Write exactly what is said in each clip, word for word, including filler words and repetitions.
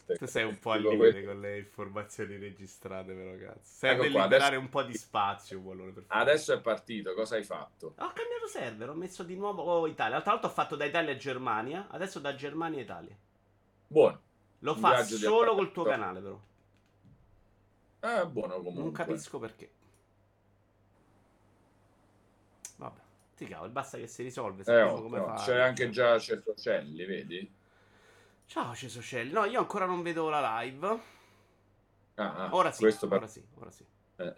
Tu sei un po' al Tipo limite questo. con le informazioni registrate, però, cazzo. Serve Ecco qua, adesso, liberare un po' di spazio, Wallone, per favore. adesso è partito, cosa hai fatto? Ho cambiato server, ho messo di nuovo oh, Italia. L'altra volta ho fatto da Italia a Germania, adesso da Germania a Italia. Buono, Lo un fa viaggio di solo col tuo appagamento. canale, però. È buono Non comunque. capisco perché. Vabbè, ti cavolo, basta che si risolve, È sappiamo come ottimo. C'è fare. anche Cioè. già Cesocelli, vedi? Ciao Cesocelli. No, io ancora non vedo la live. Ah, ah, Ora sì, questo per... ora sì, ora sì. eh.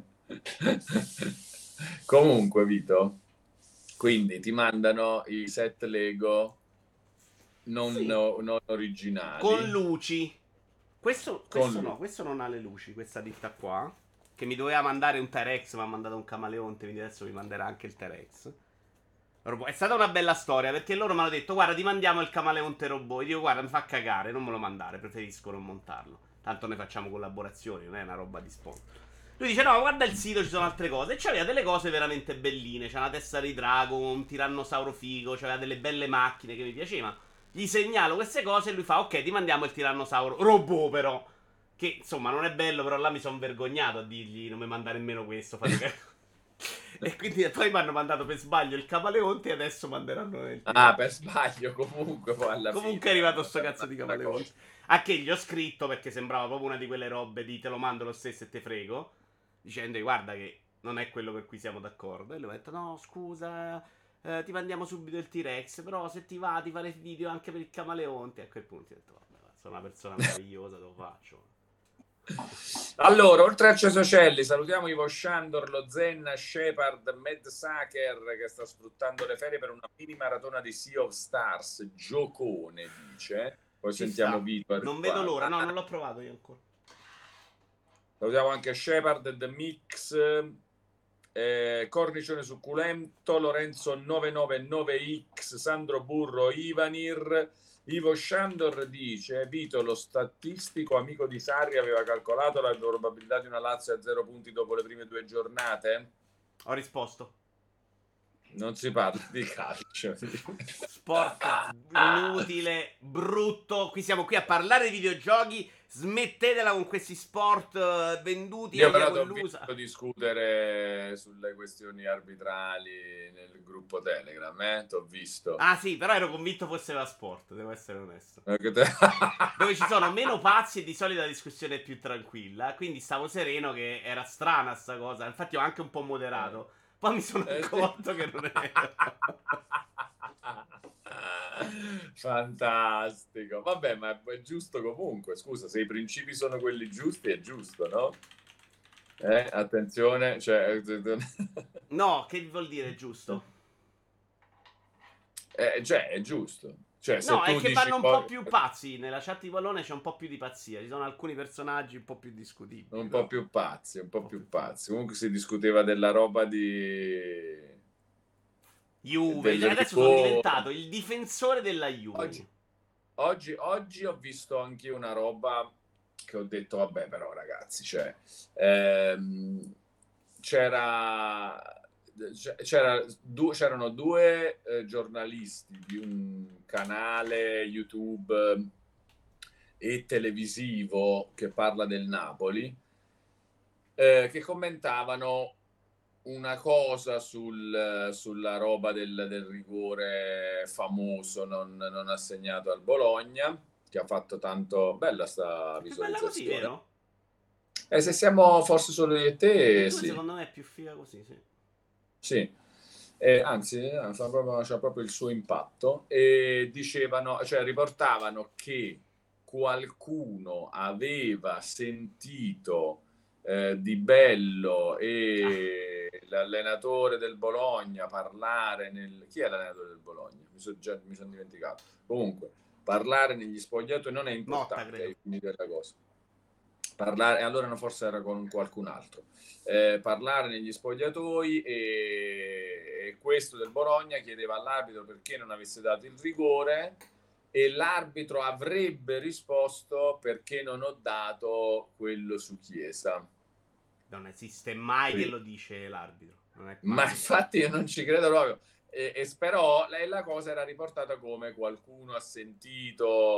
Comunque, Vito, quindi ti mandano i set Lego non, Sì, non con originali luci. Questo, con questo lui. no, questo non ha le luci, questa ditta qua. Che mi doveva mandare un T-Rex, ma ha mandato un camaleonte, quindi adesso mi manderà anche il T-Rex. Robo- È stata una bella storia perché loro mi hanno detto: Guarda, ti mandiamo il camaleonte robot. Io dico: Guarda, mi fa cagare, non me lo mandare. Preferisco non montarlo. Tanto ne facciamo collaborazioni, non è una roba di sponsor. Lui dice: No, guarda il sito, ci sono altre cose. E c'aveva delle cose veramente belline. C'era una testa di drago, un tirannosauro figo. C'aveva delle belle macchine che mi piaceva. Gli segnalo queste cose e lui fa: Ok, ti mandiamo il tirannosauro robot, però. Che insomma non è bello, però là mi sono vergognato a dirgli: Non mi manda nemmeno questo. Fate cagare. E quindi poi mi hanno mandato per sbaglio il camaleonte e adesso manderanno il Ah, per T-Rex. sbaglio comunque poi alla Comunque è fine arrivato hanno sto mandato cazzo di un'altra cosa. camaleonte. A che gli ho scritto perché sembrava proprio una di quelle robe di te lo mando lo stesso e te frego. Dicendo guarda che non è quello per cui siamo d'accordo. E lui mi ha detto no scusa, eh, ti mandiamo subito il T-Rex. Però se ti va ti fare video anche per il camaleonte. E a quel punto ho detto vabbè, sono una persona meravigliosa, te lo faccio. Allora, oltre a Cesocelli, salutiamo Ivo Shandor, lo Zen, Shepard, Mad Sacker che sta sfruttando le ferie per una mini maratona di Sea of Stars. Giocone, dice. Poi Ci sentiamo sta. Vito al Non vedo riguardo. l'ora. No, Ah, non l'ho provato io ancora. salutiamo anche Shepard, The Mix, eh, Cornicione Succulento, Lorenzo nove nove nove X, Sandro Burro, Ivanir. Ivo Shandor dice: Vito, lo statistico amico di Sarri, aveva calcolato la probabilità di una Lazio a zero punti dopo le prime due giornate? Ho risposto. Non si parla di calcio. Sport inutile, brutto. Qui siamo qui a parlare di videogiochi. Smettetela con questi sport eh, venduti Io agli però ti ho Aguilusa. visto discutere sulle questioni arbitrali nel gruppo Telegram, eh? Ti ho visto. Ah sì, però ero convinto fosse la sport, devo essere onesto. Perché te- Dove ci sono meno pazzi e di solito la discussione è più tranquilla. Quindi stavo sereno che era strana sta cosa. Infatti ho anche un po' moderato. Poi mi sono Eh, sì. accorto che non era. Fantastico. Vabbè, ma è giusto comunque. Scusa, se i principi sono quelli giusti, è giusto, no? Eh, attenzione, cioè... No, che vuol dire giusto? eh, cioè, è giusto. Cioè, se No, è tu che dici vanno un po' poi più pazzi. Nella chat di pallone c'è un po' più di pazzia. Ci sono alcuni personaggi un po' più discutibili, un po' però. più pazzi, un Un po' po' più più pazzi. pazzi. Comunque si discuteva della roba di... Juve. del Adesso sono rigore. diventato il difensore della Juve. Oggi, oggi, oggi ho visto anche una roba che ho detto, vabbè, però ragazzi, cioè, ehm, c'era, c'era du- c'erano due eh, giornalisti di un canale YouTube e televisivo che parla del Napoli, eh, che commentavano una cosa sul, sulla roba del, del rigore famoso non, non assegnato al Bologna, che ha fatto tanto bella sta È più bella così, visualizzazione. vero? E se siamo forse solo io e Il te, due sì, secondo me è più figa così, sì. sì. Eh, anzi, eh, fa proprio, c'ha proprio il suo impatto. E dicevano, cioè riportavano che qualcuno aveva sentito eh, Di Bello Ah, e l'allenatore del Bologna parlare nel... Chi è l'allenatore del Bologna? Mi sono già mi son dimenticato. Comunque, parlare negli spogliatoi non è Motta, importante, credo. ai fini della cosa. Parlare, allora no, forse era con qualcun altro. Eh, parlare negli spogliatoi e, e questo del Bologna chiedeva all'arbitro perché non avesse dato il rigore e l'arbitro avrebbe risposto perché non ho dato quello su Chiesa. Non esiste mai che Sì. lo dice l'arbitro. Non è Ma mai successo. infatti io non ci credo proprio. E, e però lei la cosa era riportata come qualcuno ha sentito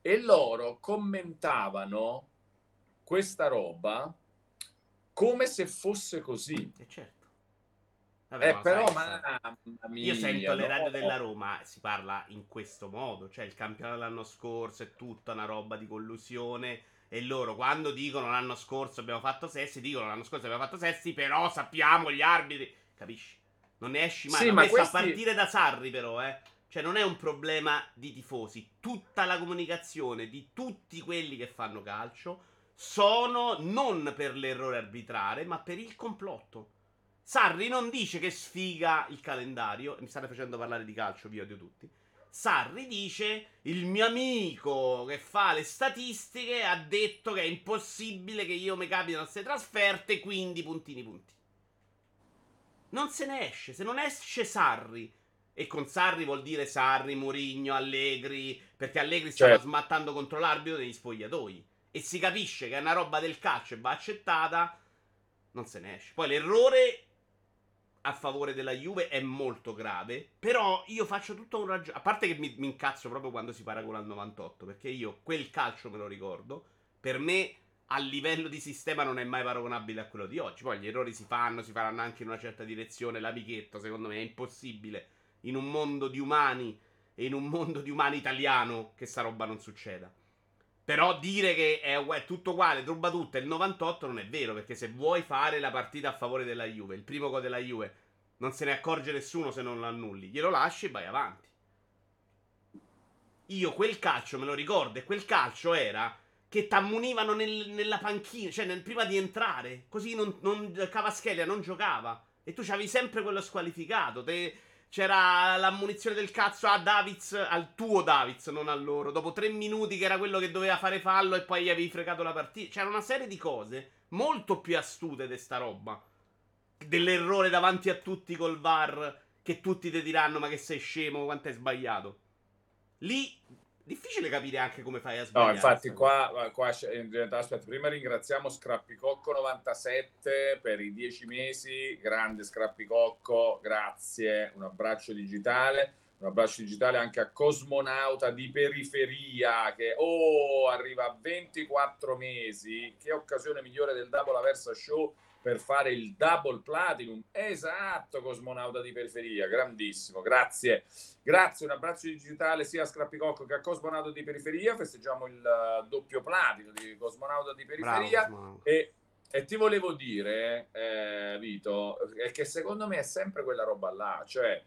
e loro commentavano questa roba come se fosse così. E certo. Vabbè, Eh, ma però, sai, mamma io sento mia, le radio no. della Roma, si parla in questo modo, cioè il campionato dell'anno scorso è tutta una roba di collusione e loro quando dicono l'anno scorso abbiamo fatto sessi, dicono l'anno scorso abbiamo fatto sessi, però sappiamo gli arbitri, capisci? Non ne esci mai, Sì, ma ma questo a questi... partire da Sarri però, eh. Cioè non è un problema di tifosi, tutta la comunicazione di tutti quelli che fanno calcio sono non per l'errore arbitrale, ma per il complotto. Sarri non dice che sfiga il calendario. Mi state facendo parlare di calcio, vi odio tutti. Sarri dice: il mio amico che fa le statistiche ha detto che è impossibile che io mi capitano queste trasferte, quindi puntini punti. Non se ne esce. Se non esce Sarri, e con Sarri vuol dire Sarri, Mourinho, Allegri, perché Allegri stava Cioè, smattando contro l'arbitro negli spogliatoi. E si capisce che è una roba del calcio e va accettata. Non se ne esce. Poi l'errore a favore della Juve è molto grave. Però io faccio tutto un ragionamento. A parte che mi, mi incazzo proprio quando si paragona al novantotto. Perché io quel calcio me lo ricordo. Per me, a livello di sistema, non è mai paragonabile a quello di oggi. Poi gli errori si fanno, si faranno anche in una certa direzione. L'amichetto, secondo me, è impossibile. In un mondo di umani e in un mondo di umani italiano che sta roba non succeda. Però dire che è, è tutto uguale, ruba tutto, è il novantotto non è vero, perché se vuoi fare la partita a favore della Juve, il primo gol della Juve, non se ne accorge nessuno se non lo annulli, glielo lasci e vai avanti. Io quel calcio me lo ricordo, e quel calcio era che t'ammunivano nel, nella panchina, cioè nel, prima di entrare, così non, non, Cavaschelia non giocava, e tu c'avevi sempre quello squalificato, te... C'era l'ammonizione del cazzo a Davids, al tuo Davids, non a loro. Dopo tre minuti che era quello che doveva fare fallo e poi gli avevi fregato la partita. C'era una serie di cose molto più astute di sta roba. Dell'errore davanti a tutti col V A R, che tutti ti diranno ma che sei scemo, quanto hai sbagliato. Lì, difficile capire anche come fai a no, sbagliare infatti sta cosa. qua, qua in realtà, aspetta, prima ringraziamo Scrappicocco novantasette per i dieci mesi, grande Scrappicocco, grazie, un abbraccio digitale, un abbraccio digitale anche a Cosmonauta di Periferia che oh, arriva a ventiquattro mesi, che occasione migliore del Double Aversa Show per fare il double platinum. Esatto, Cosmonauta di Periferia, grandissimo, grazie. Grazie, un abbraccio digitale sia a Scrappicocco che a Cosmonauta di Periferia. Festeggiamo il uh, doppio platino di Cosmonauta di Periferia. Bravo, E, e ti volevo dire, eh, Vito, è che secondo me è sempre quella roba là, cioè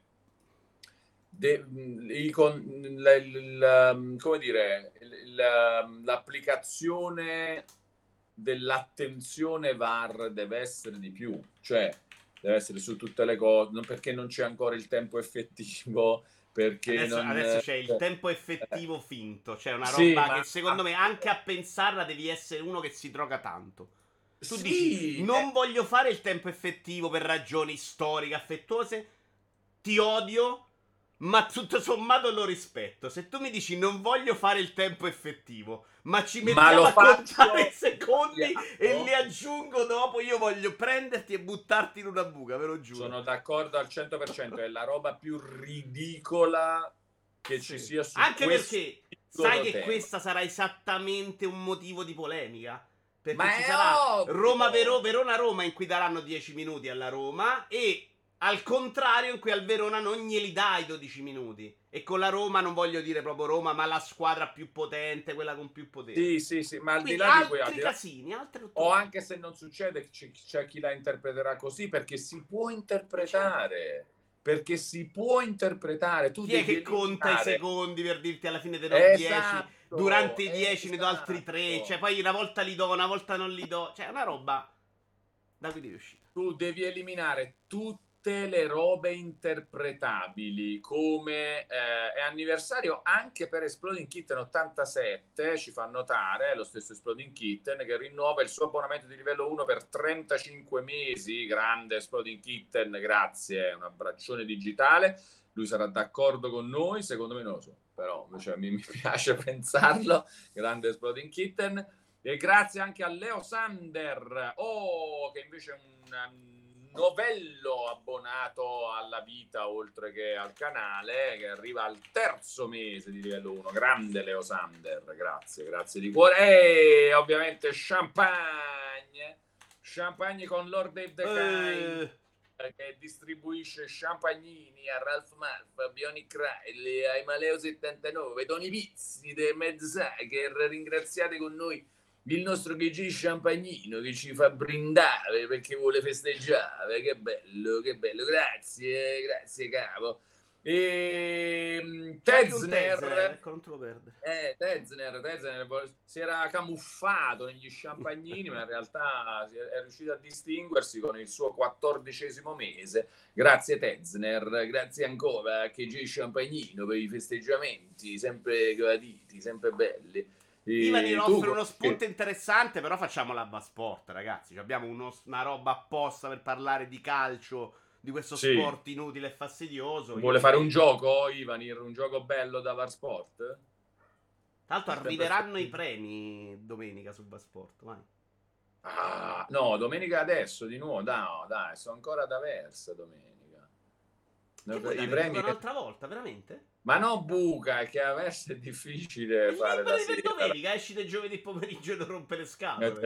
de, il, con, il, il, come dire, il, l'applicazione dell'attenzione V A R deve essere di più, cioè deve essere su tutte le cose, non perché non c'è ancora il tempo effettivo, perché Adesso, non... adesso c'è il eh, tempo effettivo finto. C'è una sì, roba ma che secondo me anche a pensarla devi essere uno che si droga tanto. Tu dici sì, non eh, voglio fare il tempo effettivo per ragioni storiche, affettuose. Ti odio, ma tutto sommato lo rispetto. Se tu mi dici non voglio fare il tempo effettivo, ma ci ma lo mettiamo a contare i faccio secondi e li sbagliato. aggiungo dopo, io voglio prenderti e buttarti in una buca, ve lo giuro. Sono d'accordo al cento per cento, è la roba più ridicola che ci Sì. sia su Anche questo perché sai singolo che tema. questa sarà esattamente un motivo di polemica. Perché Ma ci è sarà ovvio! Roma-Vero- Verona-Roma in cui daranno dieci minuti alla Roma e al contrario in cui al Verona non glieli dai dodici minuti. E con la Roma non voglio dire proprio Roma, ma la squadra più potente, quella con più potere. Sì, sì, sì, ma al di Quindi là di cui, al altri di là, casini, altre o rotture. anche se non succede, c'è, c'è chi la interpreterà così, perché si può E certo. interpretare, perché si può interpretare, tu Chi è devi che conta i eliminare. secondi per dirti alla fine te do dieci? Esatto, Durante i dieci ne do altri tre. Cioè, esatto. poi una volta li do, una volta non li do. Cioè, è una roba da cui devi uscire. Tu devi eliminare tutte le robe interpretabili come eh, è anniversario anche per Exploding Kitten ottantasette, ci fa notare lo stesso Exploding Kitten che rinnova il suo abbonamento di livello uno per trentacinque mesi. Grande Exploding Kitten, grazie, un abbraccione digitale. Lui sarà d'accordo con noi, secondo me non lo so, però cioè, mi, mi piace pensarlo. Grande Exploding Kitten. E grazie anche a Leo Sander, oh, che invece è un novello abbonato alla vita oltre che al canale, che arriva al terzo mese di livello uno. Grande Leo Sander, grazie, grazie di cuore. E ovviamente champagne, champagne con Lord Dave the Kind, Eh, che distribuisce champagnini a Ralph Malf, a Bionic Riley, ai Maleo settantanove, Tony Pizzi, De Medzaker, ringraziate con noi il nostro G G Champagnino che ci fa brindare perché vuole festeggiare. Che bello, che bello, grazie, grazie capo. E c'è anche un Tezner, Tezner, ecco, non te lo perde. eh, Tezner, Tezner si era camuffato negli champagnini, ma in realtà è riuscito a distinguersi con il suo quattordicesimo mese. Grazie Tezner, grazie ancora a G G Champagnino per i festeggiamenti sempre graditi, sempre belli. Ivanir Tu, offre uno spunto che... interessante, però facciamo l'Abba Sport, ragazzi. Abbiamo uno, una roba apposta per parlare di calcio, di questo sì. sport inutile e fastidioso. Vuole Io fare direi... un gioco, Ivanir, un gioco bello da Var Sport? Tra l'altro arriveranno i premi domenica su Basport, vai. Ah, no, domenica adesso di nuovo, no, dai, sono ancora da Versa domenica. Che I vuoi premi che... che... un'altra volta, veramente? Ma no, buca, è che a Versa è difficile E fare la liberi per sera. domenica, esci del giovedì pomeriggio e non rompe le scatole.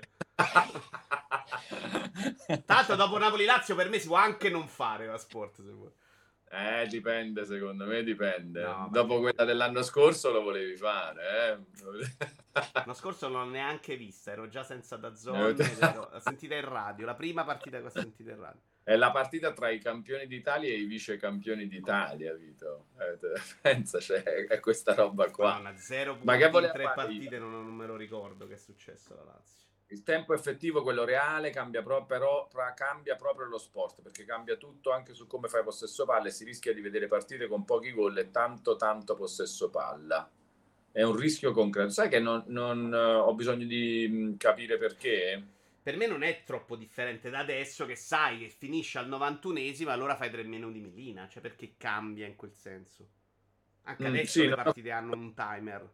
Tanto dopo Napoli-Lazio per me si può anche non fare la sport, se vuoi. Eh, dipende, secondo me dipende. No, Dopo perché... quella dell'anno scorso lo volevi fare, eh? L'anno scorso non l'ho neanche vista, ero già senza DAZN ed ero... l'ho sentita in radio, la prima partita che ho sentito in radio. È la partita tra i campioni d'Italia e i vice campioni d'Italia, Vito. Eh, pensa, cioè, è questa roba qua. Madonna, zero Ma che punti in voleva tre fare partite, non, non me lo ricordo che è successo alla Lazio. Il tempo effettivo, quello reale, cambia, pro- però, pra- cambia proprio lo sport, perché cambia tutto anche su come fai possesso palla e si rischia di vedere partite con pochi gol e tanto tanto possesso palla. È un rischio concreto. Sai che non, non uh, ho bisogno di mh, capire perché? Per me non è troppo differente da adesso che sai che finisce al novantunesimo e allora fai tre minuti millina. Cioè perché cambia in quel senso? Anche Mm, adesso sì, le no, partite hanno un timer.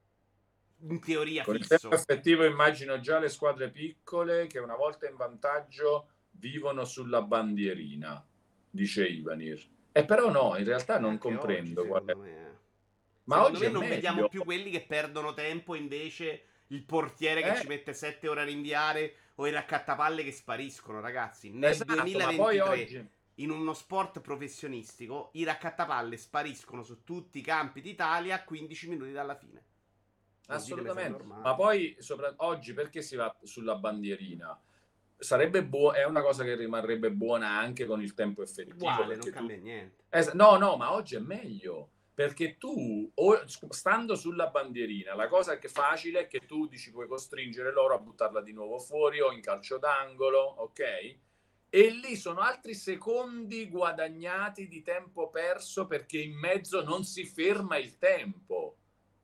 In teoria con il tempo fisso. effettivo immagino già le squadre piccole che una volta in vantaggio vivono sulla bandierina, dice Ivanir. E però no, in realtà non Anche comprendo oggi, qual è. secondo me. eh. Ma Secondo oggi me è non vediamo meglio. più quelli che perdono tempo, invece il portiere che Eh? ci mette sette ore a rinviare o i raccattapalle che spariscono, ragazzi. Nel Esatto, ma poi duemilaventitré, oggi... in uno sport professionistico, i raccattapalle spariscono su tutti i campi d'Italia a quindici minuti dalla fine. Non Assolutamente, ma poi sopra... oggi perché si va sulla bandierina? Sarebbe buono, è una cosa che rimarrebbe buona anche con il tempo effettivo. Uguale, non Tu... cambia niente. Es... No, no, ma oggi è meglio. Perché tu, stando sulla bandierina, la cosa che è facile è che tu dici puoi costringere loro a buttarla di nuovo fuori o in calcio d'angolo, ok? E lì sono altri secondi guadagnati di tempo perso perché in mezzo non si ferma il tempo.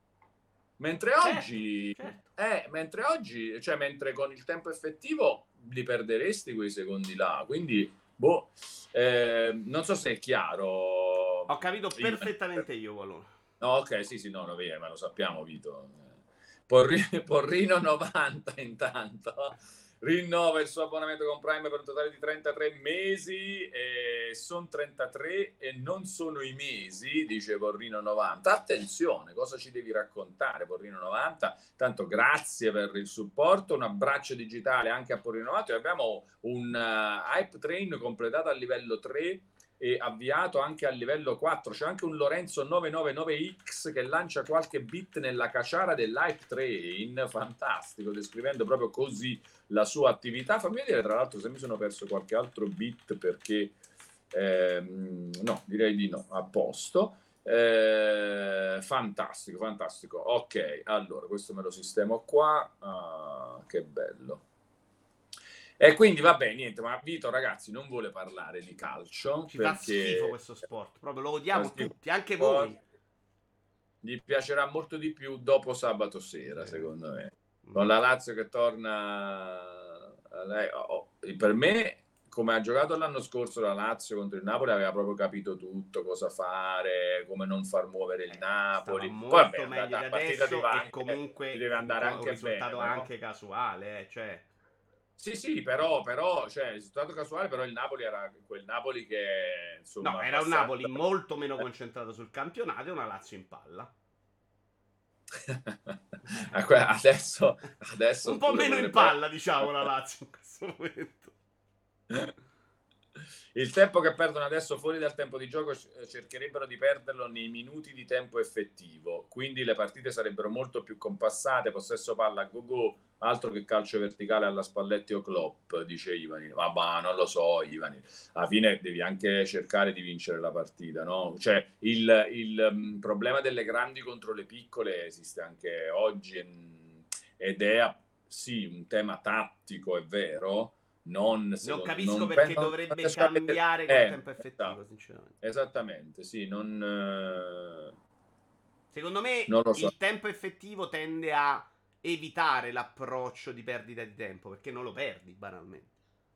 Mentre oggi, certo, certo. Eh, mentre oggi, cioè mentre con il tempo effettivo li perderesti quei secondi là. Quindi, boh, eh, non so se è chiaro. Ho capito perfettamente io, Valone. No, ok, sì, sì, no, no, via, ma lo sappiamo, Vito. Porrino, Porrino novanta intanto rinnova il suo abbonamento con Prime per un totale di trentatré mesi e sono trentatré e non sono i mesi, dice Porrino novanta. Attenzione, cosa ci devi raccontare, Porrino novanta? Tanto grazie per il supporto, un abbraccio digitale anche a Porrino novanta. Abbiamo un uh, Hype Train completato a livello tre e avviato anche a livello quattro. C'è anche un Lorenzo nove nove nove X che lancia qualche bit nella caciara dell'Hype Train, fantastico, descrivendo proprio così la sua attività. Fammi vedere tra l'altro se mi sono perso qualche altro bit, perché ehm, no, direi di no, a posto. Eh, fantastico, fantastico. Ok, allora questo me lo sistemo qua. Ah, che bello. E quindi vabbè, niente, ma Vito, ragazzi, non vuole parlare di calcio. Ci perché... fa schifo questo sport, proprio lo odiamo tutti, anche sport. voi. Gli piacerà molto di più dopo sabato sera, secondo me. Con la Lazio che torna... Oh, per me, come ha giocato l'anno scorso la Lazio contro il Napoli, aveva proprio capito tutto, cosa fare, come non far muovere il Napoli. Stava molto Poi, vabbè, meglio di la partita adesso ti va e anche, comunque ti deve andare un anche risultato bene, anche no? casuale, eh, cioè... Sì, sì, però, però, cioè, il risultato casuale, però il Napoli era quel Napoli che, No, insomma, era un abbastanza... Napoli molto meno concentrato sul campionato e una Lazio in palla. Ah, que- Adesso, adesso Un po' pure meno in potrebbe palla, diciamo, la Lazio in questo momento. il tempo che perdono adesso fuori dal tempo di gioco cercherebbero di perderlo nei minuti di tempo effettivo, quindi le partite sarebbero molto più compassate, possesso palla a go-go, altro che calcio verticale alla Spalletti o Klopp, dice Ivani. Ma bah, non lo so, Ivani. Alla fine devi anche cercare di vincere la partita, no? Cioè, il, il um, problema delle grandi contro le piccole esiste anche oggi ed è sì un tema tattico, è vero, non, Non secondo, capisco non, perché penso, non dovrebbe riesco a vedere. cambiare col Eh, tempo effettivo, esatto, sinceramente. esattamente, sì, non, eh, Secondo me non lo so. il tempo effettivo tende a evitare l'approccio di perdita di tempo, perché non lo perdi banalmente.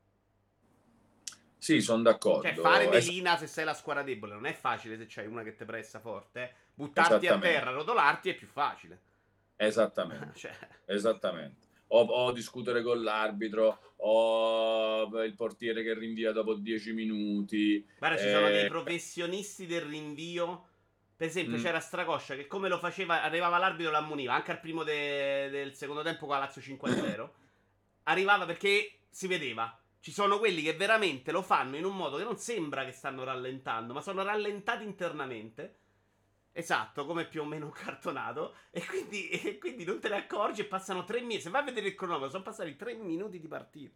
Sì, sono Cioè, fare d'accordo. Es- melina se sei la squadra debole non è facile se c'hai una che ti pressa forte. Eh. Buttarti a esattamente, terra, rotolarti è più facile. esattamente, Cioè, esattamente. O, o discutere con l'arbitro, o il portiere che rinvia dopo dieci minuti. guarda, ci sono dei eh, professionisti del rinvio. Per esempio, mm, c'era Stracoscia che come lo faceva, arrivava l'arbitro e l'ammoniva, anche al primo de- del secondo tempo con la Lazio cinque a zero. Arrivava perché si vedeva. Ci sono quelli che veramente lo fanno in un modo che non sembra che stanno rallentando, ma sono rallentati internamente. Esatto, come più o meno un cartonato. E quindi, e quindi non te ne accorgi e passano tre minuti. Se vai a vedere il cronometro, sono passati tre minuti di partita.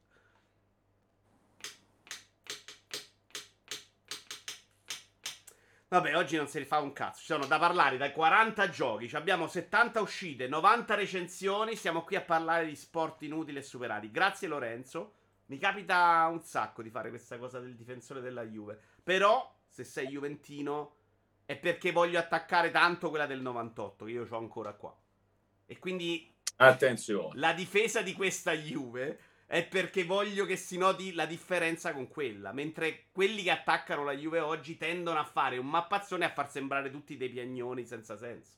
Vabbè, oggi non se ne fa un cazzo. Ci sono da parlare dai quaranta giochi. Abbiamo settanta uscite, novanta recensioni. Siamo qui a parlare di sport inutili e superati. Grazie, Lorenzo. Mi capita un sacco di fare questa cosa del difensore della Juve. Però, se sei juventino, è perché voglio attaccare tanto quella del novantotto, che io ho ancora qua. E quindi attenzione. la difesa di questa Juve è perché voglio che si noti la differenza con quella. Mentre quelli che attaccano la Juve oggi tendono a fare un mappazzone e a far sembrare tutti dei piagnoni senza senso.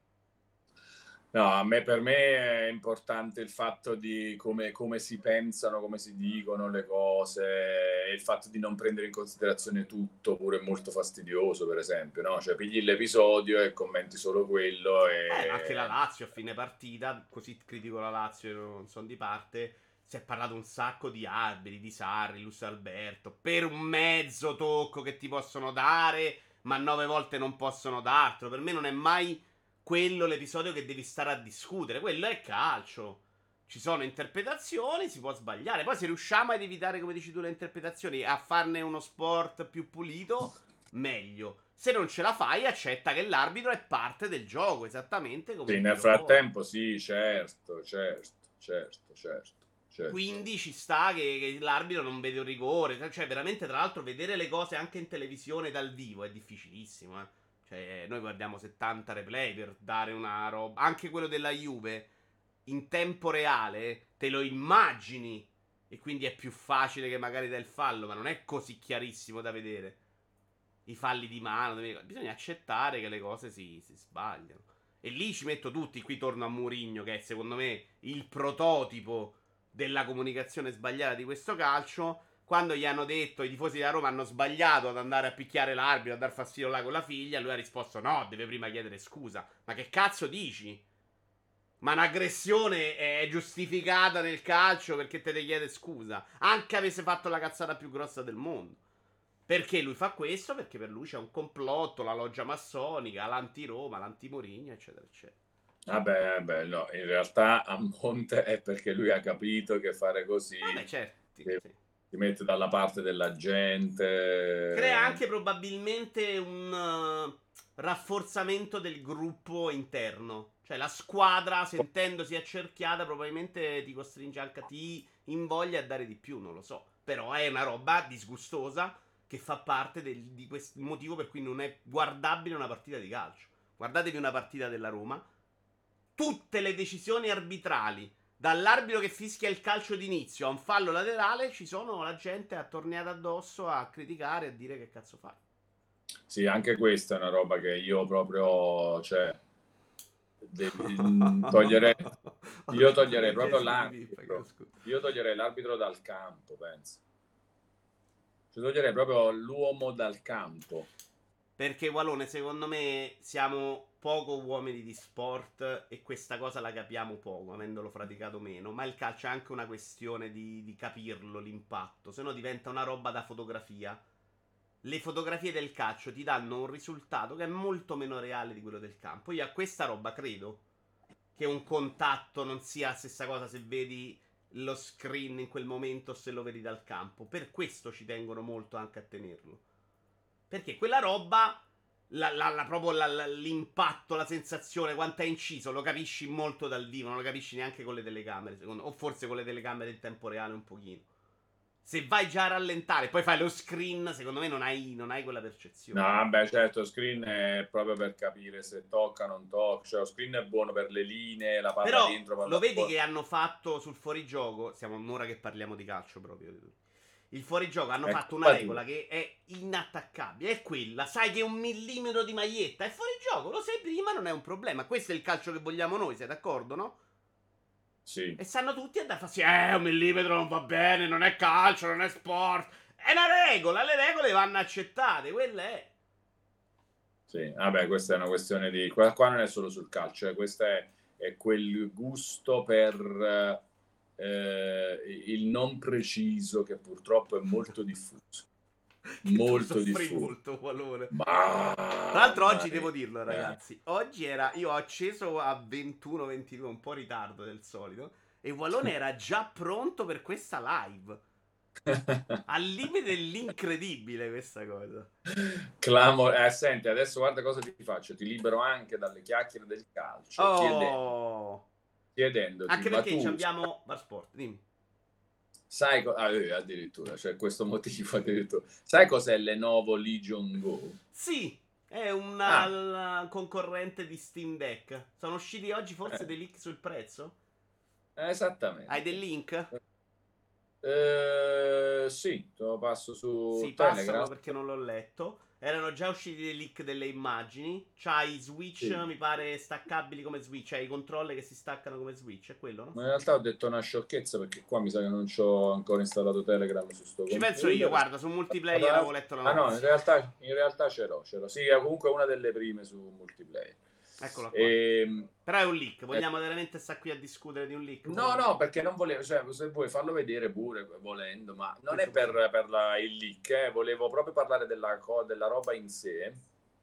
No, a me, per me è importante il fatto di come, come si pensano, come si dicono le cose, e il fatto di non prendere in considerazione tutto, pure è molto fastidioso, per esempio, no? Cioè pigli l'episodio e commenti solo quello Eh, ma anche la e... Lazio a fine partita, così critico la Lazio e non sono di parte. Si è parlato un sacco di arbitri, di Sarri, Luis Alberto, per un mezzo tocco che ti possono dare, ma nove volte non possono dartelo. Per me non è mai quello l'episodio che devi stare a discutere. Quello è calcio. Ci sono interpretazioni, si può sbagliare. Poi se riusciamo ad evitare, come dici tu, le interpretazioni, a farne uno sport più pulito, meglio. Se non ce la fai, accetta che l'arbitro è parte del gioco, esattamente come Sì, il nel tiro fuori. frattempo sì, certo, certo, certo, certo, certo. Quindi ci sta che, che l'arbitro non vede un rigore. Cioè, veramente, tra l'altro, vedere le cose anche in televisione dal vivo è difficilissimo. Eh. Cioè, noi guardiamo settanta replay per dare una roba. Anche quello della Juve, in tempo reale, te lo immagini. E quindi è più facile che magari dai il fallo, ma non è così chiarissimo da vedere. I falli di mano, bisogna accettare che le cose si, si sbagliano. E lì ci metto tutti. Qui torno a Mourinho, che è secondo me il prototipo della comunicazione sbagliata di questo calcio. Quando gli hanno detto i tifosi della Roma hanno sbagliato ad andare a picchiare l'arbitro, a dar fastidio là con la figlia, lui ha risposto: no, deve prima chiedere scusa. Ma che cazzo dici? Ma un'aggressione è giustificata nel calcio perché te ne chiede scusa. Anche avesse fatto la cazzata più grossa del mondo. Perché lui fa questo? Perché per lui c'è un complotto, la loggia massonica, l'anti-Roma, l'anti-Mourinho, eccetera, eccetera. Vabbè, vabbè, no, in realtà a monte è perché lui ha capito che fare Vabbè, così certo, ti, sì. ti mette dalla parte della Crea gente. anche probabilmente un uh, rafforzamento del gruppo interno. Cioè la squadra, sentendosi accerchiata, probabilmente ti costringe anche, ti invoglia a dare di più, non lo so. Però è una roba disgustosa che fa parte del, di questo motivo per cui non è guardabile una partita di calcio. Guardatevi una partita della Roma. Tutte le decisioni arbitrali, dall'arbitro che fischia il calcio d'inizio a un fallo laterale, ci sono la gente attorniata addosso a criticare e a dire che cazzo fai. Sì, anche questa è una roba che io proprio, cioè, devi, togliere, Io toglierei proprio Centesimi di pippa, l'arbitro. chiedo scusa. Io toglierei l'arbitro dal campo, penso. Cioè, toglierei proprio l'uomo dal campo. Perché Walone, secondo me, siamo poco uomini di sport e questa cosa la capiamo poco, avendolo praticato meno. Ma il calcio è anche una questione di, di capirlo, l'impatto. Se no diventa una roba da fotografia. Le fotografie del calcio ti danno un risultato che è molto meno reale di quello del campo. Io a questa roba credo che un contatto non sia la stessa cosa se vedi lo screen in quel momento o se lo vedi dal campo. Per questo ci tengono molto anche a tenerlo. Perché quella roba, la, la, la, proprio la, la, l'impatto, la sensazione, quanto è inciso, lo capisci molto dal vivo, non lo capisci neanche con le telecamere, secondo, o forse con le telecamere in tempo reale un pochino. Se vai già a rallentare, poi fai lo screen, secondo me non hai, non hai quella percezione. No, beh, certo, lo screen è proprio per capire se tocca o non tocca. Cioè, lo screen è buono per le linee, la palla Però dentro, palla lo vedi fuori. che hanno fatto sul fuorigioco, siamo un'ora che parliamo di calcio proprio. Il fuorigioco hanno È fatto una colpa regola tua. che è inattaccabile. È quella, sai che un millimetro di maglietta è fuorigioco, lo sai prima, non è un problema. Questo è il calcio che vogliamo noi, sei d'accordo, no? Sì. E stanno tutti a dare sì, eh, un millimetro non va bene, non è calcio, non è sport. È una regola, le regole vanno accettate, quella è. Sì, vabbè, questa è una questione di... Qua, qua non è solo sul calcio, eh, questo è, è quel gusto per eh, il non preciso che purtroppo è molto diffuso. Che tu Molto soffri diffuso. molto, Valore. Tra l'altro Mamma oggi devo dirlo, mia. ragazzi. Oggi era. Io ho acceso a ventuno ventidue, un po' in ritardo del solito. E Wallone era già pronto per questa live. Al limite dell'incredibile questa cosa. Clamor- eh, senti, adesso guarda cosa ti faccio. Ti libero anche dalle chiacchiere del calcio, chiedendo, Oh! chiedendoti, Anche ma perché ci tu abbiamo Varsport, dimmi. sai co- ah, eh, addirittura, c'è questo motivo addirittura. Sai cos'è Lenovo Legion Go? Sì, è una Ah, la concorrente di Steam Deck. Sono usciti oggi forse eh, dei leak sul prezzo? Hai del esattamente. link? Eh, sì, te lo passo su Sì, Telegram. passamelo perché non l'ho letto. Erano già usciti dei leak delle immagini. C'hai Switch, Sì. mi pare, staccabili come Switch. Hai i controller che si staccano come Switch, è quello, no? Ma in realtà ho detto una sciocchezza perché qua mi sa che non c'ho ancora installato Telegram su sto Ci penso io, computer. guarda, su multiplayer avevo letto la Ah no, in notizia. realtà, in realtà ce l'ho, ce l'ho. Sì, è comunque una delle prime su multiplayer. Eccola qua. E, Però è un leak, eh, vogliamo veramente stare qui a discutere di un leak? no, Valone? no, perché non volevo, cioè, se vuoi farlo vedere pure volendo, ma non è Questo per, possiamo. per la- il leak, eh, volevo proprio parlare della, co- della roba in sé.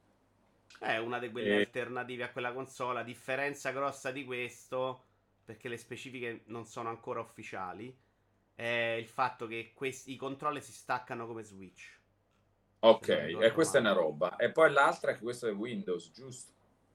È una di quelle E, alternative a quella console. La differenza grossa di questo, perché le specifiche non sono ancora ufficiali, è il fatto che questi, i controller si staccano come Switch. Se ok, non e ricordo questa è una male. roba. E poi l'altra è che questo è Windows, giusto?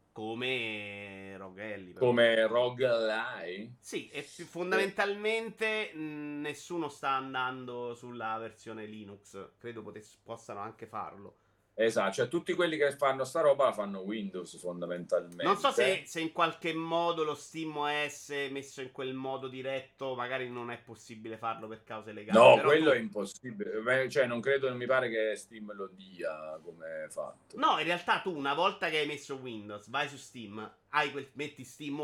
Come Rogelli, però. Come roguelike. Sì, e f- Eh, fondamentalmente mh, nessuno sta andando sulla versione Linux. Credo potess- possano anche farlo. esatto, cioè tutti quelli che fanno sta roba la fanno Windows Non so se, fondamentalmente. se in qualche modo lo SteamOS messo in quel modo diretto, magari non è possibile farlo per cause legali. No, Però quello è tu. impossibile. Beh, cioè, non credo, non mi pare che Steam lo dia come fatto. No, in realtà tu una volta che hai messo Windows, vai su Steam, hai quel, metti Steam,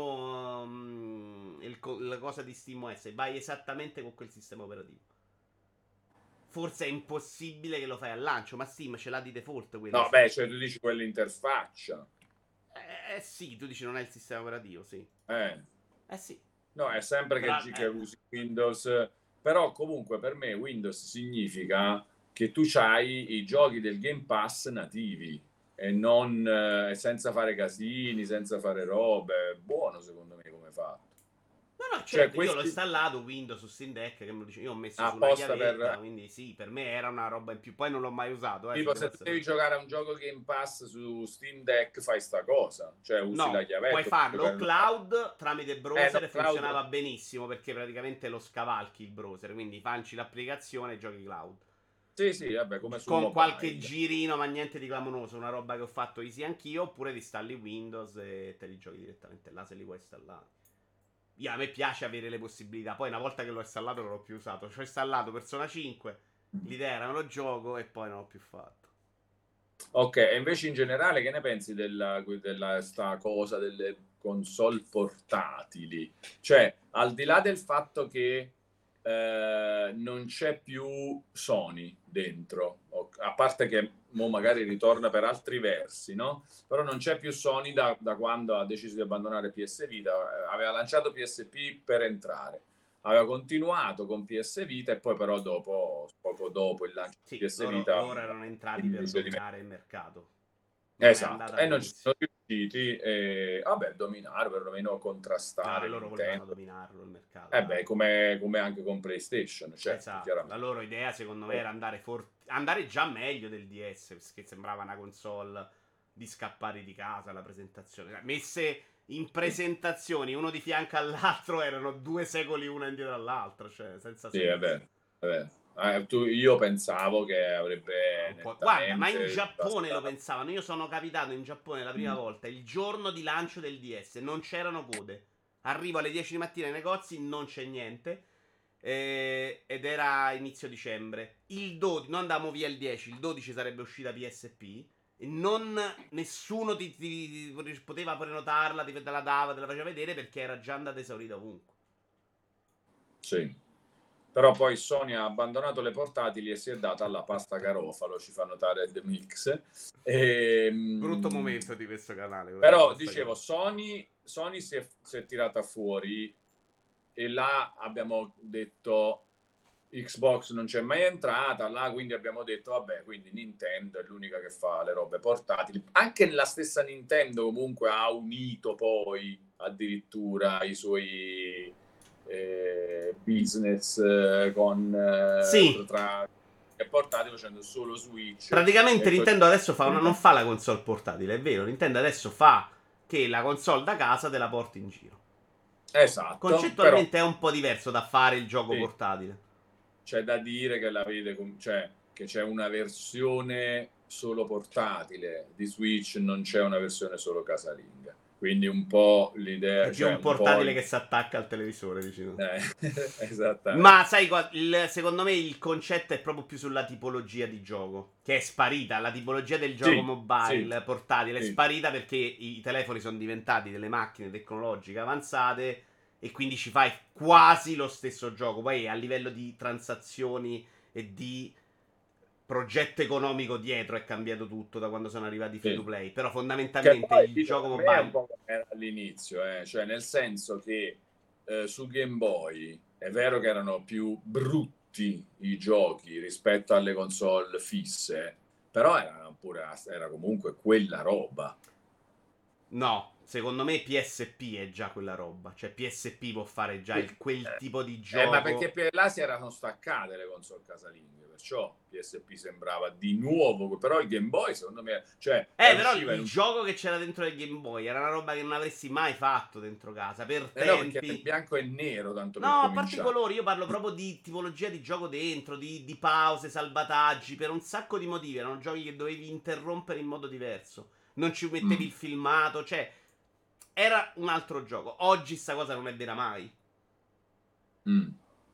um, il co- la cosa di SteamOS e vai esattamente con quel sistema operativo. Forse è impossibile che lo fai al lancio, ma Steam ce l'ha di default quello No, su. beh, cioè tu dici quell'interfaccia. Eh, eh sì, tu dici non è il sistema operativo, sì. Eh. Eh sì. No, è sempre Però, che, gi- che eh, usi Windows. Però comunque per me Windows significa che tu hai i giochi del Game Pass nativi e non eh, senza fare casini, senza fare robe. È buono secondo me come fatto. no, no, Cioè certo, io l'ho questi installato Windows su Steam Deck, che me lo dice, io ho messo su una apposta chiavetta, per... quindi sì, per me era una roba in più. Poi non l'ho mai usato, eh, se Tipo, devo se tu essere devi franco. giocare a un gioco Game Pass su Steam Deck, fai sta cosa. Cioè, usi la No, puoi chiavetta per farlo o giocare normale. cloud tramite Eh, no, browser e cloud. funzionava benissimo perché praticamente lo scavalchi il browser, quindi fanci l'applicazione e giochi cloud. Sì, sì, vabbè, come su Con qualche mobile. girino, ma niente di clamoroso, una roba che ho fatto easy anch'io, oppure ti installi Windows e te li giochi direttamente là se li vuoi installare. Io, a me piace avere le possibilità, poi una volta che l'ho installato non l'ho più usato. Ci ho installato Persona cinque, l'idea era me lo gioco e poi non l'ho più fatto. Ok, e invece in generale che ne pensi della, della sta cosa delle console portatili. Cioè, al di là del fatto che eh, non c'è più Sony dentro, a parte che mo magari ritorna per altri versi, no? Però non c'è più Sony da, da quando ha deciso di abbandonare P S Vita. Aveva lanciato P S P per entrare, aveva continuato con P S Vita e poi però dopo, poco dopo il lancio Sì, di P S loro, Vita loro erano entrati per dominare il mercato. Non è esatto, andata e non ci benissimo. sono riusciti e vabbè, dominare, perlomeno No, contrastare loro volevano Nintendo. dominarlo il mercato. Eh beh, come, come anche con PlayStation, certo, Esatto, la chiaramente. loro idea secondo me era andare, for- andare già meglio del D S, perché sembrava una console di scappare di casa la presentazione. Messe in presentazioni uno di fianco all'altro erano due secoli una indietro dall'altra, cioè senza Sì, è senso. vero, è vero. Eh, tu- io pensavo che avrebbe Un po'. Guarda, ma in nettamente Giappone lo passato. pensavano. Io sono capitato in Giappone la prima Mm. volta, il giorno di lancio del D S, non c'erano code. Arrivo alle dieci di mattina ai negozi, non c'è niente. Eh, ed era inizio dicembre. Il dodici, non andavamo via il dieci, il dodici sarebbe uscita P S P. E non nessuno ti, ti- ti poteva prenotarla, ti te la dava, te la faceva vedere perché era già andata esaurita ovunque. Sì. Però poi Sony ha abbandonato le portatili e si è data alla pasta garofalo, ci fa notare The Mix. E, Brutto mm, momento di questo canale. Quella però pasta dicevo, caro. Sony, Sony si, è, si è tirata fuori e là abbiamo detto Xbox non c'è mai entrata, là quindi abbiamo detto vabbè, quindi Nintendo è l'unica che fa le robe portatili. Anche la stessa Nintendo comunque ha unito poi addirittura i suoi eh, business eh, con Sì, eh, tra e portatili facendo solo Switch praticamente e così. Nintendo adesso fa una- non fa la console portatile, è vero. Nintendo adesso fa che la console da casa te la porti in giro. Esatto, però Concettualmente è un po' diverso da fare il gioco sì, portatile. c'è da dire che la vede com- cioè che c'è una versione solo portatile di Switch, non c'è una versione solo casalinga. Quindi un po' È l'idea, più cioè un un po' portatile il- che si attacca al televisore, dici tu. eh, esattamente. Ma sai, qua- il- secondo me il concetto è proprio più sulla tipologia di gioco, che è sparita. La tipologia del gioco Sì, sì, mobile portatile è sì, sparita perché i telefoni sono diventati delle macchine tecnologiche avanzate e quindi ci fai quasi lo stesso gioco. Poi a livello di transazioni e di progetto economico dietro è cambiato tutto da quando sono arrivati i free to sì. play. Però Che fondamentalmente poi il gioco secondo me è un mobile. po' come era all'inizio, eh, cioè nel senso che eh, su Game Boy è vero che erano più brutti i giochi rispetto alle console fisse, però era, pure, era comunque quella roba. No, secondo me P S P è già quella roba. Cioè P S P può fare già Sì. il- quel Eh, tipo di eh, ma perché gioco. per là si erano staccate le console casalinghe, perciò P S P sembrava di nuovo, però il Game Boy secondo me, cioè, Eh, però usciva in il un... gioco che c'era dentro il Game Boy era una roba che non avresti mai fatto dentro casa. Per Eh no, perché era in tempi. bianco e nero, tanto per No, a parte i cominciare. colori, io parlo proprio di tipologia di gioco dentro, di, di pause, salvataggi, per un sacco di motivi. Erano giochi che dovevi interrompere in modo diverso. Non ci mettevi Mm, il filmato, cioè, era un altro gioco. Oggi sta cosa non è vera mai. mm.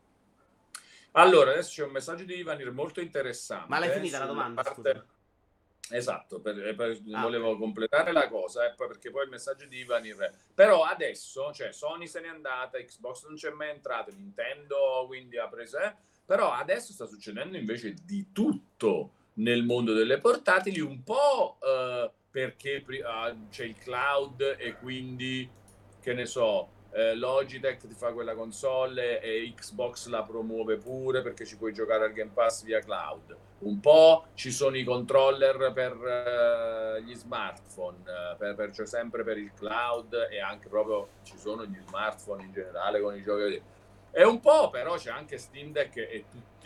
Allora, adesso c'è un messaggio di Ivanir molto Ma l'hai interessante finita la sulla domanda, scusami? parte... Esatto, per- per- Ah, ok. volevo completare la cosa, eh, poi- perché poi il messaggio di Ivanir... Però adesso, cioè, Sony se n'è andata, Xbox non c'è mai entrato, Nintendo quindi ha preso... eh, però adesso sta succedendo invece di tutto nel mondo delle portatili, un po' eh, perché pri- ah, c'è il cloud e quindi, che ne so, eh, Logitech ti fa quella console e Xbox la promuove pure perché ci puoi giocare al Game Pass via cloud. Un po' ci sono i controller per eh, gli smartphone, eh, per, per, cioè sempre per il cloud e anche proprio ci sono gli smartphone in generale con i giochi. E un po' però c'è anche Steam Deck e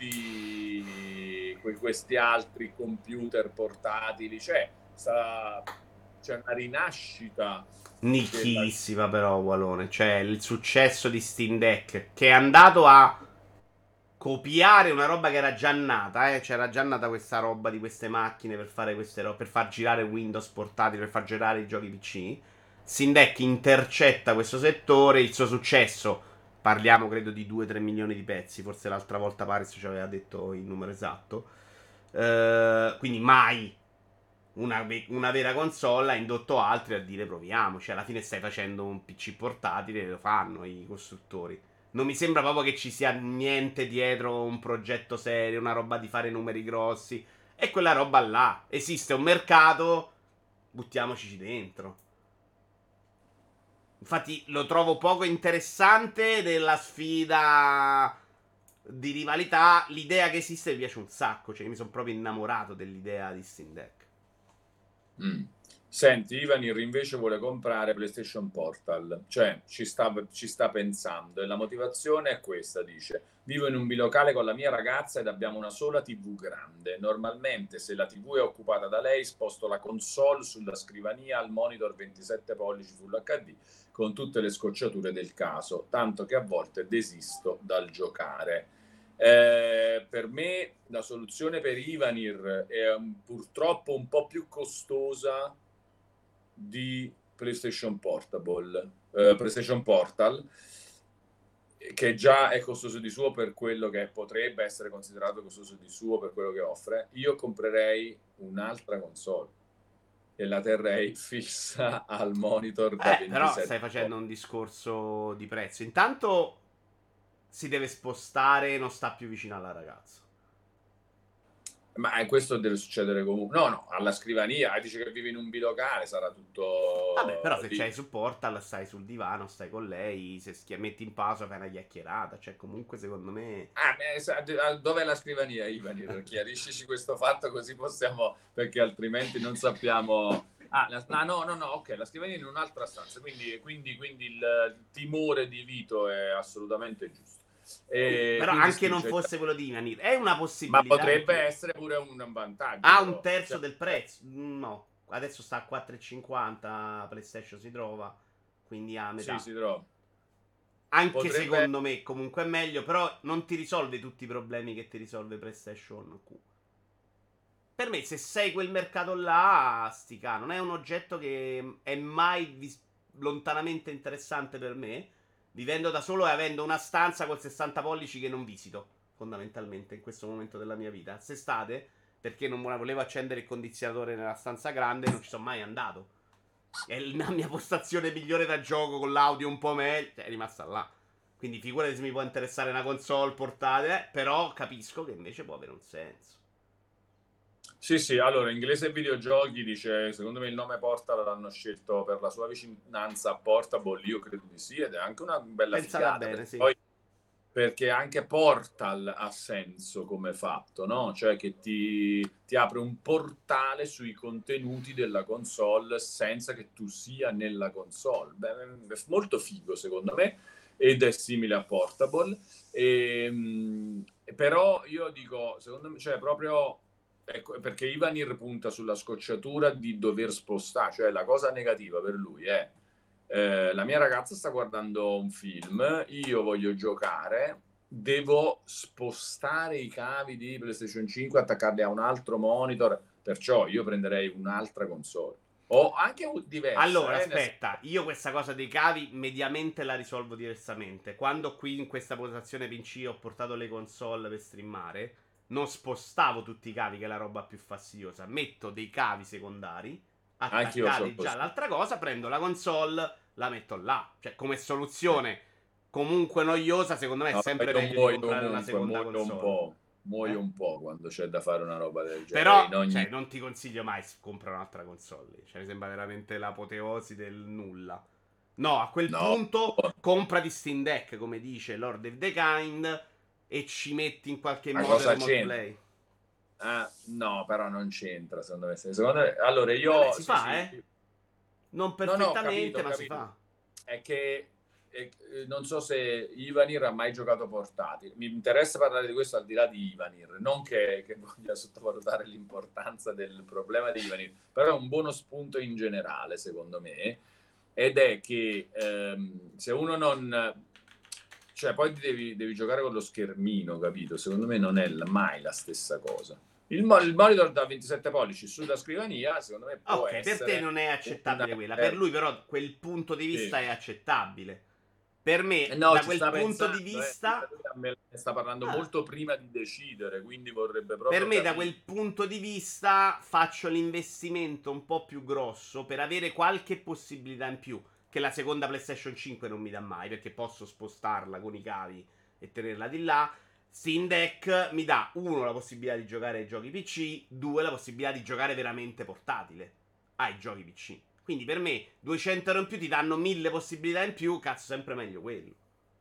tutti que- questi altri computer portatili, cioè sta, c'è una rinascita della... Nicchissima però, Walone. Cioè, il successo di Steam Deck, che è andato a copiare una roba che era già nata, eh. C'era già nata questa roba di queste macchine per fare queste robe, per far girare Windows portatile, per far girare i giochi P C. Steam Deck intercetta questo settore, il suo successo, parliamo credo di due tre milioni di pezzi, forse l'altra volta Paris ci aveva detto il numero esatto. Eh, quindi mai una, ve- una vera console ha indotto altri a dire proviamoci. Alla fine stai facendo un P C portatile, lo fanno i costruttori. Non mi sembra proprio che ci sia niente dietro un progetto serio, una roba di fare numeri grossi. E quella roba là. Esiste un mercato, buttiamoci dentro. Infatti lo trovo poco interessante della sfida di rivalità. L'idea che esiste mi piace un sacco. Cioè, mi sono proprio innamorato dell'idea di Steam Deck. Mm. Senti, Ivanir invece vuole comprare PlayStation Portal, cioè ci sta, ci sta pensando e la motivazione è questa, dice: vivo in un bilocale con la mia ragazza ed abbiamo una sola T V grande. Normalmente se la T V è occupata da lei sposto la console sulla scrivania al monitor ventisette pollici Full H D con tutte le scocciature del caso, tanto che a volte desisto dal giocare. Eh, per me la soluzione per Ivanir è um, purtroppo un po' più costosa di PlayStation Portable, eh, PlayStation Portal, che già è costoso di suo per quello che potrebbe essere considerato costoso di suo per quello che offre. Io comprerei un'altra console e la terrei fissa al monitor da Eh, però ventisette. stai facendo un discorso di prezzo. Intanto si deve spostare, non sta più vicino alla ragazza. Ma eh, questo deve succedere comunque. No, no, alla scrivania. Dice che vive in un bilocale, sarà Vabbè, però tutto se lì. c'hai su Portal, stai sul divano, stai con lei, se schia- metti in pausa fai una chiacchierata. Cioè, comunque, secondo me... Ah, beh, dov'è la scrivania, Ivanir? Chiariscici questo fatto così possiamo, perché altrimenti non sappiamo. Ah, la- ah, no, no, no, ok, la scrivania in un'altra stanza, quindi, quindi, quindi il timore di Vito è assolutamente giusto. E Però quindi anche si non dice, fosse quello di Ivanir, è una ma possibilità in potrebbe più. essere pure un vantaggio, Ha un però. terzo Cioè, del prezzo? No. Adesso sta a quattro e cinquanta, PlayStation si trova, quindi a sì, metà. si trova. Anche Potrebbe. secondo me comunque è meglio, però non ti risolve tutti i problemi che ti risolve PlayStation Q. Per me, se sei quel mercato là, stica, non è un oggetto che è mai vis- lontanamente interessante per me, vivendo da solo e avendo una stanza con sessanta pollici che non visito, fondamentalmente, in questo momento della mia vita. S'estate, perché non volevo accendere il condizionatore nella stanza grande, non ci sono mai andato. È la mia postazione migliore da gioco con l'audio un po' meglio, cioè, è rimasta là. Quindi figurati se mi può interessare una console portatile, eh, però capisco che invece può avere un senso. Sì, sì, allora, inglese videogiochi dice, secondo me il nome Portal l'hanno scelto per la sua vicinanza a Portable, io credo di sì, ed è anche una bella Pensata figata, bene, perché sì. poi perché anche Portal ha senso come fatto, no? Cioè che ti, ti apre un portale sui contenuti della console senza che tu sia nella console. Beh, è molto figo secondo me ed è simile a Portable. E, mh, però io dico, secondo me, cioè proprio ecco, perché Ivanir punta sulla scocciatura di dover spostare, cioè la cosa negativa per lui è eh, la mia ragazza sta guardando un film, io voglio giocare, devo spostare i cavi di PlayStation cinque, attaccarli a un altro monitor, perciò io prenderei un'altra console. O anche diversa, Allora, eh, nel senso- aspetta, io questa cosa dei cavi mediamente la risolvo diversamente. Quando qui in questa postazione P C ho portato le console per streamare, non spostavo tutti i cavi, che è la roba più fastidiosa. Metto dei cavi secondari, anche io so attaccati già così. all'altra cosa, prendo la console, la metto là. Cioè, come soluzione comunque noiosa, secondo me è No, sempre io meglio di muoio comprare una comunque, seconda muoio un console. po', muoio Eh? un po' quando c'è da fare una roba del genere, in Però, ogni. cioè, non ti consiglio mai s- comprare un'altra console. Cioè, mi sembra veramente l'apoteosi del nulla. No, a quel No, punto comprati Steam Deck, come dice Lord of the Kind, e ci metti in qualche ma modo il cosa remote c'entra? play. Ah, no, però non c'entra, secondo me. Secondo me, allora Vabbè, io, si sì, fa, sì, eh? Non no, no, ho capito, perfettamente, ho ma si capito. fa. È che è- eh, non so se Ivanir ha mai giocato portatile. Mi interessa parlare di questo al di là di Ivanir, non che, che voglia sottovalutare l'importanza del problema di Ivanir, però è un buono spunto in generale, secondo me, ed è che ehm, se uno non. Cioè, poi devi, devi giocare con lo schermino, capito? Secondo me non è la- mai la stessa cosa. Il, mo- il monitor da ventisette pollici sulla scrivania, secondo me può Ok, per te essere non è una. accettabile quella. Per lui, però, quel punto di Sì. vista è accettabile. Per me, Eh no, da ci quel sta punto di pensando, eh. vista, Lui a me sta parlando ah, molto prima di decidere, quindi vorrebbe per proprio me, da capire. quel punto di vista, faccio l'investimento un po' più grosso per avere qualche possibilità in più. Che la seconda PlayStation cinque non mi dà mai, perché posso spostarla con i cavi e tenerla di là. Steam Deck mi dà, uno, la possibilità di giocare ai giochi P C, due, la possibilità di giocare veramente portatile ai giochi P C. Quindi per me, duecento euro in più ti danno mille possibilità in più, cazzo, sempre meglio quello.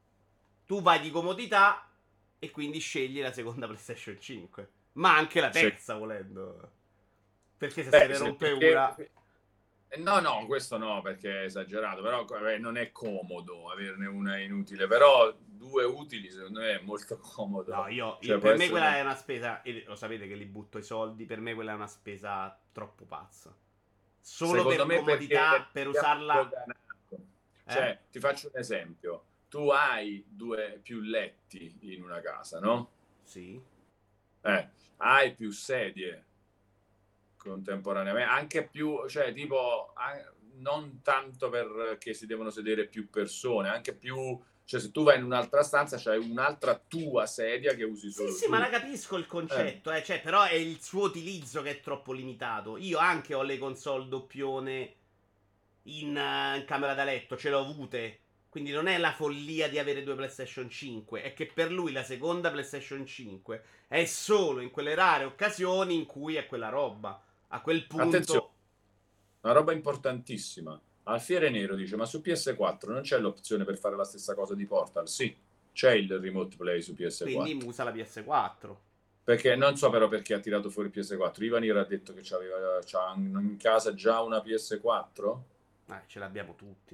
Tu vai di comodità e quindi scegli la seconda PlayStation cinque. Ma anche la Sì. terza, volendo. Perché se se Beh, ne se- rompe perché una... eh, no, no, questo no, perché è esagerato, però vabbè, non è comodo averne una inutile, però due utili secondo me è molto No, comodo, io, io- cioè può per me essere quella una... è una spesa, e lo sapete che li butto i soldi, per me quella è una spesa troppo pazza. Solo Secondo per me perché comodità, per abbiamo usarla... doganato. Eh? Cioè, ti faccio un esempio, tu hai due più letti in una casa, no? Sì. Eh, hai più sedie contemporaneamente, anche più, cioè tipo, a- non tanto perché si devono sedere più persone, anche più, cioè se tu vai in un'altra stanza c'hai un'altra tua sedia che usi Sì, solo sì, ma la tu. capisco il Eh, concetto, eh, cioè, però è il suo utilizzo che è troppo limitato. Io anche ho le console doppione in, eh, in camera da letto, ce l'ho avute. Quindi non è la follia di avere due PlayStation cinque, è che per lui la seconda PlayStation cinque è solo in quelle rare occasioni in cui è quella roba. A quel attenzione, punto... una roba importantissima. Alfiere Nero dice, ma su P S quattro non c'è l'opzione per fare la stessa cosa di Portal? Sì, c'è il remote play su Quindi P S quattro. usa la P S quattro. Perché non so però perché ha tirato fuori P S quattro. Ivanir ha detto che c'aveva, c'ha in casa già una P S quattro? Eh, ce l'abbiamo tutti.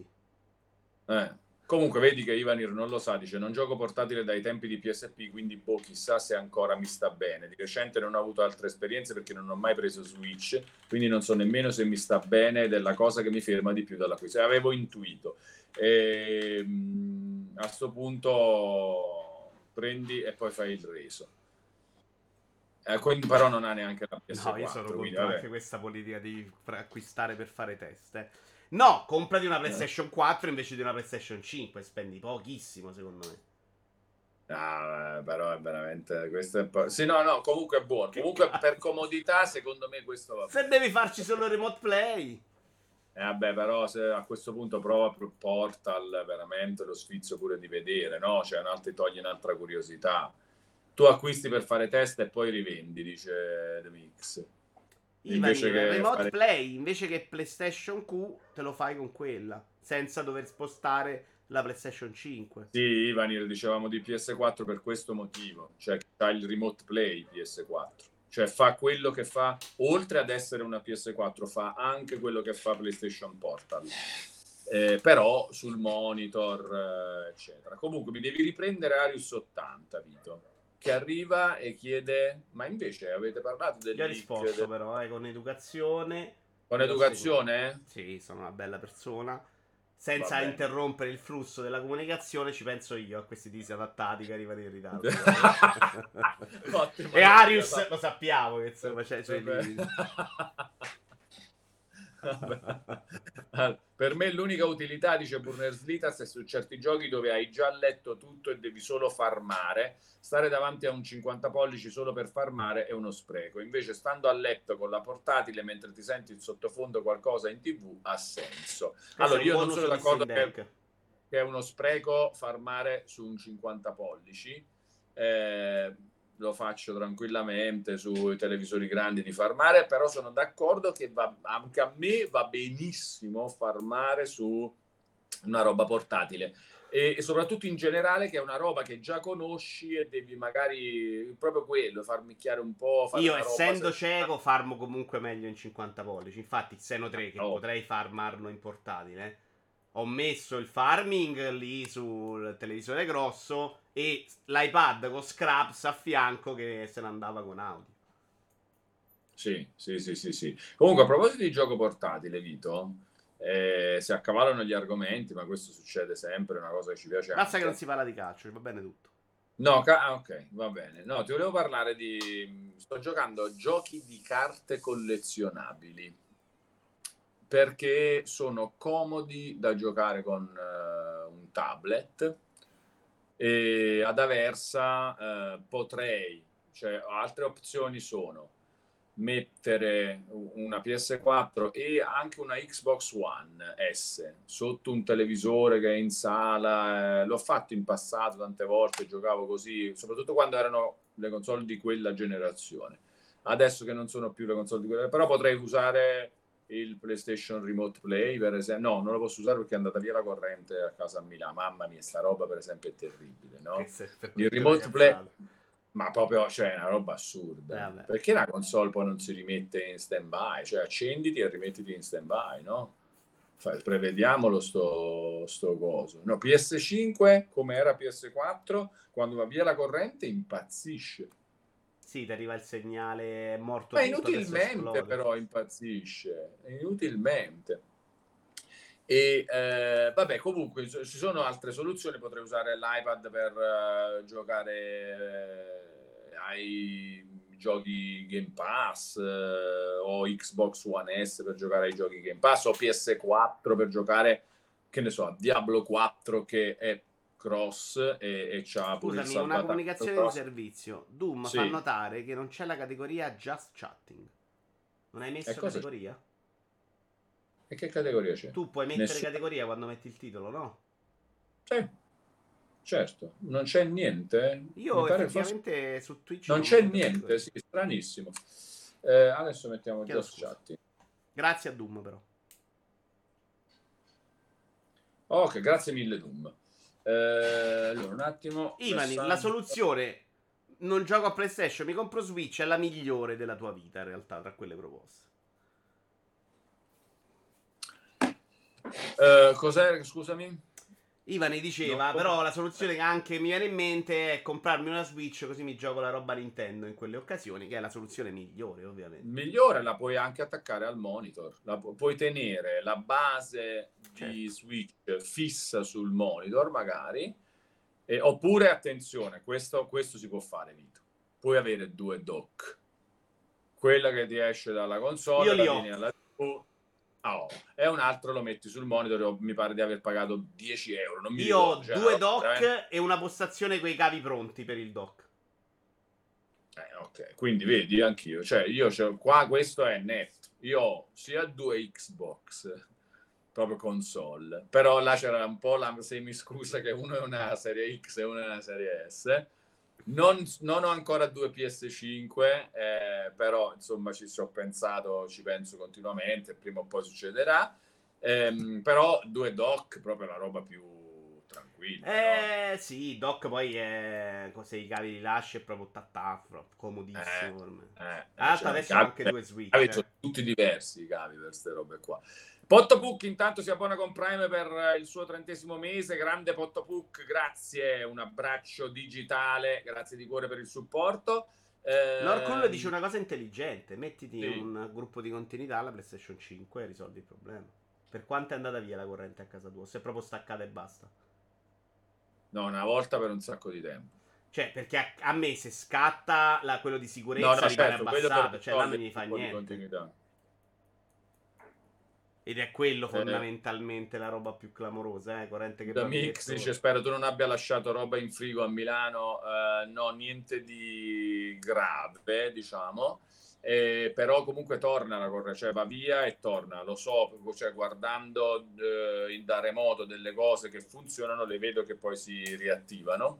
Eh. Comunque vedi che Ivanir non lo sa, dice non gioco portatile dai tempi di P S P, quindi boh, chissà se ancora mi sta bene. Di recente non ho avuto altre esperienze perché non ho mai preso Switch, quindi non so nemmeno se mi sta bene ed è la cosa che mi ferma di più dall'acquisto. Avevo intuito. E, mh, a sto punto prendi e poi fai il reso. Eh, quindi però non ha neanche la No, io sono P S quattro, quindi contro anche vabbè. questa politica di fra- acquistare per fare test. eh. No, comprati una Eh. PlayStation quattro invece di una PlayStation cinque. Spendi pochissimo, secondo me. No, eh, però è veramente questo è un po'... Sì, no, no, comunque è buono. Che Comunque per cazzo? comodità, secondo me questo va Se bene. devi farci solo remote play. E vabbè, però se a questo punto prova pro- Portal, veramente lo sfizio pure di vedere, no? Cioè, un altro, ti toglie un'altra curiosità. Tu acquisti per fare test e poi rivendi, dice The Mix. Invece Ivanir, che remote fare... play invece che PlayStation Q te lo fai con quella. Senza dover spostare la PlayStation cinque. Sì, Ivanir, dicevamo di P S quattro per questo motivo, cioè che ha il remote play P S quattro, cioè fa quello che fa, oltre ad essere una P S quattro, fa anche quello che fa PlayStation Portal, eh, però sul monitor, eh, eccetera. Comunque mi devi riprendere Arius ottanta, Vito, che arriva e chiede, ma invece avete parlato del Gli ho leak risposto del... però, eh, con educazione. con Gli ho seguito. educazione? Sì, sono una bella persona. Va Senza bene. interrompere il flusso della comunicazione, ci penso io a questi disadattati che arrivano in ritardo. Guarda. Ottima E regia, Arius va. lo sappiamo che insomma c'è i suoi Vabbè. limiti. Vabbè. Allora, per me l'unica utilità, dice Burner Slitas, è su certi giochi dove hai già letto tutto e devi solo farmare. Stare davanti a un cinquanta pollici solo per farmare è uno spreco. Invece stando a letto con la portatile mentre ti senti in sottofondo qualcosa in tv ha senso. Questo è Allora, un io buon non uso sono di Steam d'accordo che, Deck. che è uno spreco farmare su un cinquanta pollici. Eh, lo faccio tranquillamente sui televisori grandi di farmare, però sono d'accordo che va, anche a me va benissimo farmare su una roba portatile e, e soprattutto in generale che è una roba che già conosci e devi magari proprio quello, farmicchiare un po', fare Io, una roba essendo senza... cieco, farmo comunque meglio in cinquanta pollici. Infatti, Xeno tre, che Oh, potrei farmarlo in portatile, ho messo il farming lì sul televisore grosso e l'iPad con Scraps a fianco che se ne andava con audio. sì, sì, sì, sì, sì. Comunque, a proposito di gioco portatile, Vito, eh, si accavallano gli argomenti, ma questo succede sempre, è una cosa che ci piace Basta che non anche. si parla di calcio, va bene tutto. No, ca- ah, ok, va bene. No, ti volevo parlare di... Sto giocando a giochi di carte collezionabili perché sono comodi da giocare con eh, un tablet, e ad Aversa eh, potrei, cioè altre opzioni sono mettere una P S quattro e anche una Xbox One S sotto un televisore che è in sala. Eh, l'ho fatto in passato tante volte, giocavo così, soprattutto quando erano le console di quella generazione. Adesso che non sono più le console di quella, però potrei usare il PlayStation Remote Play, per esempio. No, non lo posso usare perché è andata via la corrente a casa a Milano. Mamma mia, sta roba per esempio è terribile, no? Che se- per Il tutte Remote Play, ragazzate. ma proprio, cioè, è una roba Eh, assurda. vabbè. Perché la console poi non si rimette in stand-by? Cioè, accenditi e rimettiti in stand-by, no? Fa- Prevediamolo sto, sto coso. No, P S cinque, come era P S quattro, quando va via la corrente impazzisce. Sì, ti arriva il segnale, è morto Ma tutto, adesso inutilmente esplode. però impazzisce, inutilmente. E eh, vabbè, comunque ci sono altre soluzioni, potrei usare l'iPad per eh, giocare eh, ai giochi Game Pass, eh, o Xbox One S per giocare ai giochi Game Pass, o P S quattro per giocare, che ne so, a Diablo quattro che è cross e, e c'ha pure il Scusami, una salvataggio comunicazione di cross. servizio. Doom fa Sì, notare che non c'è la categoria Just Chatting. Non hai e messo cosa c'è? categoria? E che categoria c'è? Tu puoi mettere Nessuno. categoria quando metti il titolo, no? Sì, certo, non c'è niente. Mi Io pare forse effettivamente su Twitch non non c'è metto niente, categoria. sì, stranissimo. Eh, adesso mettiamo Chiedo Just scusa. Chatting. Grazie a Doom, però. Ok, grazie mille Doom. Eh, allora, un attimo, Ivani, la messaggio. soluzione non gioco a PlayStation, mi compro Switch è la migliore della tua vita, in realtà, tra quelle proposte. Eh, cos'è? Scusami. Ivani Non diceva, però la soluzione che anche mi viene in mente è comprarmi una Switch così mi gioco la roba Nintendo in quelle occasioni, che è la soluzione migliore, ovviamente. Migliore, la puoi anche attaccare al monitor. La pu- puoi tenere la base di Certo. Switch fissa sul monitor, magari. E- oppure, attenzione, questo, questo si può fare, Vito. Puoi avere due dock. Quella che ti esce dalla Io console li la ho. tieni alla tivù, ah, oh, e un altro lo metti sul monitor. Oh, mi pare di aver pagato dieci euro, non mi Io ho ricordo. Cioè, una due roba veramente- dock e una postazione con i cavi pronti per il dock. Eh, ok, quindi vedi, anch'io. Cioè, io c'ho qua, questo è netto. Io ho sia due Xbox, proprio console, però là c'era un po' la semiscusa che uno è una serie X e uno è una serie S. Non, non ho ancora due P S cinque, eh, però insomma ci, ci ho pensato, ci penso continuamente, prima o poi succederà. Ehm, però due dock, proprio la roba più tranquilla, no? Eh sì, dock poi è... se i cavi li lasci è proprio tattafro, Eh, comodissimo per me. eh, Tra eh, l'altro cioè, i adesso ho cavi, anche i due Switch, cavi eh. sono tutti diversi i cavi per queste robe qua. Pottopuc intanto si abbona con Prime per il suo trentesimo mese. Grande Pottopuc, grazie, un abbraccio digitale, grazie di cuore per il supporto. Lorcul dice Ehm, una cosa intelligente: mettiti sì. un gruppo di continuità alla PlayStation cinque e risolvi il problema. Per quanto è andata via la corrente a casa tua? Se è proprio staccata e basta. No, una volta per un sacco di tempo. Cioè, perché a, a me se scatta la- quello di No, sicurezza no, rimane certo, quello per abbassato, cioè là non risolvere gli il fa gruppo di niente. continuità. Ed è quello Eh, fondamentalmente la roba più clamorosa, eh? Corrente che Da va via e Mix dice: torna. spero tu non abbia lasciato roba in frigo a Milano. Eh, no, niente di grave, diciamo. Eh, però comunque torna la corrente, cioè va via e torna. Lo so, cioè, guardando eh, da remoto delle cose che funzionano, le vedo che poi si riattivano.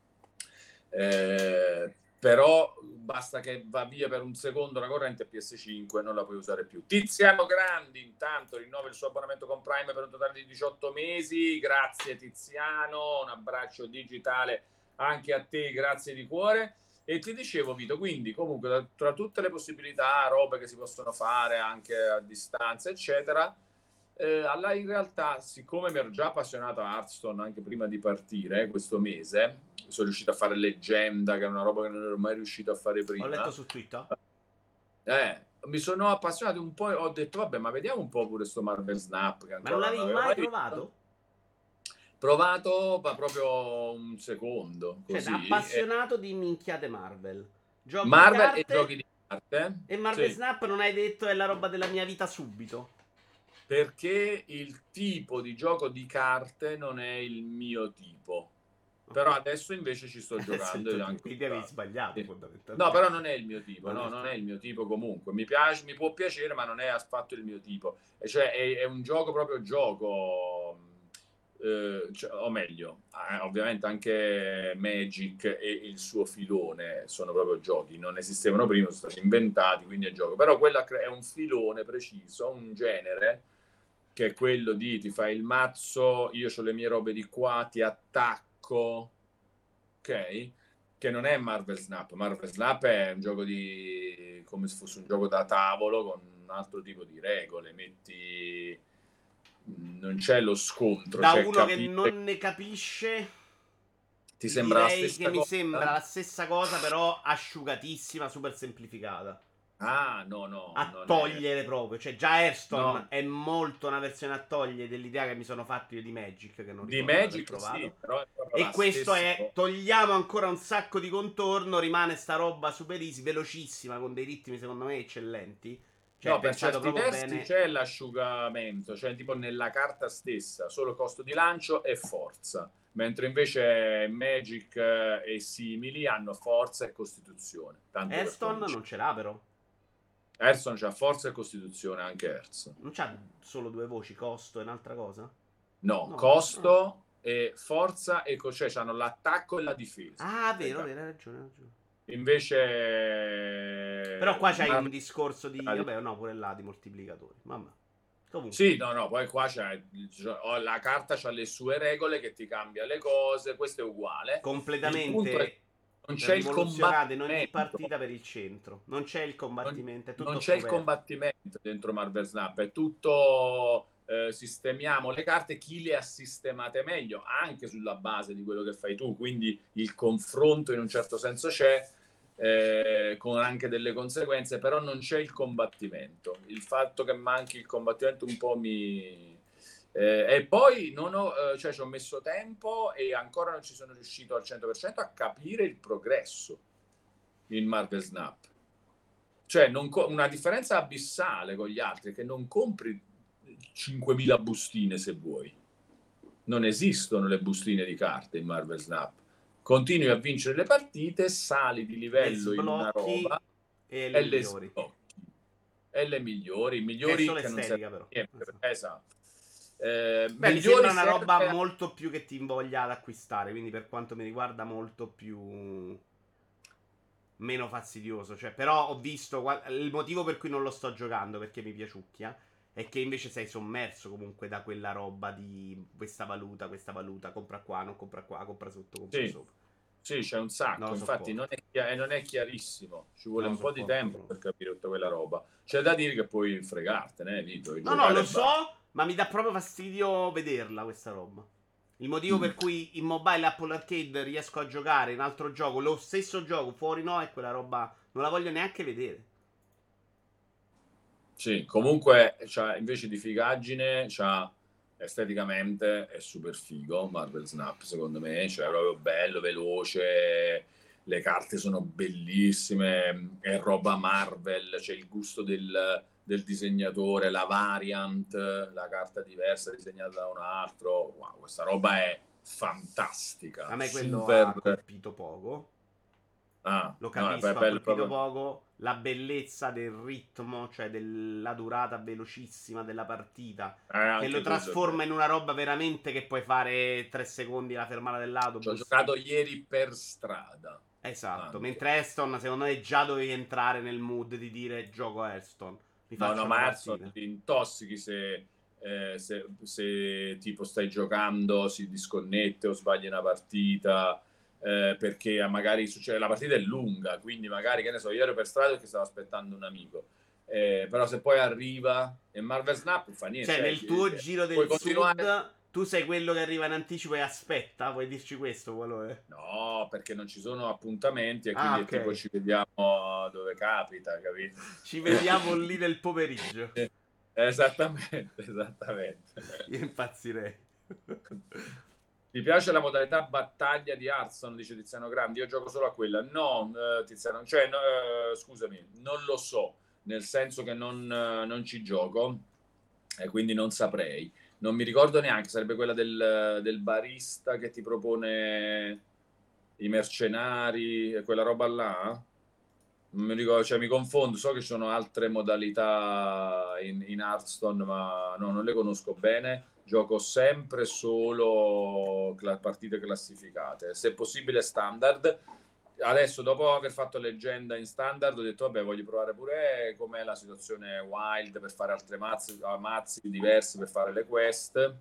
Eh, però basta che va via per un secondo la corrente, P S cinque non la puoi usare più. Tiziano Grandi intanto rinnova il suo abbonamento con Prime per un totale di diciotto mesi. Grazie Tiziano, un abbraccio digitale anche a te, grazie di cuore. E ti dicevo, Vito, quindi comunque tra tutte le possibilità, robe che si possono fare anche a distanza, eccetera, eh, alla, in realtà, siccome mi ero già appassionato a Hearthstone anche prima di partire questo mese, sono riuscito a fare Leggenda, che è una roba che non ero mai riuscito a fare Ho letto prima. su Twitter. Eh, mi sono appassionato un po', ho detto vabbè, ma vediamo un po' pure sto Marvel Snap che Ma non ancora non l'avevi avevo mai mai visto. provato? Provato, ma proprio un secondo, Cioè, da così. E appassionato di minchiate Marvel. Giochi di Marvel e giochi carte di carte. e Marvel Sì. Snap non hai detto è la roba della mia vita subito. perché il tipo di gioco di carte non è il mio tipo. Però adesso invece ci sto giocando e anche quindi avevi sbagliato sì. fondamentalmente. No, però non è il mio tipo, Non no, è non il è il mio tipo comunque. Mi piace, mi può piacere, ma non è affatto il mio tipo. E cioè è, è un gioco proprio gioco, eh, cioè, o meglio, eh, ovviamente anche Magic e il suo filone sono proprio giochi, non esistevano prima, sono stati inventati, quindi è gioco. Però quello è un filone preciso, un genere che è quello di ti fai il mazzo, io ho le mie robe di qua, ti attacco, ok? Che non è Marvel Snap. Marvel Snap è un gioco di come se fosse un gioco da tavolo con un altro tipo di regole. Metti non c'è lo scontro, Da c'è uno che capire. non ne capisce, Ti ti sembra la direi che stessa mi cosa? sembra la stessa cosa, però asciugatissima, super semplificata. Ah, no, no, A non è. togliere proprio. Cioè, già Hearthstone No, è molto una versione a togliere dell'idea che mi sono fatto io di Magic, che non di ricordo di aver Magic sì, provato. però è proprio E la questo stessa è, cosa. togliamo ancora un sacco di contorno, rimane sta roba super easy, velocissima, con dei ritmi secondo me eccellenti. Cioè, è No, per pensato certi proprio versi bene. c'è l'asciugamento, cioè tipo nella carta stessa, solo costo di lancio e forza, mentre invece Magic eh, e simili hanno forza e costituzione, tanto per Hearthstone cominciare. non ce l'ha però. Hearthstone c'ha forza e costituzione, anche Hearthstone. Non c'ha solo due voci, costo e un'altra cosa? No, No. Ah, costo e forza, e co- cioè hanno l'attacco e la difesa. ah Le vero, carte. vero, hai ragione, hai ragione. Invece Però qua c'hai un Marvel- discorso di... Vabbè, no, pure là di moltiplicatori. Vabbè. Comunque. sì, no, no, poi qua c'è, c'è- la carta c'ha le sue regole che ti cambia le cose, questo è uguale. Il punto è che Completamente non c'è il rivoluzionate in ogni combattimento, partita per il centro. Non c'è il non, combattimento, è non tutto c'è il scoperto. combattimento dentro Marvel Snap, è tutto eh, sistemiamo le carte, chi le ha sistemate meglio, anche sulla base di quello che fai tu, quindi il confronto in un certo senso c'è, eh, con anche delle conseguenze, però non c'è il combattimento. Il fatto che manchi il combattimento un po' mi... Eh, e poi non ho, eh, cioè, ci ho messo tempo e ancora non ci sono riuscito al cento per cento a capire il progresso in Marvel Snap. Cioè, non co- una differenza abissale con gli altri è che non compri cinquemila bustine se vuoi. Non esistono le bustine di carte in Marvel Snap. Continui a vincere le partite, sali di Le livello in una sblocchi roba e le e le migliori. sblocchi. E le migliori, i Che è migliori solo che non estetica, servono però. a niente. Esatto. Esatto. Eh, Beh, mi migliori sembra una roba serve a... molto più che ti invoglia ad acquistare. Quindi, per quanto mi riguarda, molto più. Meno fastidioso. Cioè, però ho visto. qual- Il motivo per cui non lo sto giocando, perché mi piaciucchia. È che invece sei sommerso comunque da quella roba di questa valuta, questa valuta, compra qua, non compra qua, compra sotto, compra Sì, sopra. sì, c'è un Non sacco, lo infatti non sopporto. è, chia- eh, non è chiarissimo, ci vuole Non lo un po' di sopporto tempo proprio. per capire tutta quella roba. C'è da dire che puoi fregartene, eh, Vito, e No, no, giocare lo e basta. so, ma mi dà proprio fastidio vederla questa roba. Il motivo Mm. per cui in mobile Apple Arcade riesco a giocare in altro gioco, lo stesso gioco, fuori no, è quella roba. Non la voglio neanche vedere. Sì, comunque, c'ha, invece di figaggine, c'ha, esteticamente è super figo Marvel Snap, secondo me, cioè è proprio bello, veloce, le carte sono bellissime, è roba Marvel, c'è il gusto del, del disegnatore, la variant, la carta diversa disegnata da un altro. Wow, questa roba è A fantastica, me quello ha super... colpito poco. Ah, Lo no, è capisco, ha bello colpito proprio... poco. La bellezza del ritmo, cioè della durata velocissima della partita. Eh, Che lo anche quello è bello. trasforma in una roba veramente che puoi fare tre secondi la fermata Ci ho dell'autobus. giocato ieri per strada, Esatto, anche. mentre Hearthstone secondo me già dovevi entrare nel mood di dire gioco Hearthstone, mi No, faccio no, una ma Hearthstone partita. ti intossichi se, eh, se, se tipo stai giocando, si disconnette o sbagli una partita, eh, perché magari succede, la partita è lunga, quindi magari, che ne so, io ero per strada perché stavo aspettando un amico. Eh, però se poi arriva e Marvel Snap fa niente, Cioè, cioè, nel tuo eh, giro puoi del continuare. sud, tu sei quello che arriva in anticipo e aspetta, puoi dirci questo, Valore? No, perché non ci sono appuntamenti e Ah, quindi è tipo ok. ci vediamo dove capita, capito? Ci vediamo lì nel pomeriggio. Esattamente, esattamente. Io impazzirei. Ti piace la modalità battaglia di Hearthstone? Dice Tiziano Grandi. Io gioco solo a quella. No, eh, Tiziano, cioè, no, eh, scusami, non lo so, nel senso che non, eh, non ci gioco. e quindi non saprei. Non mi ricordo neanche, sarebbe quella del, del barista che ti propone i mercenari e quella roba là? Non mi ricordo, cioè mi confondo, so che ci sono altre modalità in, in Hearthstone, ma no, non le conosco bene. Gioco sempre solo cla- partite classificate, se possibile standard. Adesso, dopo aver fatto leggenda in standard, ho detto, vabbè, voglio provare pure com'è la situazione wild per fare altre mazzi, mazzi diversi per fare le quest.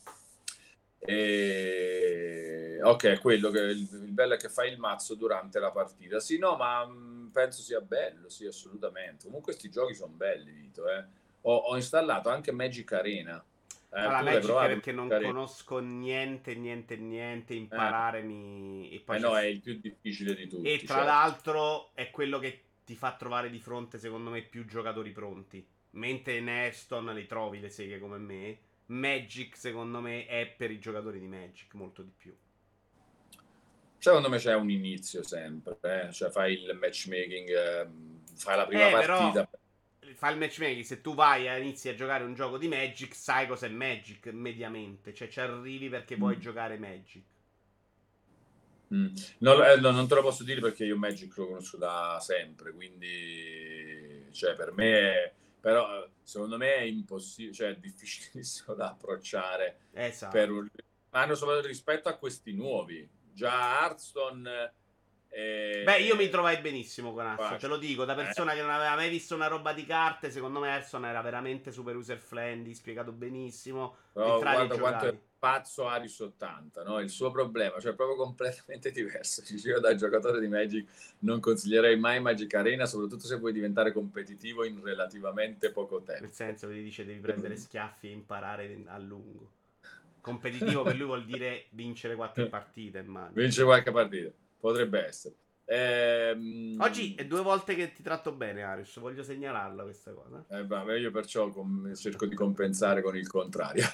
E... ok, quello che il, il bello è che fai il mazzo durante la partita. Sì, no, ma mh, penso sia bello, sì, assolutamente. Comunque questi giochi sono belli, Vito, eh. Ho, ho installato anche Magic Arena. Eh, Allora, tu l'hai Magic è provato perché Magic non Arena? conosco niente, niente, niente, Eh, imparare mi... e poi eh c'è... no, è il più difficile di E tutti, tra certo. l'altro è quello che ti fa trovare di fronte, secondo me, più giocatori pronti. Mentre in Hearthstone li trovi le seghe come me. Magic, secondo me, è per i giocatori di Magic, molto di più. Secondo me c'è un inizio sempre, eh. Cioè fai il matchmaking, ehm, fai la prima Eh, però partita. fa il matchmaking. Se tu vai e inizi a giocare un gioco di Magic, sai cos'è Magic mediamente. Cioè, ci arrivi perché vuoi Mm. giocare Magic. Mm. No, eh, no, non te lo posso dire perché io Magic lo conosco da sempre, quindi cioè, per me, però secondo me è impossibile, cioè è difficilissimo da approcciare per Esatto. un... ma hanno soprattutto rispetto a questi nuovi. Già Hearthstone Beh, io mi è trovai benissimo con Hearthstone, te lo facile. dico, da Eh? persona che non aveva mai visto una roba di carte, secondo me Hearthstone era veramente super user friendly, spiegato benissimo, Però entravi e guarda quanto è giocavi. pazzo Arius ottanta, no? Il suo problema, cioè proprio completamente diverso. Io da giocatore di Magic non consiglierei mai Magic Arena, soprattutto se vuoi diventare competitivo in relativamente poco Nel tempo. senso che ti dice devi prendere schiaffi e imparare a lungo. Competitivo per lui vuol dire vincere qualche partita, immagino. Vince qualche partita, potrebbe essere. Oggi Ehm, è due volte che ti tratto bene, Arius, voglio segnalarla questa cosa. Eh, vabbè, io perciò com- cerco di compensare con il contrario.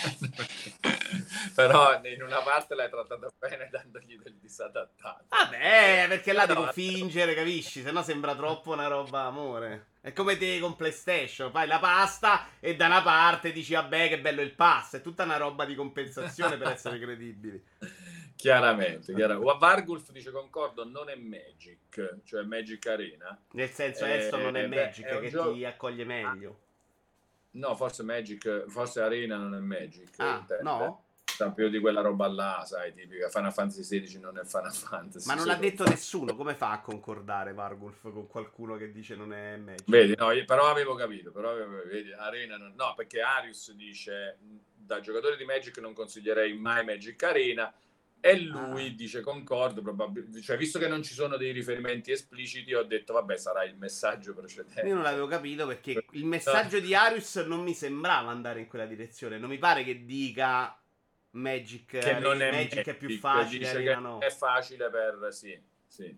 Però in una parte l'hai trattata bene dandogli del disadattato. Vabbè, Eh, perché là devo no, fingere, capisci? Se no sembra troppo una roba amore. È come te con PlayStation, fai la pasta e da una parte dici vabbè che bello il pass, è tutta una roba di compensazione per essere credibili. chiaramente, chiaramente. Vargulf dice concordo, non è Magic, cioè Magic Arena. Nel senso, Hearthstone non è Eh, beh, è Magic un che gioco... ti accoglie ah, meglio. no, forse Magic, forse Arena non è Magic, Ah, intende. no? Sta più di quella roba là, sai, tipica Final Fantasy sedici non è Final Ma Fantasy, non l'ha solo detto nessuno, come fa a concordare Vargulf con qualcuno che dice non è Magic? vedi, no, io, però avevo capito, però avevo, vedi, Arena non, no, perché Arius dice da giocatore di Magic non consiglierei mai Magic Arena e Ah. lui dice concordo, probabilmente, cioè visto che non ci sono dei riferimenti espliciti ho detto vabbè sarà il messaggio Io non precedente. l'avevo capito perché il No, messaggio di Arius non mi sembrava andare in quella direzione. Non mi pare che dica Magic, che non Are- è Magic è più Magic, facile, dice Arena che è no. facile per sì, sì.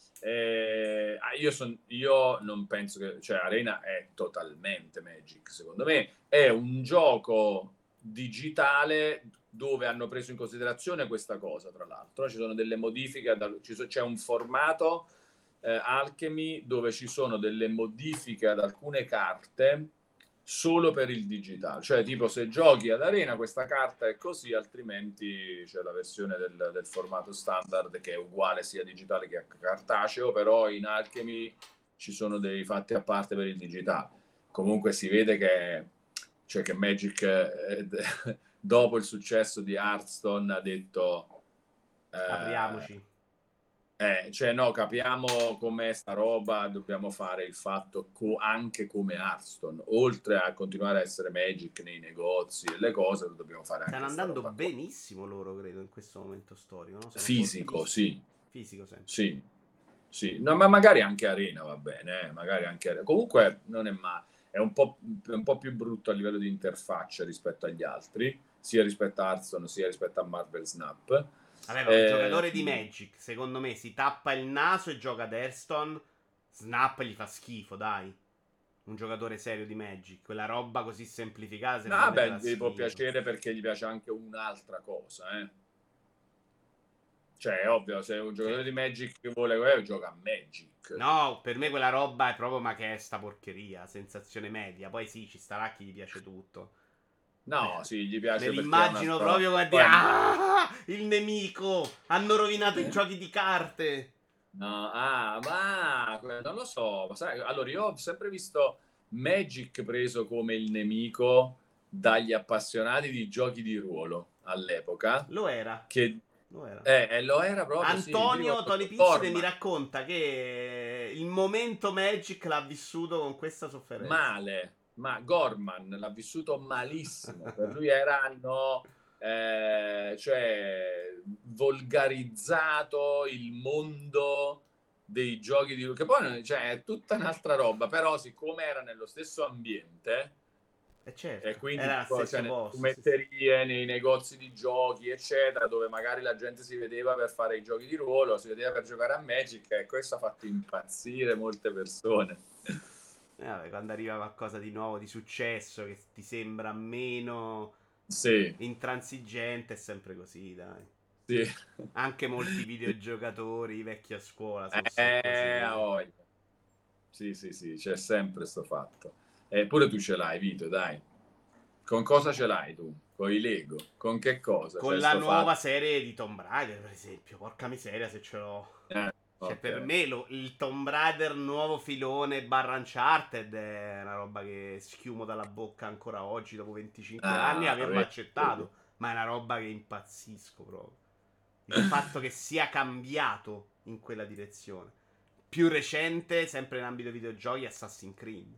Eh, ah, io, son, io non penso che, cioè, Arena è totalmente Magic, secondo me. È un gioco digitale dove hanno preso in considerazione questa cosa, tra l'altro. Ci sono delle modifiche, c'è un formato eh, Alchemy dove ci sono delle modifiche ad alcune carte solo per il digitale, cioè tipo se giochi ad Arena questa carta è così, altrimenti c'è la versione del, del formato standard che è uguale sia digitale che cartaceo, però in Alchemy ci sono dei fatti a parte per il digitale. Comunque si vede che, cioè che Magic eh, dopo il successo di Hearthstone ha detto eh, Apriamoci. eh, cioè no, capiamo com'è sta roba, dobbiamo fare il fatto co- anche come Hearthstone, oltre a continuare a essere Magic nei negozi e le cose, lo dobbiamo fare Stanno anche sta andando roba qua. benissimo loro, credo, in questo momento storico, no? Sono Fisico, fortissimi. sì, Fisico sempre. sì, sì, no, ma magari anche Arena va bene, eh, magari anche Arena. Comunque non è male, è un po', è un po' più brutto a livello di interfaccia rispetto agli altri, sia rispetto a Hearthstone sia rispetto a Marvel Snap. Vabbè, ma un Eh, giocatore di Magic, secondo me, si tappa il naso e gioca ad Hearthstone. Snap gli fa schifo, dai. Un giocatore serio di Magic. Quella roba così semplificata, secondo no, me, beh, farà gli può schifo. piacere perché gli piace anche un'altra cosa, eh. Cioè, è ovvio, se un giocatore di Magic vuole quello, gioca a Magic. No, per me quella roba è proprio ma che è sta porcheria, sensazione media. Poi sì, ci starà chi gli piace tutto. No, Me, sì, gli me piace perché è l'immagino un'altra roba. proprio come a dire, Poi, ah, il nemico, hanno rovinato i giochi di carte. no, ah, ma non lo so. Sai, allora, io ho sempre visto Magic preso come il nemico dagli appassionati di giochi di ruolo all'epoca, Lo era, che lo era. eh, eh, lo era proprio, sì, mi Antonio ricordo Tony Pizzide mi Gorman, racconta che il momento Magic l'ha vissuto con questa sofferenza. male, ma Gorman l'ha vissuto malissimo. Per lui erano, eh, cioè, volgarizzato il mondo dei giochi di che poi cioè, è tutta un'altra roba, però siccome era nello stesso ambiente E e certo, quindi era al tipo, cioè, stesso nelle posto, sì, sì. fumetterie, nei negozi di giochi, eccetera, dove magari la gente si vedeva per fare i giochi di ruolo, si vedeva per giocare a Magic, e questo ha fatto impazzire molte persone. Eh, vabbè, quando arriva qualcosa di nuovo, di successo, che ti sembra meno Sì, intransigente, è sempre così, dai. sì. Anche molti videogiocatori vecchi a scuola sono so Eh, a così. voglia. Sì, sì, sì, c'è sempre sto fatto. Eppure tu ce l'hai, Vito, dai. Con cosa ce l'hai tu? Con i Lego? Con che cosa Con c'è la sto nuova fatto? serie di Tomb Raider, per esempio. Porca miseria se ce l'ho. Eh, Cioè, ok. per me lo- il Tomb Raider nuovo filone barra Uncharted è una roba che schiumo dalla bocca ancora oggi, dopo venticinque anni, Ah, averlo vedi, vedi. accettato. Ma è una roba che impazzisco proprio. Il fatto che sia cambiato in quella direzione. Più recente, sempre in ambito videogiochi, Assassin's Creed.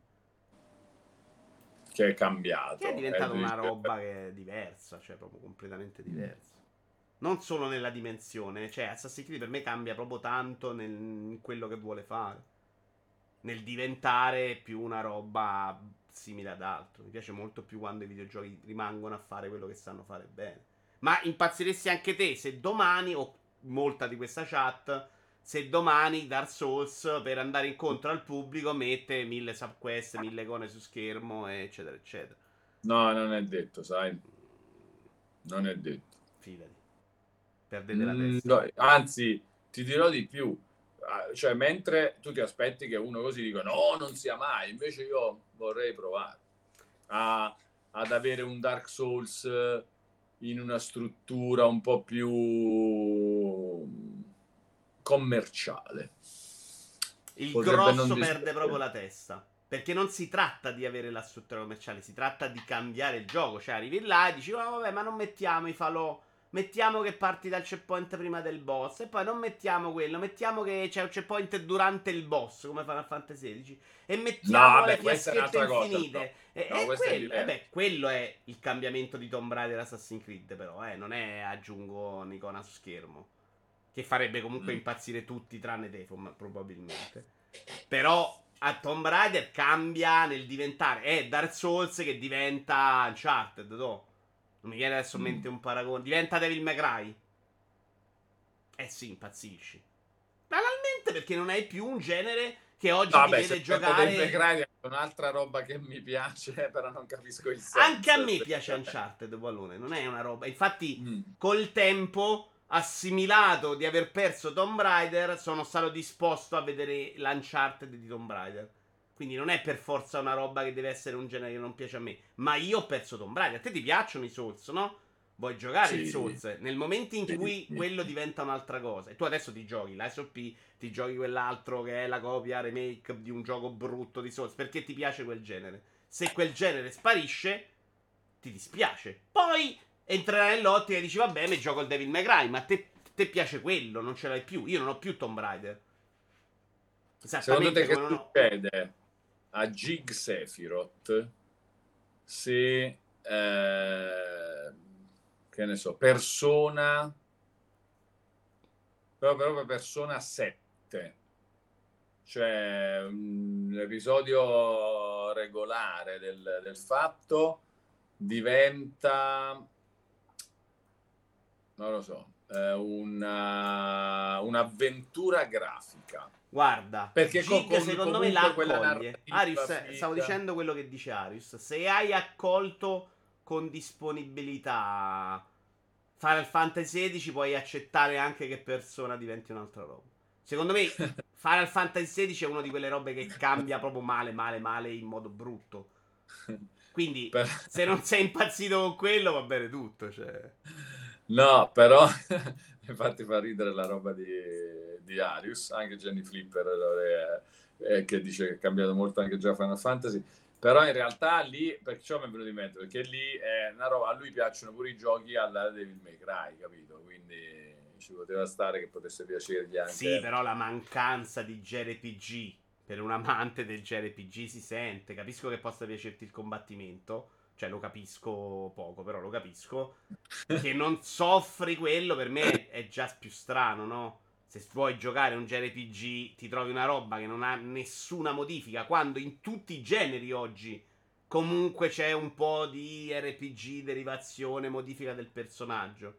Che è Che è cambiato. È diventata una di- roba che è diversa, cioè proprio completamente Mm. diversa. Non solo nella dimensione, cioè Assassin's Creed per me cambia proprio tanto nel, in quello che vuole fare. Nel diventare più una roba simile ad altro. Mi piace molto più quando i videogiochi rimangono a fare quello che sanno fare bene. Ma impazziresti anche te se domani, o molta di questa chat, se domani Dark Souls per andare incontro al pubblico mette mille subquest, mille icone su schermo, eccetera, eccetera. No, non è detto, sai, non è detto. Fidati, perdete la Mm, testa. no, anzi, ti dirò di più. Ah, cioè, mentre tu ti aspetti che uno così dica no, non sia mai, invece io vorrei provare a- ad avere un Dark Souls eh, in una struttura un po' più commerciale. Il Potrebbe non grosso perde proprio dispiacere. la testa. Perché non si tratta di avere la struttura commerciale, si tratta di cambiare il gioco. Cioè, arrivi là e dici, oh, vabbè, ma non mettiamo i falò. Mettiamo che parti dal checkpoint prima del boss. E poi non mettiamo quello. Mettiamo che c'è un checkpoint durante il boss, come Final Fantasy sedici. E No, mettiamo le vabbè, questa è fiaschette un'altra cosa, però. infinite. E, No, e questo è quello, eh diverso. beh, quello è il cambiamento di Tomb Raider Assassin's Creed, però, eh. Non è aggiungo un'icona su schermo. Che farebbe comunque Mm. impazzire tutti, tranne te, probabilmente. Però a Tomb Raider cambia nel diventare. È Dark Souls che diventa Uncharted, no? Non mi viene adesso in mente Mm. un paragone. Diventa Devil May Cry. Eh sì, impazzisci. Banalmente perché non hai più un genere che No, oggi ti vabbè, se vede metto dei giocare. Cry è un'altra roba che mi piace, però non capisco il Anche a senso, me piace effettivamente. Uncharted, Pallone. Non è una roba. Infatti, Mm. col tempo, assimilato di aver perso Tomb Raider, sono stato disposto a vedere l'Uncharted di Tomb Raider. Quindi non è per forza una roba che deve essere un genere che non piace a me. Ma io ho perso Tomb Raider. A te ti piacciono i Souls, no? Vuoi giocare il Sì, Souls? Nel momento in sì, cui sì. quello diventa un'altra cosa. E tu adesso ti giochi la S O P, ti giochi quell'altro che è la copia remake di un gioco brutto di Souls. Perché ti piace quel genere. Se quel genere sparisce, ti dispiace. Poi entrerai nell'ottica e dici, vabbè, mi gioco il Devil May Cry, ma a te, te piace quello, non ce l'hai più. Io non ho più Tomb Raider. Secondo te Esattamente che come non ho. succede a Gig Sephiroth se, eh, che ne so, persona, proprio, proprio persona sette, cioè un episodio regolare del, del fatto diventa, non lo so, eh, una, un'avventura grafica. Guarda, Perché co- Gig con secondo me la comunque quella accoglie. narrativa Arius, stavo figa. dicendo quello che dice Arius. Se hai accolto con disponibilità Final Fantasy sedici puoi accettare anche che Persona diventi un'altra roba. Secondo me Final Fantasy sedici è una di quelle robe che cambia proprio male, male, male in modo brutto. Quindi Per- se non sei impazzito con quello va bene tutto, cioè. No, però infatti fa ridere la roba di, di Arius, anche Jenny Flipper eh, eh, che dice che è cambiato molto anche già Final Fantasy, però in realtà lì, perciò mi è venuto in mente, perché lì è una roba, a lui piacciono pure i giochi alla Devil May Cry, capito? Quindi ci poteva stare che potesse piacergli Sì, anche... però la mancanza di J R P G per un amante del J R P G si sente. Capisco che possa piacerti il combattimento, cioè lo capisco poco, però lo capisco. Che non soffri quello per me è già più strano, no? Se vuoi giocare un J R P G, ti trovi una roba che non ha nessuna modifica, quando in tutti i generi oggi comunque c'è un po' di R P G, derivazione, modifica del personaggio.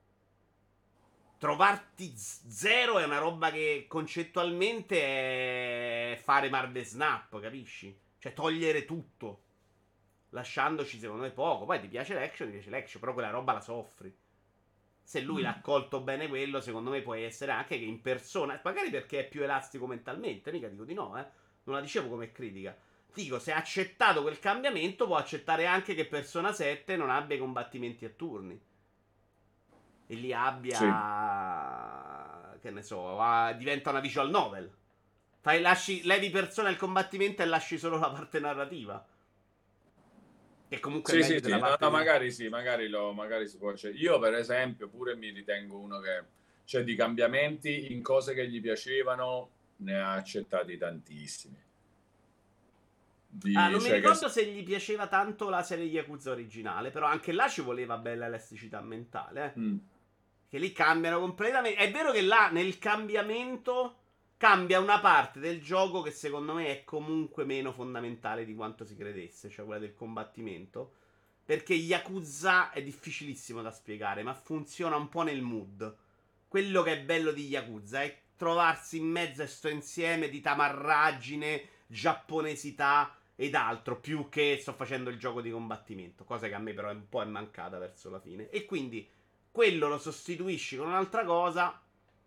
Trovarti z- zero è una roba che concettualmente è fare Marvel Snap, capisci? Cioè togliere tutto, lasciandoci secondo me poco. Poi ti piace l'action, ti piace l'action, però quella roba la soffri. Se lui l'ha Mm. accolto bene quello, secondo me può essere anche che in persona, magari perché è più elastico mentalmente, mica dico di no, eh. Non la dicevo come critica. Dico, se ha accettato quel cambiamento, può accettare anche che Persona sette non abbia i combattimenti a turni. E li Sì. abbia. Che ne so, ah, diventa una visual novel. Fai, lasci, levi persona il combattimento e lasci solo la parte narrativa. Che comunque è Sì, meglio sì, della sì, no, parte no, di. magari sì, magari, lo, magari si può. Cioè, io, per esempio, pure mi ritengo uno che, cioè, di cambiamenti in cose che gli piacevano, ne ha accettati tantissimi. Ah, Di, non mi cioè, che, ricordo se gli piaceva tanto la serie Yakuza originale, però anche là ci voleva bella elasticità mentale, eh. mm, Che lì cambiano completamente. È vero che là nel cambiamento cambia una parte del gioco che secondo me è comunque meno fondamentale di quanto si credesse, cioè quella del combattimento. Perché Yakuza è difficilissimo da spiegare, ma funziona un po' nel mood. Quello che è bello di Yakuza è trovarsi in mezzo a sto insieme di tamarragine, giapponesità ed altro, più che sto facendo il gioco di combattimento, cosa che a me però è un po' è mancata verso la fine. E quindi quello lo sostituisci con un'altra cosa,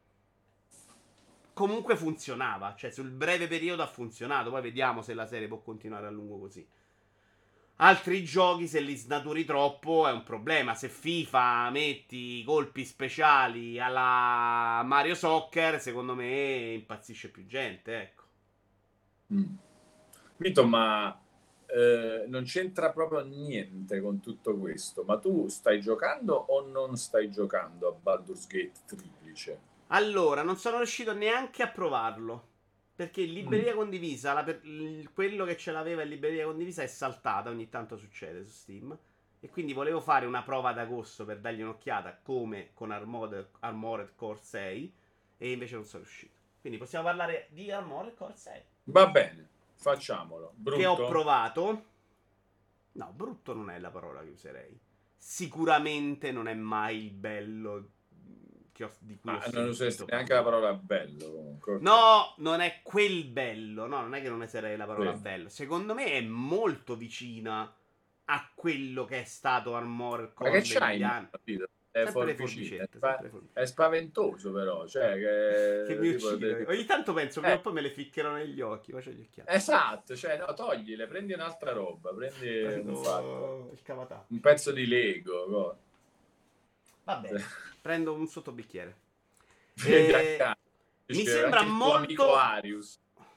comunque funzionava, cioè sul breve periodo ha funzionato, poi vediamo se la serie può continuare a lungo così. Altri giochi, se li snaturi troppo, è un problema. Se FIFA metti colpi speciali alla Mario Soccer, secondo me impazzisce più gente, ecco. mm. Vito, ma eh, non c'entra proprio niente con tutto questo, ma tu stai giocando o non stai giocando a Baldur's Gate Triplice? Allora, non sono riuscito neanche a provarlo. Perché in Mm. libreria condivisa, la per- il- quello che ce l'aveva in libreria condivisa è saltata, ogni tanto succede su Steam. E quindi volevo fare una prova ad agosto per dargli un'occhiata, come con Armored, Armored Core sei, e invece non sono riuscito. Quindi possiamo parlare di Armored Core sei, Va bene, facciamolo. che ho Brutto? provato. No, brutto non è la parola che userei. Sicuramente non è mai il bello che ho- di cui ho Ah, non useresti sentito neanche la parlare. parola bello comunque. Ok. No, non è quel bello. No, non è che non userei la parola Sì. bello. Secondo me è molto vicina a quello che è stato Armored Ma che Core c'hai degli in anni. mano, Vito? È Sempre le forbicine, è, forbicette, spa- sempre le forbicette. è spaventoso però, cioè Che che mi tipo, de- uccidono. tipo- Ogni tanto penso prima o eh, poi me le ficcherò negli occhi. Faccio gli occhiali. esatto, cioè no, toglile, prendi un'altra roba, prendi un fatto, Prendo il cavatappi. un pezzo di Lego, co- Va bene, prendo un sottobicchiere. prendi a E... casa, Mi dice, sembra anche il tuo amico molto. Arius.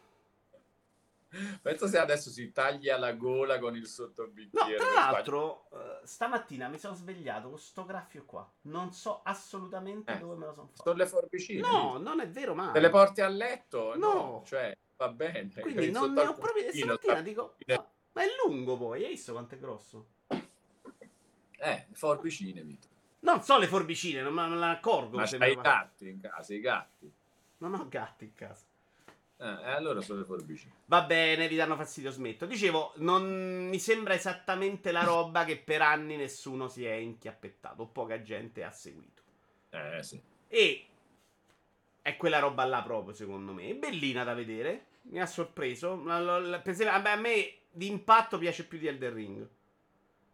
Pensa se adesso si taglia la gola con il No, tra sottobicchiere per sbaglio. l'altro, eh, stamattina mi sono svegliato con sto graffio qua. Non so assolutamente Eh, dove me lo sono sono fatto. le forbicine, No, Vito. non è vero Te le mai. porti a letto? No, No. cioè va bene, Quindi non sotto ne al ho proprio. cuscino. Stamattina dico. Ma, ma è lungo poi. Hai visto quanto è grosso? Eh, forbicine, Vito. Non so le forbicine, non me non me ne accorgo Ma se me c'hai le i fa. gatti in casa, i gatti. Non ho gatti in casa. Eh, e allora sono le forbicine. Va bene, vi danno fastidio, smetto. Dicevo, non mi sembra esattamente la roba che per anni nessuno si è inchiappettato. O poca gente ha seguito. Eh, sì. E è quella roba là proprio, secondo me. È bellina da vedere. Mi ha sorpreso. La- la- la- per esempio, a me- a me di impatto piace più di Elden Ring.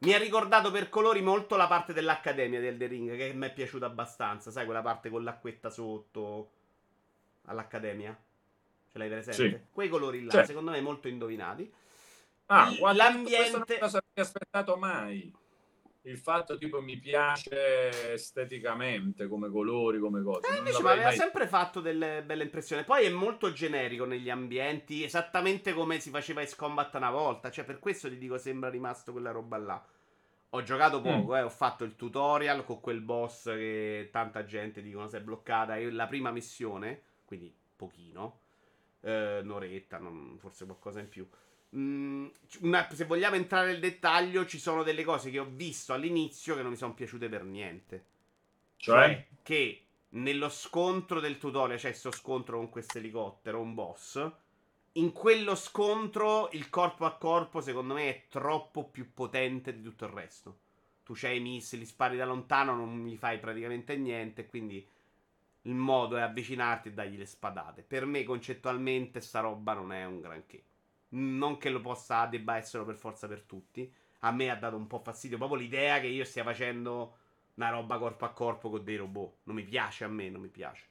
Mi ha ricordato per colori molto la parte dell'Accademia del The Ring, che mi è piaciuta abbastanza. Sai, quella parte con l'acquetta sotto all'Accademia? Ce l'hai Sì, presente? Quei colori là, cioè, secondo me molto indovinati. ah, L- guarda, detto questo non me lo l'ambiente... sarei aspettato mai. Il fatto tipo mi piace esteticamente, come colori, come cose, Eh, non invece mi l'avrei aveva mai. sempre fatto delle belle impressioni. Poi è molto generico negli ambienti, esattamente come si faceva in Combat una volta. Cioè, per questo ti dico, sembra rimasto quella roba là. Ho giocato Mm. poco, eh. Ho fatto il tutorial con quel boss che tanta gente dicono si è bloccata. E la prima missione, quindi pochino, eh, un'oretta, non- forse qualcosa in più. Mm, una- se vogliamo entrare nel dettaglio, ci sono delle cose che ho visto all'inizio che non mi sono piaciute per niente. Cioè? Cioè, che nello scontro del tutorial, c'è questo scontro con questo elicottero, un boss. In quello scontro il corpo a corpo, secondo me, è troppo più potente di tutto il resto. Tu c'hai i missili, spari da lontano, non gli fai praticamente niente. Quindi il modo è avvicinarti e dargli le spadate. Per me, concettualmente, sta roba non è un granché. Non che lo possa, debba essere per forza per tutti. A me ha dato un po' fastidio proprio l'idea che io stia facendo una roba corpo a corpo con dei robot. Non mi piace a me, non mi piace.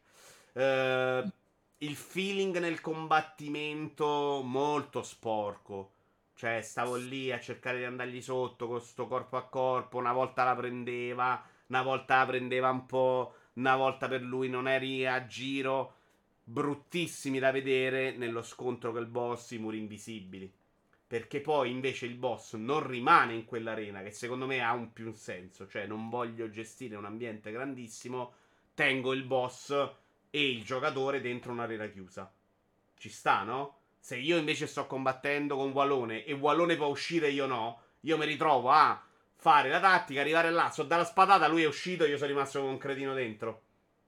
Eh, il feeling nel combattimento molto sporco. Cioè, stavo lì a cercare di andargli sotto con sto corpo a corpo. Una volta la prendeva, una volta la prendeva un po', una volta per lui non eri a giro. Bruttissimi da vedere nello scontro con il boss, i muri invisibili. Perché poi invece il boss non rimane in quell'arena, che secondo me ha un più un senso. Cioè, non voglio gestire un ambiente grandissimo, tengo il boss e il giocatore dentro un'arena chiusa. Ci sta, no? Se io invece sto combattendo con Walone e Walone può uscire e io no, io mi ritrovo a fare la tattica, arrivare là, so dalla spadata, lui è uscito, io sono rimasto con un cretino dentro.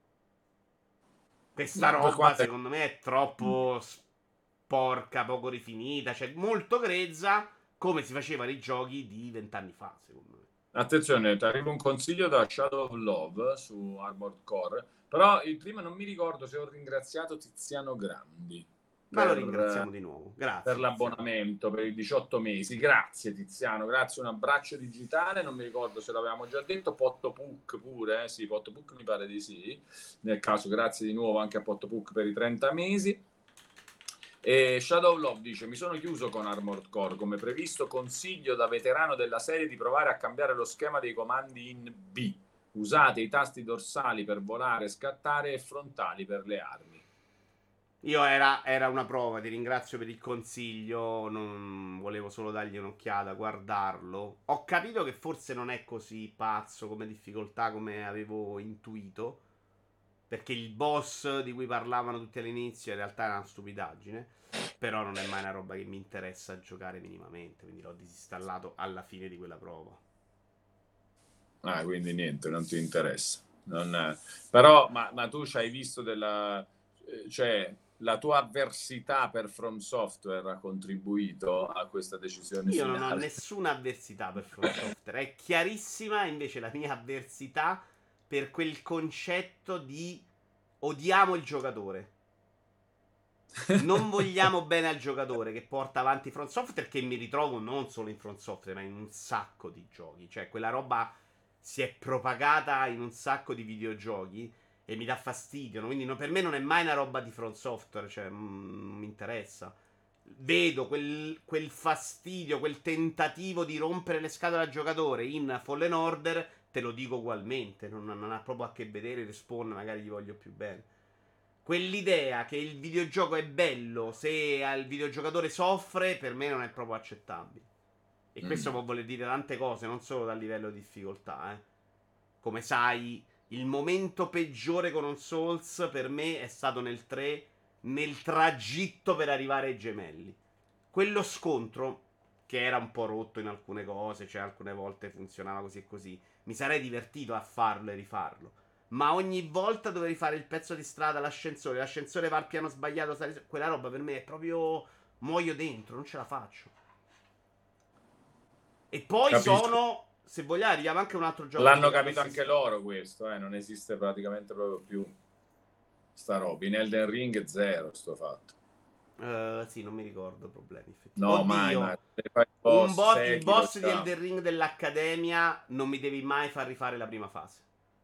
Questa No, per roba quanto è... secondo me è Mm. troppo sporca, poco rifinita, cioè molto grezza, come si faceva nei giochi di vent'anni fa, secondo me. Attenzione, ti arriva un consiglio da Shadow of Love su Armored Core, però il prima non mi ricordo se ho ringraziato Tiziano Grandi Ma lo per, ringraziamo di nuovo. per Grazie, Tiziano. l'abbonamento per i diciotto mesi. Grazie Tiziano, grazie, un abbraccio digitale, non mi ricordo se l'avevamo già detto, Pottopuc pure, eh? Sì, Pottopuc mi pare di sì, nel caso grazie di nuovo anche a Pottopuc per i trenta mesi. E Shadow of Love dice: mi sono chiuso con Armored Core come previsto, consiglio da veterano della serie di provare a cambiare lo schema dei comandi in B, usate i tasti dorsali per volare e scattare e frontali per le armi. Io era, era una prova, ti ringrazio per il consiglio, non volevo solo dargli un'occhiata, guardarlo. Ho capito che forse non è così pazzo come difficoltà come avevo intuito, perché il boss di cui parlavano tutti all'inizio in realtà era una stupidaggine, però non è mai una roba che mi interessa giocare minimamente, quindi l'ho disinstallato alla fine di quella prova. Ah, quindi niente, non ti interessa. Non... Però, ma, ma tu ci hai visto della... cioè, la tua avversità per From Software ha contribuito a questa decisione Io non ho finale? nessuna avversità per From Software, è chiarissima invece la mia avversità per quel concetto di odiamo il giocatore. Non vogliamo bene al giocatore che porta avanti From Software, che mi ritrovo non solo in From Software, ma in un sacco di giochi. Cioè, quella roba si è propagata in un sacco di videogiochi e mi dà fastidio. No? Quindi no, per me non è mai una roba di From Software, cioè mm, non mi interessa. Vedo quel, quel fastidio, quel tentativo di rompere le scatole al giocatore in Fallen Order, te lo dico ugualmente. Non, non ha proprio a che vedere, Respawn, magari gli voglio più bene. Quell'idea che il videogioco è bello se il videogiocatore soffre, per me non è proprio accettabile. E questo Mm. può voler dire tante cose, non solo dal livello di difficoltà, eh. Come sai, il momento peggiore con un Souls per me è stato nel tre, nel tragitto per arrivare ai gemelli. Quello scontro, che era un po' rotto in alcune cose, cioè alcune volte funzionava così e così, mi sarei divertito a farlo e rifarlo. Ma ogni volta dovevi fare il pezzo di strada, l'ascensore, l'ascensore va al piano sbagliato, sali- quella roba per me è proprio muoio dentro, non ce la faccio. E poi Capisco. sono, se vogliamo, arriviamo anche a un altro gioco che L'hanno gioca allo capito anche stesso. loro questo, eh? Non esiste praticamente proprio più sta roba. In Elden Ring è zero sto fatto. Uh, sì, non mi ricordo problemi. No, Effettivamente. mai, Oddio, mai. Se fai il un boss, boss, il Sekiro boss di già. Elden Ring dell'Accademia non mi devi mai far rifare la prima fase.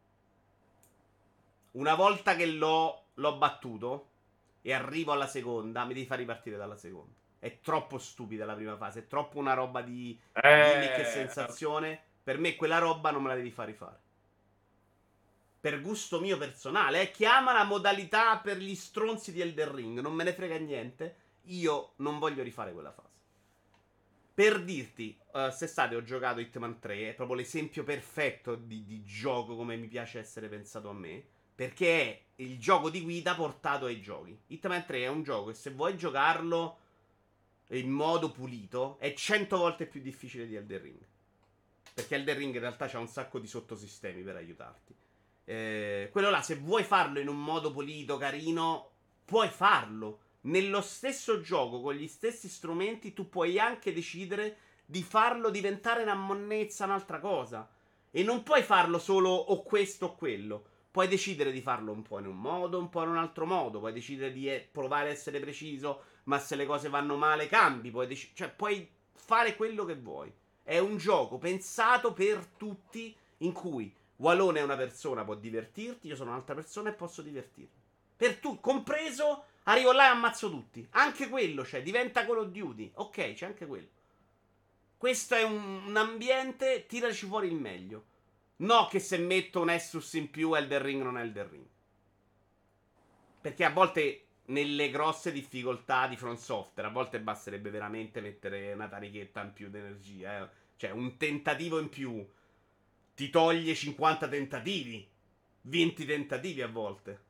Una volta che l'ho, l'ho battuto e arrivo alla seconda, mi devi far ripartire dalla seconda. È troppo stupida la prima fase, è troppo una roba di gimmick e Eh, sensazione. Per me quella roba non me la devi far rifare. Per gusto mio personale, eh, chiama la modalità per gli stronzi di Elden Ring, non me ne frega niente. Io non voglio rifare quella fase. Per dirti, uh, quest'estate ho giocato Hitman tre, è proprio l'esempio perfetto di, di gioco come mi piace essere pensato a me, perché è il gioco di guida portato ai giochi. Hitman tre è un gioco che se vuoi giocarlo in modo pulito è cento volte più difficile di Elden Ring. Perché Elden Ring in realtà c'ha un sacco di sottosistemi per aiutarti. Eh, quello là, se vuoi farlo in un modo pulito, carino, puoi farlo. Nello stesso gioco, con gli stessi strumenti, tu puoi anche decidere di farlo diventare una monnezza, un'altra cosa. E non puoi farlo solo o questo o quello. Puoi decidere di farlo un po' in un modo, un po' in un altro modo. Puoi decidere di eh, provare a essere preciso, ma se le cose vanno male cambi. Puoi dec- cioè, puoi fare quello che vuoi. È un gioco pensato per tutti in cui Walone è una persona, può divertirti, io sono un'altra persona e posso divertirmi. Per tu, compreso, arrivo là e ammazzo tutti. Anche quello c'è, diventa Call of Duty. Ok, c'è anche quello. Questo è un, un ambiente, tiraci fuori il meglio. No che se metto un Essus in più Elden Ring non è Elden Ring. Perché a volte nelle grosse difficoltà di From Software, a volte basterebbe veramente mettere una tarichetta in più di energia. Eh. Cioè un tentativo in più ti toglie cinquanta tentativi, venti tentativi a volte.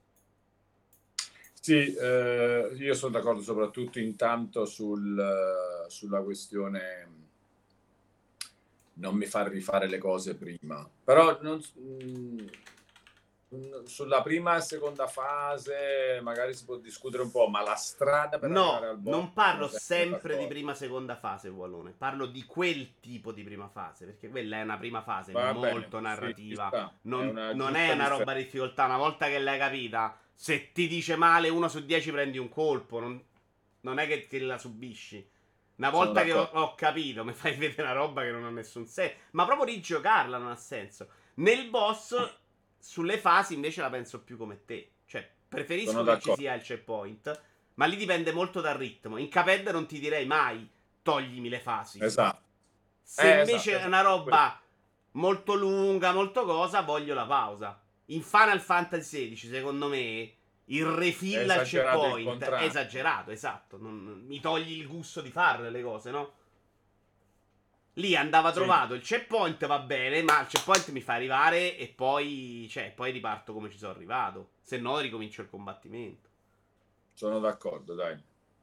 sì, eh, io sono d'accordo soprattutto intanto sul, eh, sulla questione non mi far rifare le cose prima. Però non, mh, sulla prima e seconda fase magari si può discutere un po', ma la strada per arrivare No, al boss non sono parlo sempre sempre di d'accordo. prima seconda fase, Wallone. Parlo di quel tipo di prima fase, perché quella è una prima fase Va bene, molto sì, ci narrativa. sta, è Non, una non è giusta una differenza. roba di difficoltà. Una volta che l'hai capita, se ti dice male uno su dieci prendi un colpo. Non, non è che, che la subisci. Una Sono volta che ho, d'accordo. ho capito, mi fai vedere una roba che non ha nessun senso. Ma proprio rigiocarla non ha senso. Nel boss, sulle fasi invece la penso più come te. Cioè, Sono preferisco che ci d'accordo. sia il checkpoint. Ma lì dipende molto dal ritmo. In Cuphead non ti direi mai toglimi le fasi. Esatto. Se Eh, invece esatto, è una esatto. Quello. roba molto lunga, molto cosa, voglio la pausa. In Final Fantasy sedici, secondo me, il È refill al esagerato il checkpoint è contrario. esagerato, esatto. Non- mi togli il gusto di farle le cose, no? Lì andava Sì, trovato il checkpoint, va bene, ma il checkpoint mi fa arrivare e poi, cioè, poi riparto come ci sono arrivato. Se no, ricomincio il combattimento. sono d'accordo, dai.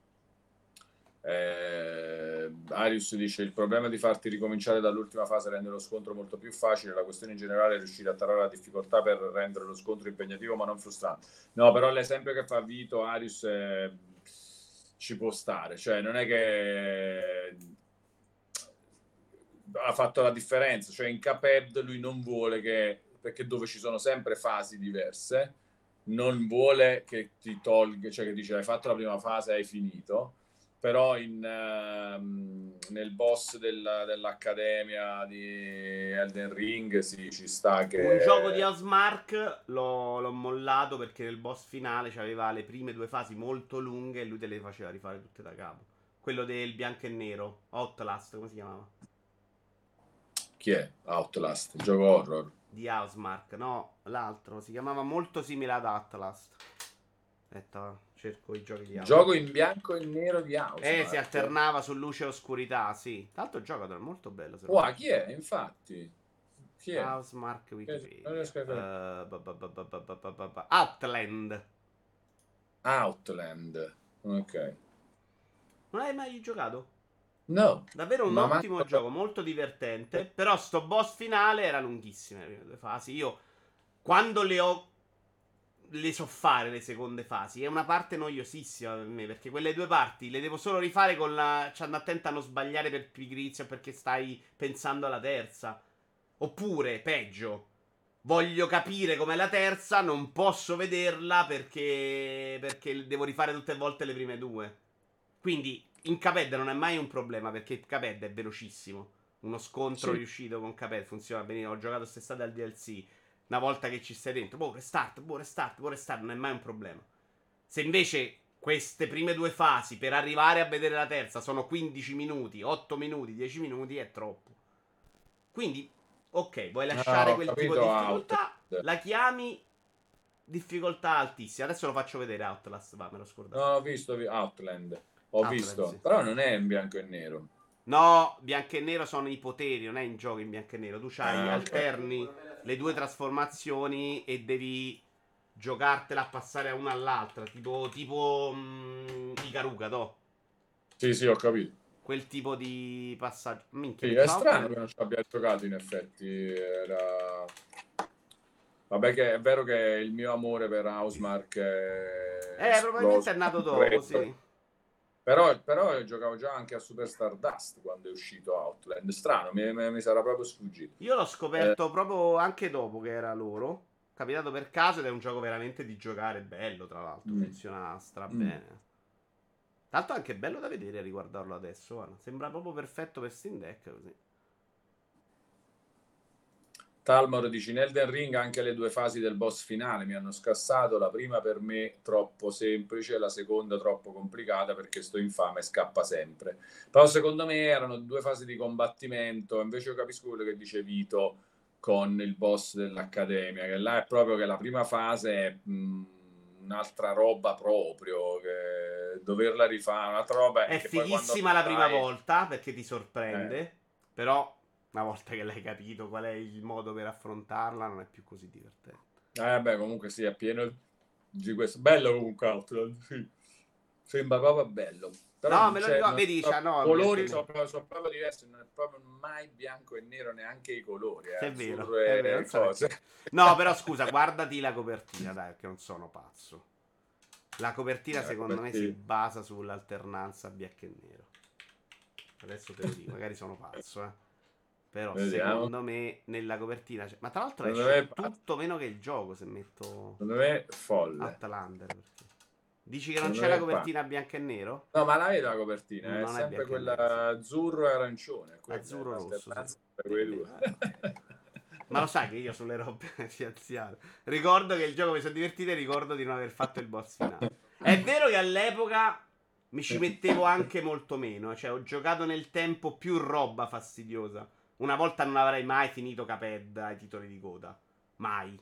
Eh, Arius dice il problema di farti ricominciare dall'ultima fase rende lo scontro molto più facile, la questione in generale è riuscire a tarare la difficoltà per rendere lo scontro impegnativo ma non frustrante. No, però l'esempio che fa Vito Arius eh, ci può stare, cioè non è che ha fatto la differenza, cioè in Cuphead lui non vuole che, perché dove ci sono sempre fasi diverse, non vuole che ti tolga, cioè che dice hai fatto la prima fase, hai finito, però in, ehm, nel boss della- dell'Accademia di Elden Ring sì, ci sta Un gioco di che Housemark l'ho, l'ho mollato perché nel boss finale c'aveva le prime due fasi molto lunghe e lui te le faceva rifare tutte da capo. Quello del bianco e nero, Outlast, come si chiamava? chi è? Outlast, gioco horror. Di Housemark, no, l'altro si chiamava molto simile ad Outlast. Aspetta, cerco i giochi di Gioco Housemark. in bianco e nero di Eh, si Housemark. alternava su luce e oscurità, sì. Tanto il gioco è molto bello, se lo Wow, faccio. chi è? Infatti, chi è? Housemark Non Wikipedia. riesco a capire. Uh, ba- ba- ba- ba- ba- ba- ba- ba- ba- Outland. Outland, ok. Non hai mai giocato? No, Davvero un ma ottimo manco... gioco, molto divertente. Però sto boss finale era lunghissime le prime due fasi. Io, quando le ho. Le so fare le seconde fasi. È una parte noiosissima per me. Perché quelle due parti le devo solo rifare con la. C'hanno attenta a non sbagliare per pigrizia. Perché stai pensando alla terza. Oppure, peggio. voglio capire com'è la terza, non posso vederla perché, perché devo rifare tutte le volte le prime due. Quindi in Cuphead non è mai un problema perché Cuphead è velocissimo. Uno scontro Sì. riuscito con Cuphead funziona benissimo. Ho giocato quest'estate al D L C. Una volta che ci stai dentro, boh, restart, boh, restart, boh, restart, non è mai un problema. Se invece queste prime due fasi per arrivare a vedere la terza sono quindici minuti, otto minuti, dieci minuti, è troppo. Quindi, ok, vuoi Ah, lasciare ho quel tipo di capito difficoltà, Outlast. la chiami difficoltà altissima. Adesso lo faccio vedere Outlast, va, me lo No, scordavo. ho visto vi- Outland. Ho Outland, visto, sì. però non è in bianco e nero. No, bianco e nero sono i poteri, non è in gioco in bianco e nero. Tu c'hai, Ah, ok. alterni le due trasformazioni e devi giocartela a passare a una all'altra. Tipo, tipo mm, Ikaruga, to. Sì, sì, ho capito. Quel tipo di passaggio. Minchia, Sì, è metto strano che Outland. non ci abbia giocato in effetti. Era... Vabbè che è vero che il mio amore per Housemark è Eh, probabilmente esploso. è nato dopo, sì. Però, però giocavo già anche a Super Stardust quando è uscito Outland. Strano, mi, mi- mi sarà proprio sfuggito. Io l'ho Eh, scoperto proprio anche dopo che era loro. Capitato per caso ed è un gioco veramente di giocare bello, tra l'altro. mm, Funziona stra mm. bene. Tra l'altro è anche bello da vedere riguardarlo adesso. Guarda. Sembra proprio perfetto per Steam Deck così. Talmor dice in Elden Ring anche le due fasi del boss finale mi hanno scassato, la prima per me troppo semplice, la seconda troppo complicata perché sto infame scappa sempre. Però secondo me erano due fasi di combattimento, invece io capisco quello che dice Vito con il boss dell'Accademia, che là è proprio che la prima fase è mh, un'altra roba proprio, che doverla rifare, un'altra roba È che poi quando fighissima la prima fai... volta perché ti Eh, sorprende. Però, una volta che l'hai capito qual è il modo per affrontarla, non è più così divertente. Eh beh, comunque sì, è pieno di questo. Bello comunque Outland, sì. Sembra proprio bello. Però No, non me lo c'è... ricordo. non- Vedi, I c'ha no, in bianco e colori nero. sono proprio, sono proprio diversi, non è proprio mai bianco e nero neanche i colori, è È vero, azzurro è vero, non e so cose. perché. No, però scusa, guardati la copertina, dai, perché non sono pazzo. La copertina Eh, secondo come me si sì. basa sull'alternanza bianco e nero. Adesso te lo dico, magari sono pazzo, eh. Però Vediamo. secondo me nella copertina c'è... Ma tra l'altro Secondo me, esce è pazzo. tutto meno che il gioco se metto Secondo me è folle. Outlander. Perché... Dici che non Secondo c'è me la è pazzo. copertina bianco e nero? No, ma la vedo la copertina, è Non è sempre bianco e quella nero, sì. azzurro e arancione, quella è Azzurro rosso, sì. l'alternanza tra Sì, è quei vero, due. eh, vabbè. Ma lo sai che io sulle robe finanziarie ricordo che il gioco mi sono divertito e ricordo di non aver fatto il boss finale. È vero che all'epoca mi ci mettevo anche molto meno. Cioè, ho giocato nel tempo più roba fastidiosa. Una volta non avrei mai finito Cuphead ai titoli di coda. Mai.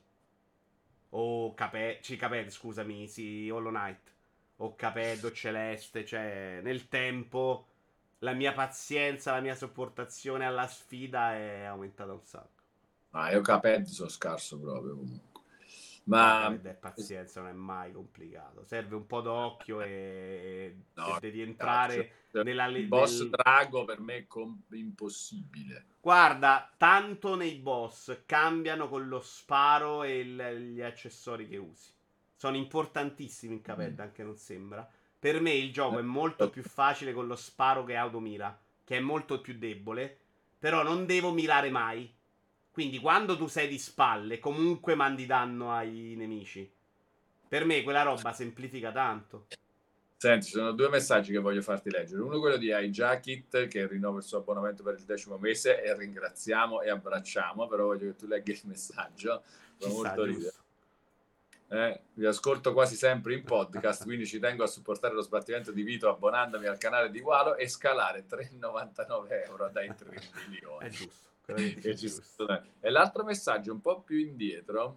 O Cuphead, sì, Cuphead, scusami, sì, Hollow Knight. O Cuphead o Celeste. Cioè, nel tempo la mia pazienza, la mia sopportazione alla sfida è aumentata un sacco. Ah, io Cuphead sono scarso proprio comunque. No, Ma Cuphead è pazienza, non è mai complicato. Serve un po' d'occhio e, e no, devi cazzo. entrare Cioè, nella... il le- boss Nel... drago per me è com- impossibile. Guarda, tanto nei boss cambiano con lo sparo e il- gli accessori che usi. Sono importantissimi in Mm. Cuphead, anche non sembra. Per me il gioco è molto più facile con lo sparo che automira, che è molto più debole. Però non devo mirare mai. Quindi quando tu sei di spalle, comunque mandi danno ai nemici. Per me quella roba semplifica tanto. Senti, ci sono due messaggi che voglio farti leggere. Uno quello di iJackit che rinnova il suo abbonamento per il decimo mese e ringraziamo e abbracciamo, però voglio che tu legga il messaggio. Fa Ci sta, molto ridere. giusto. Eh, vi ascolto quasi sempre in podcast, quindi ci tengo a supportare lo sbattimento di Vito abbonandomi al canale di Walo e scalare tre virgola novantanove euro dai tre milioni. È giusto. Quello che dici E, è ci giusto. sto- e l'altro messaggio un po' più indietro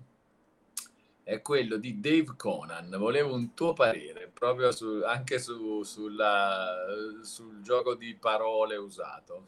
è quello di Dave Conan. Volevo un tuo parere proprio su, anche su, sulla, sul gioco di parole usato.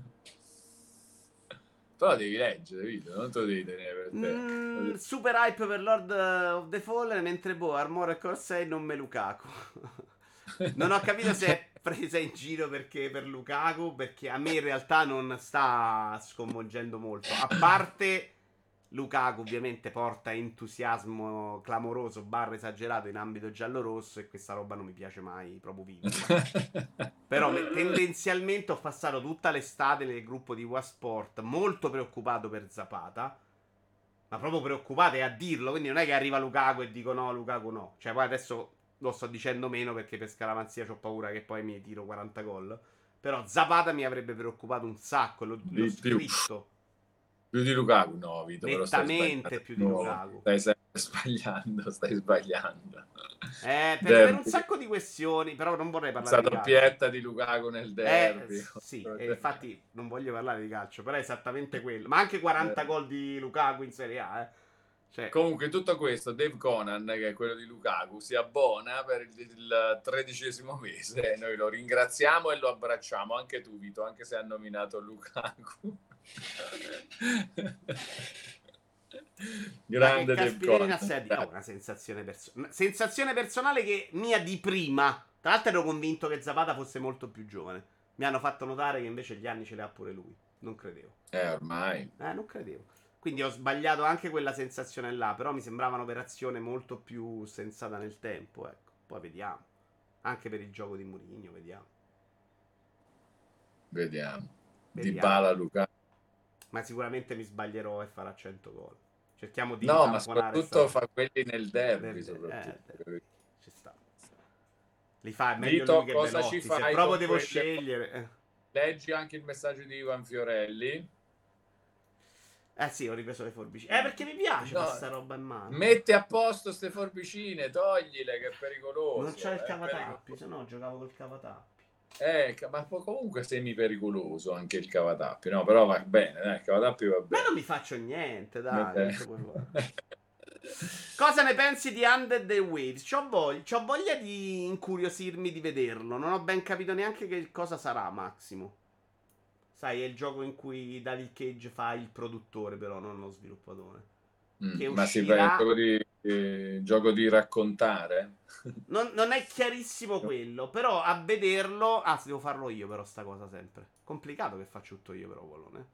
Però devi leggere, Vito, non te lo devi tenere per Mm, te. super hype per Lord of the Fallen, mentre boh, Armor e Corsair non me Lukaku. Non ho capito se è presa in giro perché per Lukaku, perché a me in realtà non sta sconvolgendo molto. A parte Lukaku ovviamente porta entusiasmo clamoroso, barra esagerato in ambito giallo-rosso e questa roba non mi piace mai proprio vivere. Però me- tendenzialmente ho passato tutta l'estate nel gruppo di Wasport molto preoccupato per Zapata. Ma proprio preoccupate a dirlo, quindi non è che arriva Lukaku e dico no, Lukaku no. Cioè poi adesso lo sto dicendo meno perché per scaramanzia ho paura che poi mi tiro quaranta gol. Però Zapata mi avrebbe preoccupato un sacco, l'ho, l'ho Di più. scritto. Più di Lukaku? No, Vito, però stai sbagliando. Nettamente più di No, Lukaku. stai sempre sbagliando, stai sbagliando. Eh, per, per un Derby. sacco di questioni, però non vorrei parlare Questa di calcio. doppietta di Lukaku nel Eh, derby. sì, e infatti non voglio parlare di calcio, però è esattamente quello. Ma anche quaranta gol di Lukaku in Serie A, eh. Cioè, Comunque, in tutto questo, Dave Conan, che è quello di Lukaku, si abbona per il, il tredicesimo mese. Noi lo ringraziamo e lo abbracciamo. Anche tu, Vito, anche se ha nominato Lukaku. Grande ma che Dave caspiterina Conan. assedi. Oh, una sensazione, perso- una sensazione personale che mia di prima. Tra l'altro ero convinto che Zapata fosse molto più giovane. Mi hanno fatto notare che invece gli anni ce li ha pure lui. Non credevo. Eh, ormai. Eh, non credevo. Quindi ho sbagliato anche quella sensazione là, però mi sembrava un'operazione molto più sensata nel tempo, ecco. Poi vediamo. Anche per il gioco di Mourinho, vediamo. Vediamo. Vediamo. Dybala, Lukaku. Ma sicuramente mi sbaglierò e farà cento gol. Cerchiamo di No, ma tamponare soprattutto sta... fa quelli nel derby, Nel- soprattutto. eh, ci sta. Li fa è meglio Vito, lui che cosa Belotti. ci Se fai proprio con devo quelle... scegliere... Eh. Leggi anche il messaggio di Ivan Fiorelli. eh sì, ho ripreso le forbicine. Eh, perché mi piace No, questa roba in mano. metti a posto ste forbicine, toglile che è pericoloso. Non c'è il è cavatappi, pericoloso. se no giocavo col cavatappi. Eh, ca- ma po- comunque semi pericoloso anche il cavatappi, no? Però va bene, dai, il cavatappi va Ma bene. non mi faccio niente, dai. Mette- Quanto puoi fare? Cosa ne pensi di Under the Waves? C'ho voglia, c'ho voglia di incuriosirmi di vederlo. Non ho ben capito neanche che cosa sarà, Massimo. Sai, è il gioco in cui David Cage fa il produttore, però, non lo sviluppatore. Mm, Che ma si fa il uscirà. gioco di, eh, gioco di raccontare? Non, non è chiarissimo quello, però a vederlo. Ah, se devo farlo io, però, sta cosa sempre. Complicato che faccio tutto io, però, Wallone.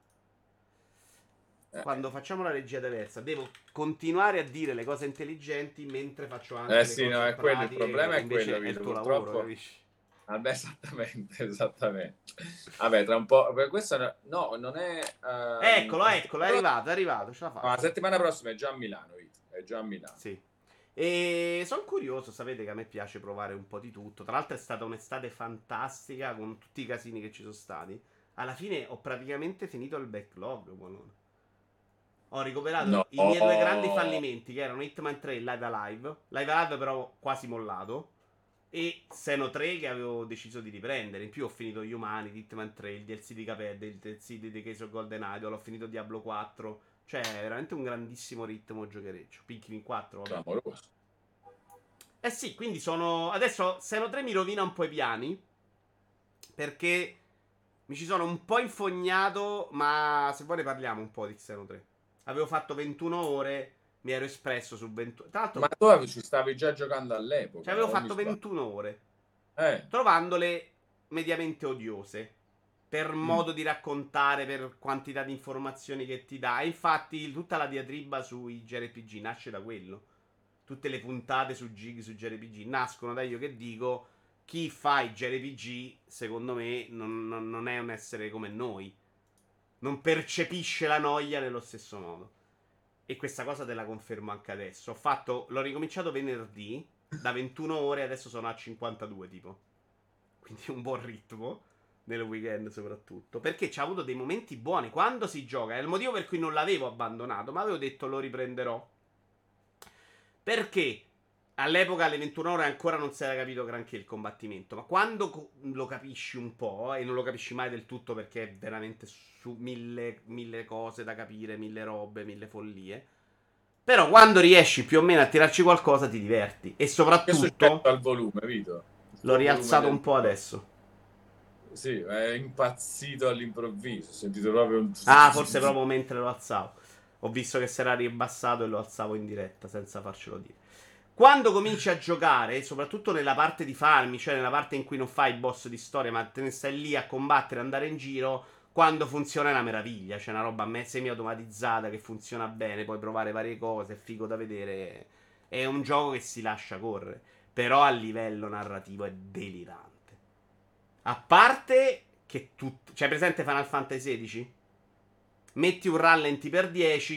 Eh, Quando facciamo la regia diversa, devo continuare a dire le cose intelligenti mentre faccio anche eh le sì, cose no, è quello, il pratiche. problema Che è quello, invece è il Vito, tuo lavoro, purtroppo. capisci? Vabbè, esattamente, esattamente. Vabbè, tra un po', per questo no, non è... ehm, Eccolo, la eccolo, è settimana arrivato, è arrivato, ce la prossima- no, la faccio. settimana prossima è già a Milano, Vito, è già a Milano. Sì. E sono curioso, sapete che a me piace provare un po' di tutto. Tra l'altro è stata un'estate fantastica con tutti i casini che ci sono stati. Alla fine ho praticamente finito il backlog, Wallone. Ho No, recuperato i miei due grandi fallimenti, che erano Hitman tre e Live Alive. Live Alive però quasi mollato. E Xeno tre che avevo deciso di riprendere. In più ho finito Gli Umani, Hitman tre, il D L C di Cuphead, il D L C di The Case of Golden Idol, ho finito Diablo quattro. Cioè, è veramente un grandissimo ritmo giochereccio. Pikmin quattro, vabbè. clamoroso. Eh sì, quindi sono... Adesso Xeno tre mi rovina un po' i piani. Perché mi ci sono un po' infognato, ma se vuoi ne parliamo un po' di Xeno tre. Avevo fatto ventuno ore, mi ero espresso su ventuno. Tra l'altro, Ma tu ci stavi già giocando all'epoca, cioè avevo o mi fatto sbaglio? ventuno ore, Eh, trovandole mediamente odiose. Per mm, modo di raccontare, per quantità di informazioni che ti dà. E infatti, tutta la diatriba sui J R P G nasce da quello. Tutte le puntate su Gig, su J R P G nascono da io che dico: chi fa i J R P G, secondo me, non, non- non è un essere come noi. Non percepisce la noia nello stesso modo. E questa cosa te la confermo anche adesso. Ho fatto, l'ho ricominciato venerdì, da ventuno ore, adesso sono a cinquantadue tipo. Quindi un buon ritmo, nel weekend soprattutto. Perché ci ha avuto dei momenti buoni quando si gioca. È il motivo per cui non l'avevo abbandonato, ma avevo detto lo riprenderò. Perché all'epoca alle ventuno ore ancora non si era capito granché il combattimento, ma quando co- lo capisci un po', e non lo capisci mai del tutto perché è veramente su mille, mille cose da capire, mille robe, mille follie. Però quando riesci più o meno a tirarci qualcosa ti diverti. E che è successo soprattutto al volume, Vito? Il l'ho tuo volume rialzato del un po' video. adesso. Sì, è impazzito all'improvviso, ho sentito proprio un... Ah, forse proprio mentre lo alzavo. Ho visto che si era ribassato e lo alzavo in diretta senza farcelo dire. Quando cominci a giocare, soprattutto nella parte di farmi, cioè nella parte in cui non fai il boss di storia, ma te ne stai lì a combattere, andare in giro, quando funziona è una meraviglia. C'è una roba me- semi-automatizzata che funziona bene, puoi provare varie cose, è figo da vedere. È un gioco che si lascia correre, però a livello narrativo è delirante. A parte che tutto... C'è presente Final Fantasy sedici? Metti un rallenti per dieci,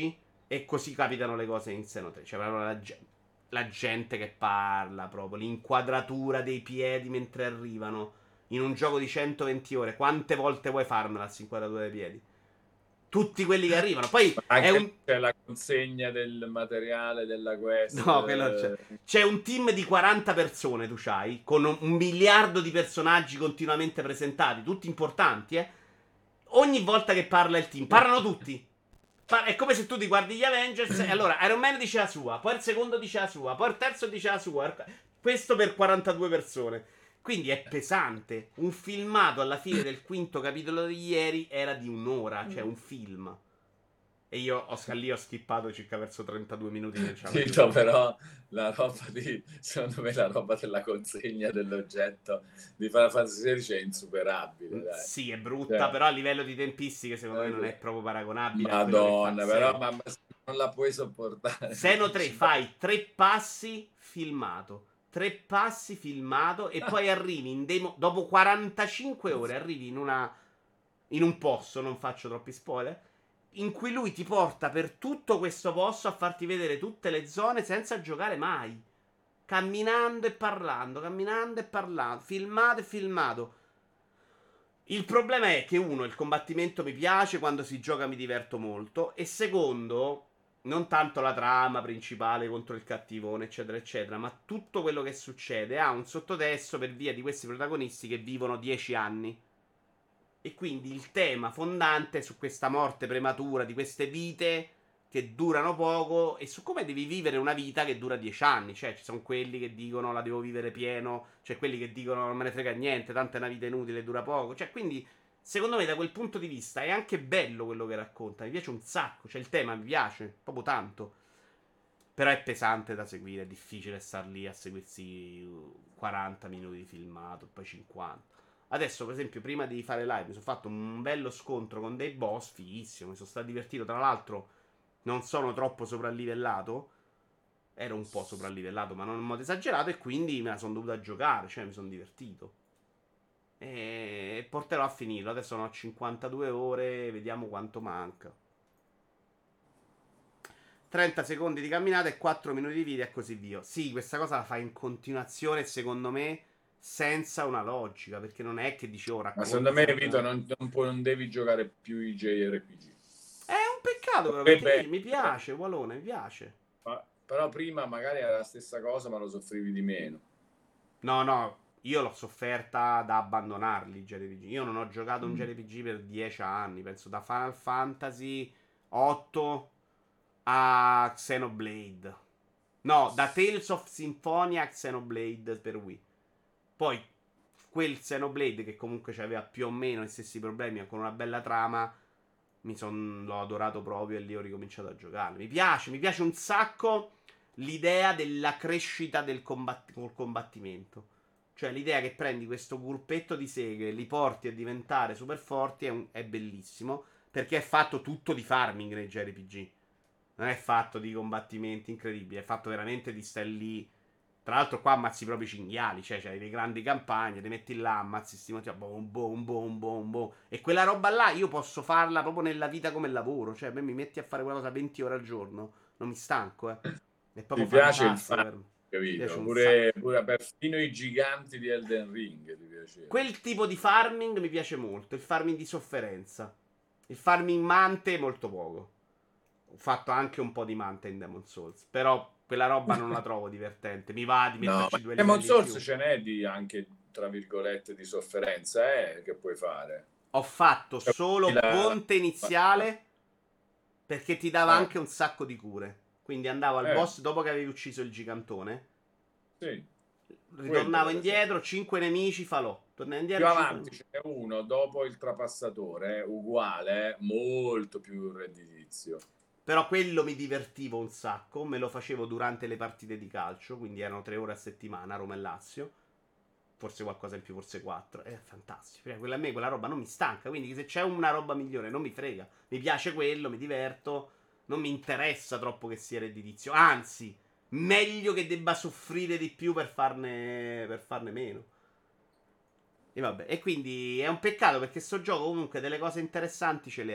E così capitano le cose in Xeno tre. Cioè, proprio la, ge- la gente che parla, proprio l'inquadratura dei piedi mentre arrivano. In un gioco di centoventi ore, quante volte vuoi farmela inquadratura dei piedi? Tutti quelli che arrivano. Poi Ma è anche un. c'è la consegna del materiale della quest. No, quello c'è. eh, C'è un team di quaranta persone, tu c'hai, con un, un miliardo di personaggi continuamente presentati, tutti importanti, eh. Ogni volta che parla il team, parlano tutti. Fa- È come se tu ti guardi gli Avengers e allora Iron Man dice la sua, poi il secondo dice la sua, poi il terzo dice la sua. Questo per quarantadue persone. Quindi è pesante. Un filmato alla fine del quinto capitolo di ieri era di un'ora, cioè un film. E io ho, lì ho skippato circa verso trentadue minuti che non ce la facevo Tito, più. però la roba di, secondo me la roba della consegna dell'oggetto di Final Fantasy sedici è insuperabile, Mm, dai. Sì, è brutta, Cioè, però a livello di tempistiche secondo me non è eh, proprio paragonabile a quello che fa Madonna, però Xeno. ma, ma non la puoi sopportare. Xeno tre Ci vai. fai tre passi filmato, tre passi filmato e poi arrivi in demo dopo quarantacinque ore arrivi in una in un posto, non faccio troppi spoiler, in cui lui ti porta per tutto questo posto a farti vedere tutte le zone senza giocare mai. Camminando e parlando, camminando e parlando, filmato e filmato. Il problema è che uno, il combattimento mi piace, quando si gioca mi diverto molto, e secondo, non tanto la trama principale contro il cattivone, eccetera, eccetera, ma tutto quello che succede ha un sottotesto per via di questi protagonisti che vivono dieci anni. E quindi il tema fondante è su questa morte prematura di queste vite che durano poco e su come devi vivere una vita che dura dieci anni. Cioè, ci sono quelli che dicono la devo vivere pieno, c'è quelli che dicono non me ne frega niente, tanto è una vita inutile, dura poco. Cioè, quindi, secondo me, da quel punto di vista è anche bello quello che racconta. Mi piace un sacco. Cioè, il tema mi piace proprio tanto. Però è pesante da seguire, è difficile star lì a seguirsi uh, quaranta minuti di filmato, poi cinquanta. Adesso, per esempio, prima di fare live, mi sono fatto un bello scontro con dei boss, fighissimo, mi sono stato divertito. Tra l'altro, non sono troppo soprallivellato. Ero un po' soprallivellato, ma non in modo esagerato. E quindi me la sono dovuta giocare, cioè mi sono divertito. E porterò a finirlo. Adesso sono a cinquantadue ore, vediamo quanto manca. trenta secondi di camminata e quattro minuti di video e così via. Sì, questa cosa la fa in continuazione, secondo me, senza una logica, perché non è che dici, oh, Ma secondo racconti me, sempre Vito, una. non, non, puoi- non devi giocare più i J R P G. È un peccato però, perché Potrebbe mi, mi essere, piace, Walone, mi piace. ma- però prima magari era la stessa cosa, ma lo soffrivi di meno. No, no, io l'ho sofferta da abbandonarli i J R P G. Io non ho giocato un Mm. J R P G per dieci anni, penso da Final Fantasy otto a Xenoblade. No, da Tales of Symphonia a Xenoblade per Wii. Poi quel Xenoblade che comunque aveva più o meno gli stessi problemi con una bella trama, mi son, l'ho adorato proprio e lì ho ricominciato a giocare. Mi piace, mi piace un sacco l'idea della crescita del combatt- col combattimento. Cioè l'idea che prendi questo gruppetto di seghe e li porti a diventare super forti è, un- è bellissimo, perché è fatto tutto di farming nei J R P G. Non è fatto di combattimenti incredibili, è fatto veramente di stai lì. Tra l'altro qua ammazzi proprio i cinghiali, cioè c'hai delle grandi campagne, li metti là, ammazzi sti motivi, boom, boom, boom, boom, boom. E quella roba là io posso farla proprio nella vita come lavoro, cioè a me mi metti a fare quella cosa venti ore al giorno, non mi stanco, eh. È proprio Ti piace il fantastico fan, per me. Mi piace capito? un sacco. Pure, pure perfino i giganti di Elden Ring ti piacevano. Quel tipo di farming mi piace molto, il farming di sofferenza. Il farming mante molto poco. Ho fatto anche un po' di mante in Demon Souls, però quella roba non la trovo divertente. Mi va di No, ma metterci due Demon livelli in Souls più. ce n'è di anche, tra virgolette, di sofferenza, eh, che puoi fare. Ho fatto Cioè, solo la, la- ponte iniziale perché ti dava eh, anche un sacco di cure. Quindi andavo al eh, boss dopo che avevi ucciso il gigantone. sì, quello Ritornavo per esempio. indietro, cinque nemici, falò. Tornai Più indietro, cinque avanti nemici. ce n'è uno dopo il trapassatore, eh, uguale, eh, molto più redditizio. Però quello mi divertivo un sacco. Me lo facevo durante le partite di calcio. Quindi erano tre ore a settimana, Roma e Lazio. Forse qualcosa in più, forse quattro. È fantastico. Perché quella, a me quella roba non mi stanca. Quindi se c'è una roba migliore non mi frega. Mi piace quello, mi diverto. Non mi interessa troppo che sia redditizio. Anzi, meglio che debba soffrire di più per farne, per farne meno. E vabbè, e quindi è un peccato perché sto gioco comunque delle cose interessanti ce le ha.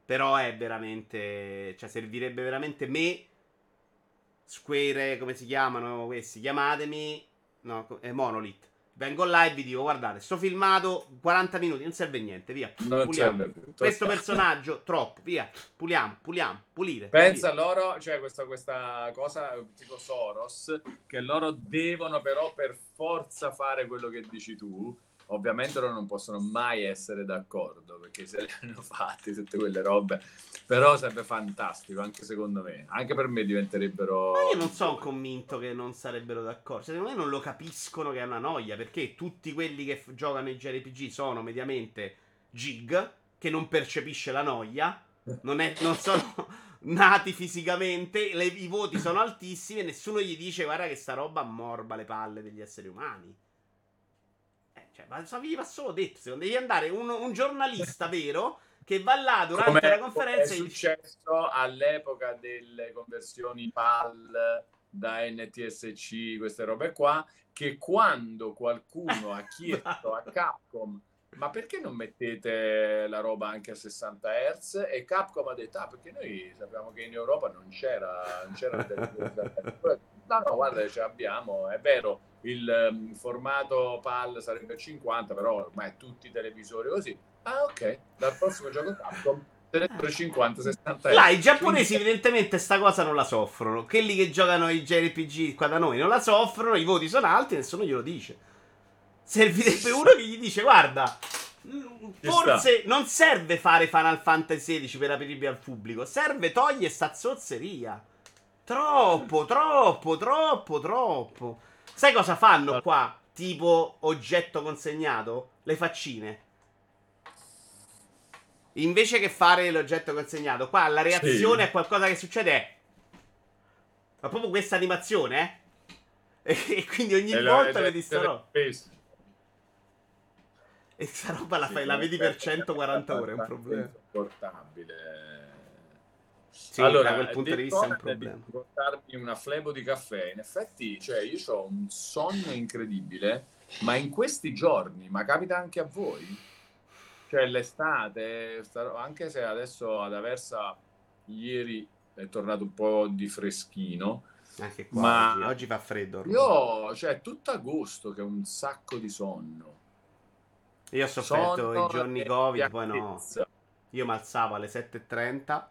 Però è veramente, cioè servirebbe veramente me, Square, come si chiamano questi? Chiamatemi, no, co- è Monolith. Vengo live e vi dico, guardate, sto filmato quaranta minuti, non serve niente, via, Non puliamo. serve più. Questo personaggio, troppo, via, puliamo, puliamo, pulire, pulire. Pensa loro, cioè questa, questa cosa tipo Soros, che loro devono però per forza fare quello che dici tu. Ovviamente loro non possono mai essere d'accordo, perché se le hanno fatte tutte quelle robe, però sarebbe fantastico, anche secondo me. Anche per me Ma diventerebbero io non sono migliori. convinto che non sarebbero d'accordo. Cioè, secondo me non lo capiscono che è una noia. Perché tutti quelli che f- giocano i J R P G sono mediamente gig, che non percepisce la noia. Non, è- non sono nati fisicamente. le- I voti sono altissimi. E nessuno gli dice: Guarda, che sta roba ammorba le palle degli esseri umani. Eh, cioè, ma so- vi va solo detto. Secondo devi andare un, un giornalista vero che va là Come durante la è conferenza e gli dice. successo all'epoca delle conversioni PAL da N T S C, queste robe qua, che quando qualcuno ha chiesto a Capcom ma perché non mettete la roba anche a sessanta hertz? E Capcom ha detto, ah, perché noi sappiamo che in Europa non c'era, non c'era la televisione sessanta hertz. No, no, guarda, ce l'abbiamo, è vero, il um, formato PAL sarebbe cinquanta, però ormai tutti i televisori così. Ah, ok, dal prossimo gioco Capcom trecentocinquanta sessanta Là, hertz. i Quindi giapponesi evidentemente sta cosa non la soffrono. Quelli che giocano i J R P G qua da noi non la soffrono, i voti sono alti e nessuno glielo dice. Servirebbe uno che gli dice, guarda, mm, ci sta. forse non serve fare Final Fantasy sedici per aprirvi al pubblico, serve togliere sta zozzeria. Troppo, troppo, troppo, troppo. Sai cosa fanno qua? Tipo oggetto consegnato? Le faccine. Invece che fare l'oggetto consegnato, qua la reazione Sì, a qualcosa che succede è. Ma proprio questa animazione, eh? E quindi ogni è la, è volta da vedi sta essere roba. spesso. E sta roba la, Sì, fai, la in vedi per effetti è centoquaranta ore, è un abbastanza problema. insopportabile. Sì, da quel Allora, punto di detto vista è un ora di problema. portarmi una flebo di caffè, in effetti, cioè, io ho un sonno incredibile, ma in questi giorni, ma capita anche a voi? Cioè, l'estate, sta- anche se adesso ad Aversa ieri è tornato un po' di freschino, Anche qua oggi. ma Oggi fa freddo a Roma. io, cioè, è tutto agosto che ho un sacco di sonno. Io ho sofferto i Sonno giorni e Covid, poi no. piattezza. Io mi alzavo alle sette e trenta,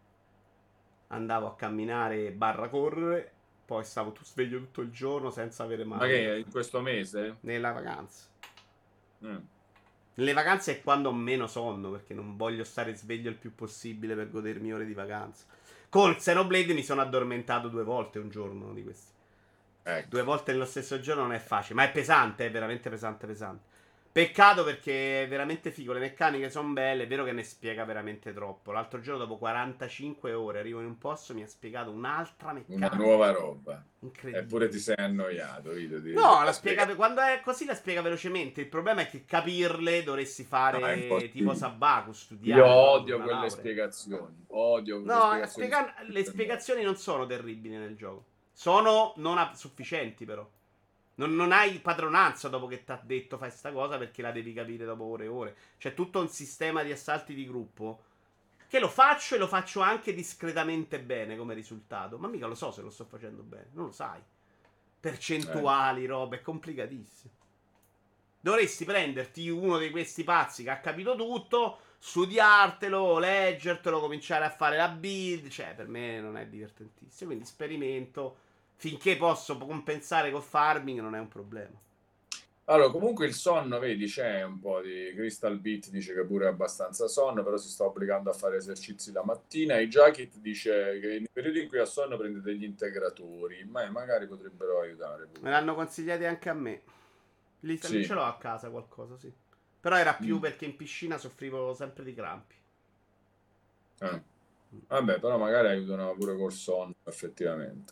andavo a camminare barra correre, poi stavo tu sveglio tutto il giorno senza avere Ma mai che in questo mese? nella vacanza. Mm. Nelle vacanze è quando ho meno sonno, perché non voglio stare sveglio il più possibile per godermi ore di vacanza. Con Xenoblade mi sono addormentato due volte un giorno di questi. Ecco. Due volte nello stesso giorno non è facile, ma è pesante, è veramente pesante, pesante. Peccato perché è veramente figo, le meccaniche sono belle, è vero che ne spiega veramente troppo. L'altro giorno dopo quarantacinque ore arrivo in un posto e mi ha spiegato un'altra Una meccanica. nuova roba. Eppure Incredibile. ti sei annoiato, Vito, ti, te No, la l'ha spiega spiegato. quando è così la spiega velocemente. Il problema è che capirle dovresti No, è fare tipo impossibile. Sabaku, Io studiare, no? Per odio una quelle laurea. spiegazioni. Odio le No, spiegazioni. spiega- le spiegazioni non sono terribili nel gioco. Sono non a- sufficienti, però. Non, non hai padronanza dopo che ti ha detto fai sta cosa perché la devi capire dopo ore e ore. C'è tutto un sistema di assalti di gruppo che lo faccio e lo faccio anche discretamente bene come risultato. Ma mica lo so se lo sto facendo bene, non lo sai. Eh. Percentuali, roba, è complicatissimo. Dovresti prenderti uno di questi pazzi che ha capito tutto, studiartelo, leggertelo, cominciare a fare la build. Cioè, per me non è divertentissimo. Quindi sperimento. Finché posso compensare col farming, non è un problema. Allora, comunque il sonno, vedi, c'è un po' di Crystal Beat dice che pure è abbastanza sonno, però si sta obbligando a fare esercizi la mattina. I Jacket dice che nei periodi in cui ha sonno prende degli integratori, ma magari potrebbero aiutare Me pure. l'hanno consigliati anche a me. Lì ce Sì. l'ho a casa qualcosa, sì. Però era più Mm. perché in piscina soffrivo sempre di crampi. Eh. Vabbè, però magari aiutano pure col sonno, effettivamente.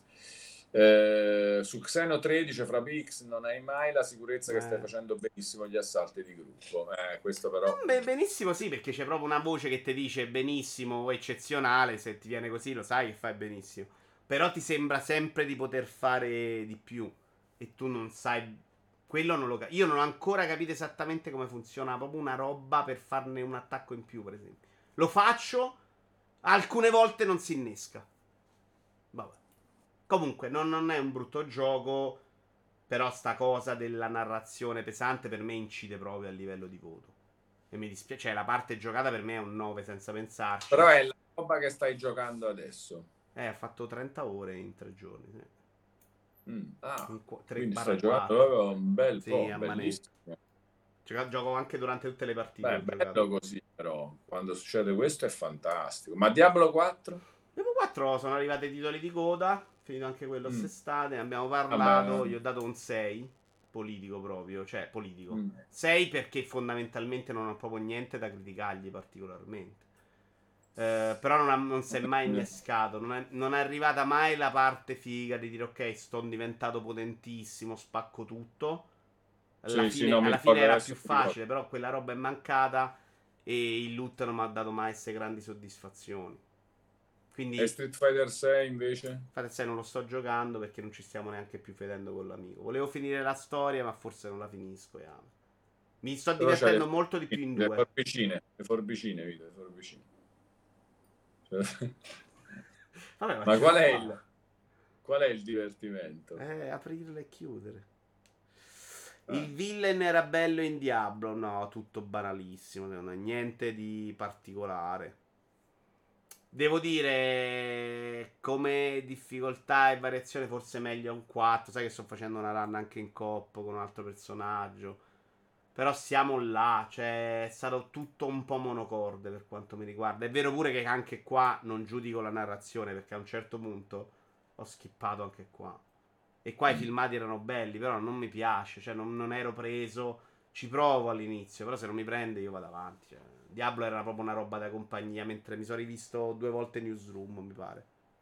Eh, su Xeno tredici fra P X non hai mai la sicurezza che stai Eh. facendo benissimo gli assalti di gruppo. Eh, questo però... Beh, benissimo sì, perché c'è proprio una voce che ti dice benissimo o eccezionale, se ti viene così lo sai che fai benissimo. Però ti sembra sempre di poter fare di più e tu non sai quello non lo capisco. Io non ho ancora capito esattamente come funziona proprio una roba per farne un attacco in più, per esempio. Lo faccio, Alcune volte non si innesca. Vabbè. Comunque, non, non è un brutto gioco. Però sta cosa della narrazione pesante per me incide proprio a livello di voto. E mi dispiace, cioè la parte giocata per me è un nove senza pensarci. Però è la roba che stai giocando adesso. Eh, ha fatto trenta ore in tre giorni. Sì. Mm. Ah, In qu- tre quindi barra stai giocando quattro. proprio un bel Sì, po', a manetta. bellissimo. Gioca- Gioco anche durante tutte le partite. Beh, Ho è bello giocato. così, però quando succede questo è fantastico. Ma Diablo quattro? Dopo quattro sono arrivati i titoli di coda. Finito anche quello Mm. quest'estate. Ne abbiamo Vabbè. parlato. Gli ho dato un sei. Politico proprio. Cioè, politico. Mm. sei perché fondamentalmente non ho proprio niente da criticargli particolarmente. Eh, però non, ha- non si è mai innescato. Non è, non è arrivata mai la parte figa di dire ok, sto diventato potentissimo, spacco tutto. Alla Sì, sì, fine, no, mi alla fine ricordo era adesso, più mi ricordo. facile, però quella roba è mancata e il loot non mi ha dato mai queste grandi soddisfazioni. E Quindi, Street Fighter sei invece? infatti, sai, non lo sto giocando perché non ci stiamo neanche più vedendo con l'amico. Volevo finire la storia, ma forse non la finisco. Ya. Mi sto Però c'hai le divertendo molto di più in le due. forbicine, le forbicine, Vito, le forbicine. Cioè- Vabbè, ma Ma ce qual l'ho è qua. il, qual è il divertimento? Eh, aprirle e chiudere. Ah. Il villain era bello in Diablo? No, tutto banalissimo. secondo me, Niente di particolare. Devo dire, come difficoltà e variazione, forse meglio un quattro. Sai che sto facendo una run anche in coop con un altro personaggio. Però siamo là, cioè è stato tutto un po' monocorde per quanto mi riguarda. È vero pure che anche qua non giudico la narrazione perché a un certo punto ho skippato anche qua. E qua i Mm. filmati erano belli, però non mi piace, cioè non, non ero preso. Ci provo all'inizio, però se non mi prende io vado avanti. Cioè. Diablo era proprio una roba da compagnia, mentre mi sono rivisto due volte Newsroom, mi pare.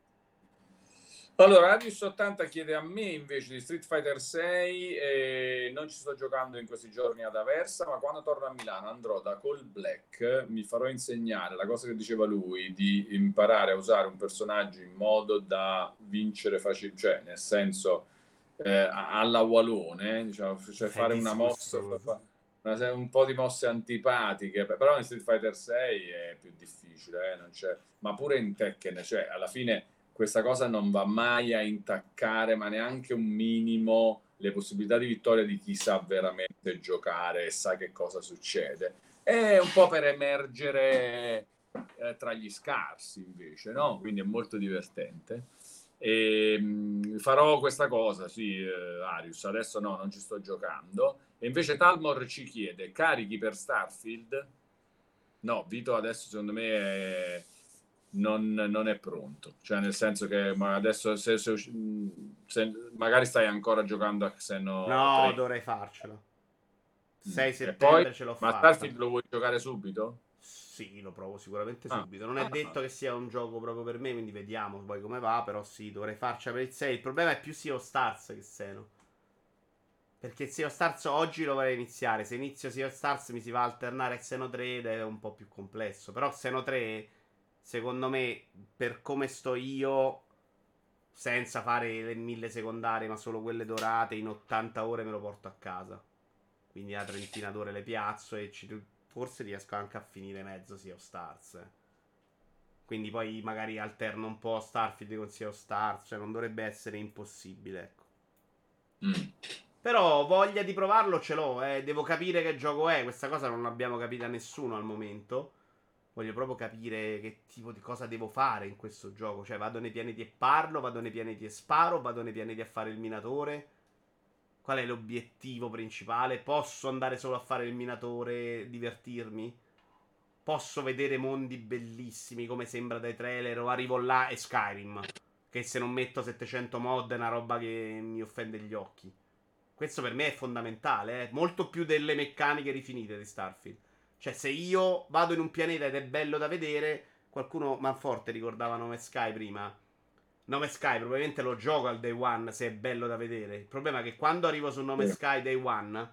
Allora, Radius ottanta chiede a me invece di Street Fighter sei, eh, non ci sto giocando in questi giorni ad Aversa, ma quando torno a Milano andrò da Cole Black, mi farò insegnare la cosa che diceva lui, di imparare a usare un personaggio in modo da vincere facilmente, cioè nel senso eh, alla Walone, diciamo, cioè È fare una mossa, fa- disgustoso. fa- una- un po' di mosse antipatiche, però in Street Fighter sei è più difficile, eh, non c'è, ma pure in Tekken, cioè alla fine questa cosa non va mai a intaccare, ma neanche un minimo, le possibilità di vittoria di chi sa veramente giocare e sa che cosa succede. È un po' per emergere eh, tra gli scarsi, invece, no? Quindi è molto divertente. E, mh, farò questa cosa, sì, eh, Arius. Adesso no, non ci sto giocando. E invece Talmor ci chiede: carichi per Starfield? No, Vito adesso secondo me è non, non è pronto, cioè nel senso che ma adesso se, se, se, magari stai ancora giocando a Xeno No, tre. dovrei farcela. Mm. sei E poi, settembre ce l'ho ma fatta. Starfield lo vuoi giocare subito? Sì, lo provo sicuramente Ah, subito. Non è ah, detto che sia un gioco proprio per me, quindi vediamo poi come va. Però sì, dovrei farcela per il sei. Il problema è più Sea of Stars che Xeno. Perché Sea of Stars oggi lo vorrei iniziare. Se inizio Sea of Stars mi si va a alternare a Xeno tre ed è un po' più complesso. Però Xeno tre, secondo me, per come sto io, senza fare le mille secondarie, ma solo quelle dorate, in ottanta ore me lo porto a casa. Quindi una trentina d'ore le piazzo e ci, forse riesco anche a finire mezzo Sea of Stars. eh. Quindi poi magari alterno un po' Starfield con Sea of Stars. Cioè non dovrebbe essere impossibile, ecco. mm. Però voglia di provarlo ce l'ho, eh. Devo capire che gioco è. Questa cosa non l'abbiamo capita nessuno al momento. Voglio proprio capire che tipo di cosa devo fare in questo gioco. Cioè, vado nei pianeti e parlo, vado nei pianeti e sparo, vado nei pianeti a fare il minatore. Qual è l'obiettivo principale? Posso andare solo a fare il minatore e divertirmi? Posso vedere mondi bellissimi come sembra dai trailer o arrivo là e Skyrim? Che se non metto settecento mod è una roba che mi offende gli occhi. Questo per me è fondamentale, eh? Molto più delle meccaniche rifinite di Starfield. Cioè, se io vado in un pianeta ed è bello da vedere, qualcuno Manforte ricordava Nome Sky prima. Nome Sky probabilmente lo gioco al day one se è bello da vedere. Il problema è che quando arrivo su Nome Sì. Sky day one,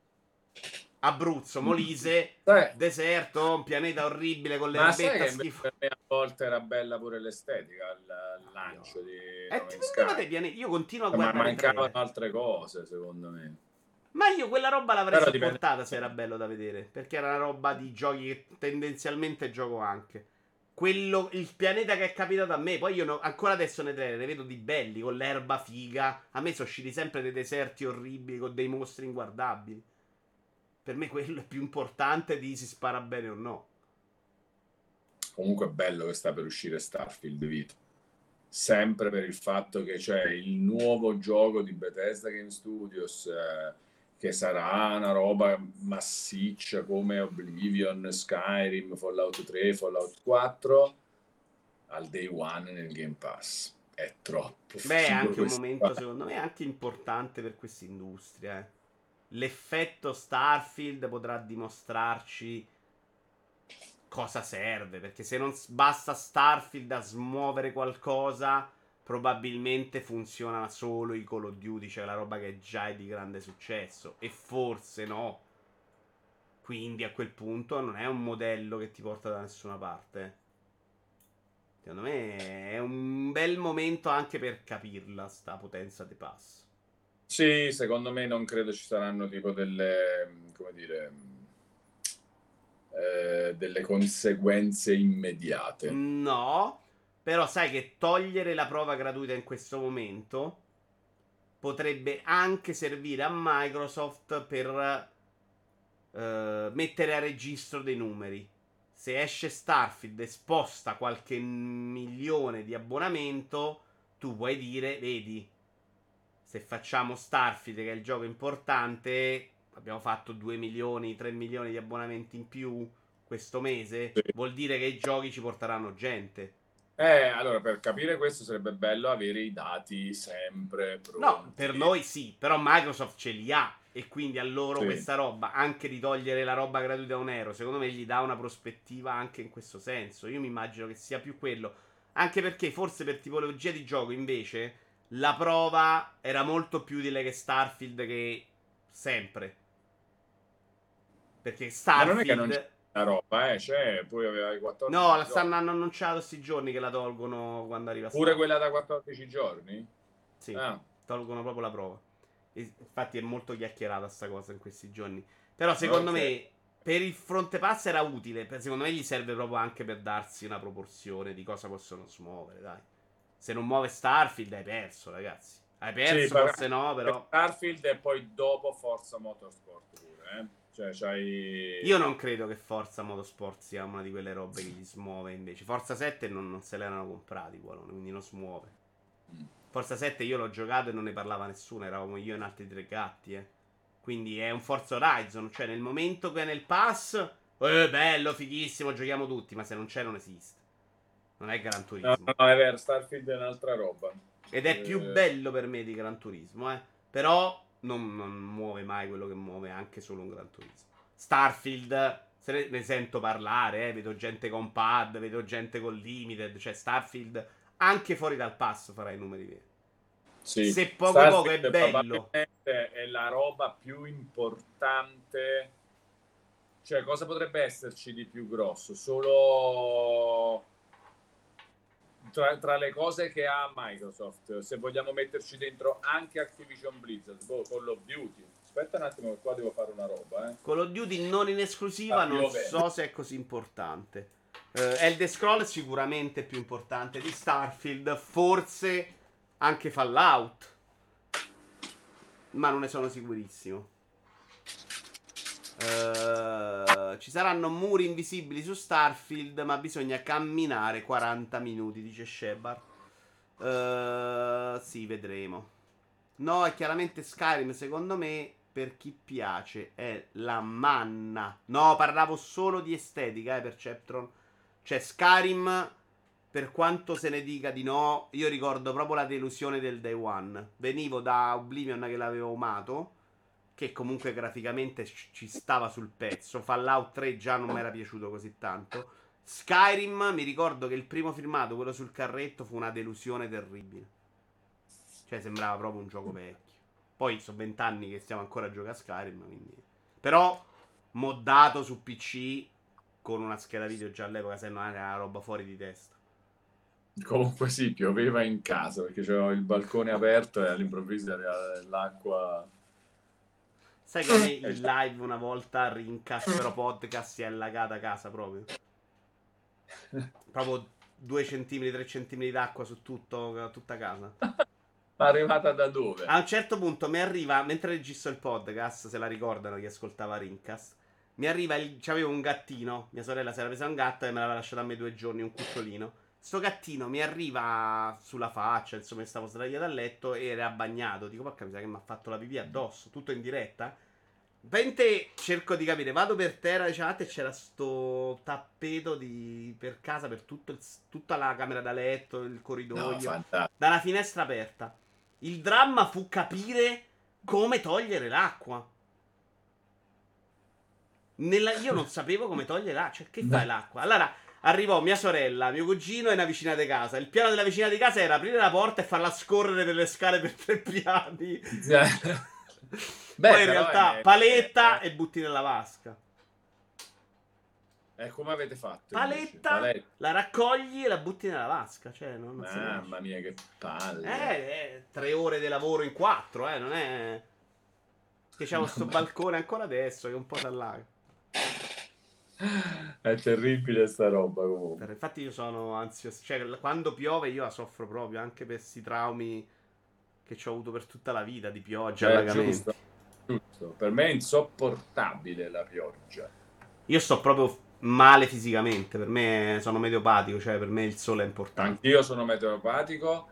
Abruzzo, Molise, Sai, deserto, un pianeta orribile con ma sai l'erbetta che invece schifo. per me a volte era bella pure l'estetica, il, il No, io... lancio di E No ti Man's vendevate Sky, i pianeti. Io continuo a ma guardare i mancavano trailer. altre cose, secondo me. Ma io quella roba l'avrei Però dipende. sopportata se era bello da vedere. Perché era una roba di giochi che tendenzialmente gioco anche. quello, il pianeta che è capitato a me. Poi io no- ancora adesso nei trailer ne vedo di belli, con l'erba figa. A me sono usciti sempre dei deserti orribili con dei mostri inguardabili. Per me quello è più importante di si spara bene o no. Comunque è bello che sta per uscire Starfield, Vito. Sempre per il fatto che c'è il nuovo gioco di Bethesda Game Studios, eh, che sarà una roba massiccia come Oblivion, Skyrim, Fallout tre, Fallout quattro, al day one nel Game Pass. È troppo Beh, è figo anche un questo. momento, secondo me, anche importante per questa industria. eh. L'effetto Starfield potrà dimostrarci cosa serve. Perché se non s- basta Starfield a smuovere qualcosa, probabilmente funziona solo i Call of Duty, cioè la roba che già è di grande successo. E forse no. Quindi a quel punto non è un modello che ti porta da nessuna parte. Secondo me è un bel momento anche per capirla, sta potenza di pass. Sì, secondo me non credo ci saranno tipo delle, come dire, eh, delle conseguenze immediate. No, però sai che togliere la prova gratuita in questo momento potrebbe anche servire a Microsoft per eh, mettere a registro dei numeri. Se esce Starfield e sposta qualche milione di abbonamento, tu puoi dire, vedi, se facciamo Starfield, che è il gioco importante, abbiamo fatto due milioni, tre milioni di abbonamenti in più questo mese, Sì. vuol dire che i giochi ci porteranno gente. Eh, allora, per capire questo sarebbe bello avere i dati sempre No, pronti. per noi sì, però Microsoft ce li ha e quindi a loro Sì. questa roba, anche di togliere la roba gratuita a un euro, secondo me gli dà una prospettiva anche in questo senso. Io mi immagino che sia più quello, anche perché forse per tipologia di gioco invece la prova era molto più utile che Starfield che sempre. Perché Ma non è che non c'è Starfield... la roba, eh, c'è, poi aveva i No, quattordici la giorni. stanno hanno annunciato sti giorni che la tolgono quando arriva Pure Starfield. quella da quattordici giorni? Sì, Ah, tolgono proprio la prova. E infatti è molto chiacchierata sta cosa in questi giorni. Però secondo ok. me per il fronte pass era utile. per- Secondo me gli serve proprio anche per darsi una proporzione di cosa possono smuovere, dai. Se non muove Starfield hai perso, ragazzi. Hai Sì, perso, ma- forse no, però... Starfield e poi dopo Forza Motorsport pure, eh. Cioè, c'hai... Io non credo che Forza Motorsport sia una di quelle robe che gli smuove invece. Forza sette non, non se l'erano comprati, buono, quindi non smuove. Mm. Forza sette io l'ho giocato e non ne parlava nessuno, eravamo io e altri tre gatti, eh. Quindi è un Forza Horizon, cioè nel momento che è nel pass, eh, bello, fighissimo, giochiamo tutti, ma se non c'è non esiste. Non è Gran No, Turismo. no, no, è vero, Starfield è un'altra roba. Ed è più Eh, bello per me di Gran Turismo, eh. Però non, non muove mai quello che muove anche solo un Gran Turismo. Starfield, se ne, ne sento parlare, eh. Vedo gente con pad, vedo gente con limited, cioè Starfield anche fuori dal pass farà i numeri veri. sì, Se poco poco è Starfield bello. probabilmente è la roba più importante. Cioè, cosa potrebbe esserci di più grosso? Solo tra, tra le cose che ha Microsoft, se vogliamo metterci dentro anche Activision Blizzard, boh, Call of Duty. Aspetta un attimo, che qua devo fare una roba, eh. Call of Duty non in esclusiva, Ah, non piove. so se è così importante. Eh, Elder Scrolls sicuramente è più importante di Starfield, forse anche Fallout, ma non ne sono sicurissimo. Eh, ci saranno muri invisibili su Starfield, ma bisogna camminare quaranta minuti, dice Shepard. Eh, sì, vedremo. No, è chiaramente Skyrim, secondo me, per chi piace, è la manna. No, parlavo solo di estetica, eh, Perceptron. Cioè, Skyrim, per quanto se ne dica di no, io ricordo proprio la delusione del Day One. Venivo da Oblivion che l'avevo amato, che comunque graficamente ci stava sul pezzo. Fallout tre già non mi era piaciuto così tanto. Skyrim, mi ricordo che il primo filmato, quello sul carretto, fu una delusione terribile. Cioè, sembrava proprio un gioco vecchio. Poi sono vent'anni che stiamo ancora a giocare a Skyrim, quindi... Però, moddato su P C, con una scheda video già all'epoca, se no era una roba fuori di testa. Comunque sì, pioveva in casa perché c'era il balcone aperto e all'improvviso era l'acqua. Sai che a me Eh, in live una volta Rincast, però podcast si è allagata a casa proprio. Proprio due centimetri, tre centimetri d'acqua su tutto, tutta casa. Ma arrivata da dove? A un certo punto mi arriva, mentre registro il podcast, se la ricordano chi ascoltava Rincast, mi arriva il. C'avevo un gattino. Mia sorella si era presa un gatto e me l'aveva lasciato a me due giorni, un cucciolino. Sto gattino mi arriva sulla faccia, insomma, stavo sdraiato a letto e era bagnato. Dico, porca miseria, che mi ha fatto la pipì addosso, tutto in diretta. Vente cerco di capire, vado per terra, diciamo, e c'era sto tappeto di, per casa, per tutto il- tutta la camera da letto, il No, corridoio, fantastico. dalla finestra aperta. Il dramma fu capire come togliere l'acqua. Nella- io non sapevo come togliere l'acqua. Cioè, che fai l'acqua? Allora, arrivò mia sorella, mio cugino e una vicina di casa. Il piano della vicina di casa era aprire la porta e farla scorrere per le scale per tre piani. Beh, Poi in però realtà è, paletta è, e butti nella vasca. è come avete fatto invece? Paletta, Paletta. la raccogli e la butti nella vasca. Cioè, non, non si Mamma riesce. mia, che palle. Eh, eh, tre ore di lavoro in quattro, eh, non è. Che c'avevo sto Mamma- balcone ancora adesso che un po' s'allaga. È terribile sta roba Per- comunque. Infatti io sono ansioso. Cioè, l- quando piove io la soffro proprio, anche per questi traumi che ci ho avuto per tutta la vita, di pioggia, È allagamenti. giusto, giusto. Per me è insopportabile la pioggia. Io sto proprio male fisicamente, per me sono meteopatico, cioè per me il sole è importante. Anch'io sono meteopatico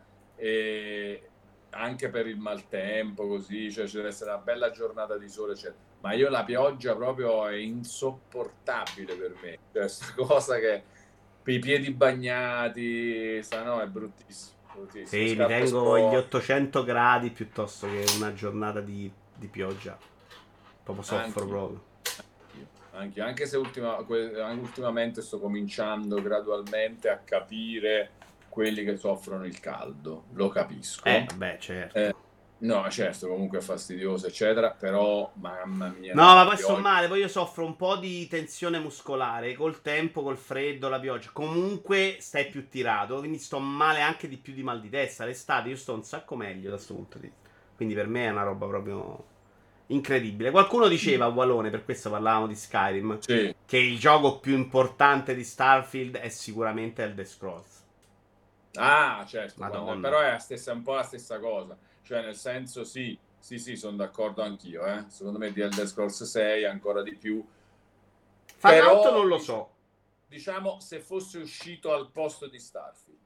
e anche per il maltempo, così, cioè ci deve essere una bella giornata di sole, eccetera. Ma io la pioggia proprio è insopportabile per me. Cioè, questa cosa che i piedi bagnati, sa, no, è bruttissimo, bruttissimo. Sì, mi Scarpe tengo gli sporche, ottocento gradi piuttosto che una giornata di, di pioggia. Proprio soffro anch'io. proprio. Anche, anche se ultima, que- ultimamente sto cominciando gradualmente a capire quelli che soffrono il caldo, lo Eh, capisco. beh, certo. Eh, no, certo, comunque è fastidioso, eccetera, però mamma mia, No, la ma poi sto pioggia. male, poi io soffro un po' di tensione muscolare, col tempo, col freddo, la pioggia. Comunque stai più tirato, quindi sto male anche di più di mal di testa. L'estate io sto un sacco meglio da questo punto di vista. Quindi per me è una roba proprio incredibile. Qualcuno diceva, Walone, per questo parlavamo di Skyrim, Sì, che il gioco più importante di Starfield è sicuramente Elder Scrolls. ah, certo, quando- Madonna. però è la stessa, un po' la stessa cosa, cioè nel senso sì, sì, sì, sono d'accordo anch'io, eh. Secondo me di Elder Scrolls sei ancora di più, Fallout però non lo dic- so. diciamo se fosse uscito al posto di Starfield.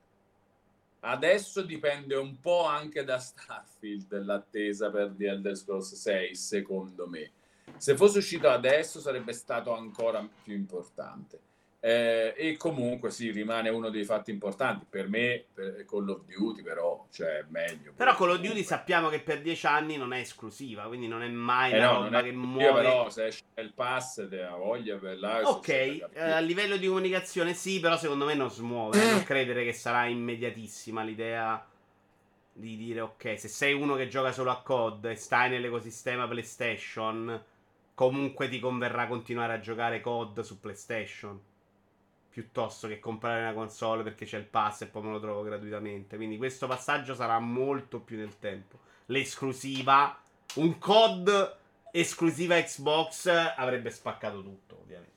Adesso dipende un po' anche da Starfield l'attesa per The Elder Scrolls sei, secondo me. Se fosse uscito adesso sarebbe stato ancora più importante. Eh, e comunque sì, rimane uno dei fatti importanti. Per me, per Call of Duty, però, cioè, è meglio Però pure Call of Duty comunque. sappiamo che per dieci anni non è esclusiva, quindi non è mai Eh la no, non è roba che io muove. però se esce il pass te la voglia per là, so- Ok, c'è da eh, a capire. livello di comunicazione sì, però secondo me non smuove. eh. Non credere che sarà immediatissima l'idea di dire ok, se sei uno che gioca solo a C O D e stai nell'ecosistema PlayStation, comunque ti converrà continuare a giocare C O D su PlayStation. Piuttosto che comprare una console perché c'è il pass e poi me lo trovo gratuitamente. Quindi questo passaggio sarà molto più nel tempo. L'esclusiva, un C O D esclusiva Xbox avrebbe spaccato tutto, ovviamente.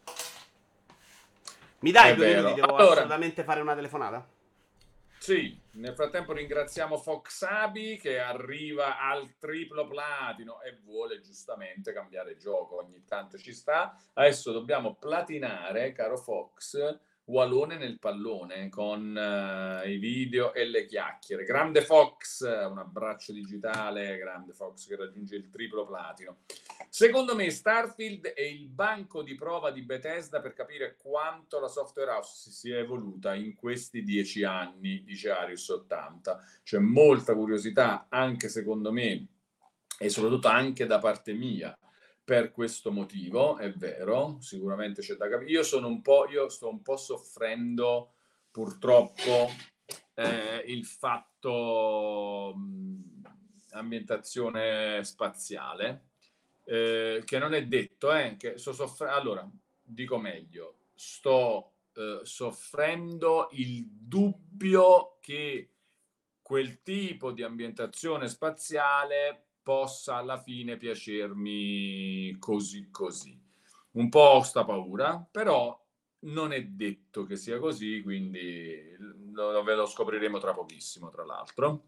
Mi dai È due minuti? vero. Devo Allora, assolutamente fare una telefonata. sì, nel frattempo ringraziamo Foxabi che arriva al triplo platino e vuole giustamente cambiare gioco, ogni tanto ci sta. Adesso dobbiamo platinare, caro Fox, Walone nel pallone con uh, i video e le chiacchiere. Grande Fox, un abbraccio digitale, grande Fox che raggiunge il triplo platino. Secondo me Starfield è il banco di prova di Bethesda per capire quanto la software house si è evoluta in questi dieci anni, dice Arius ottanta. C'è molta curiosità, anche secondo me, e soprattutto anche da parte mia, per questo motivo, è vero, sicuramente c'è da capire. Io sono un po', io sto un po' soffrendo purtroppo eh, il fatto mh, ambientazione spaziale, eh, che non è detto, eh, che sto soffre- allora, dico meglio, sto eh, soffrendo il dubbio che quel tipo di ambientazione spaziale possa alla fine piacermi così così. Un po' ho sta paura, però non è detto che sia così, quindi lo, ve lo scopriremo tra pochissimo, tra l'altro.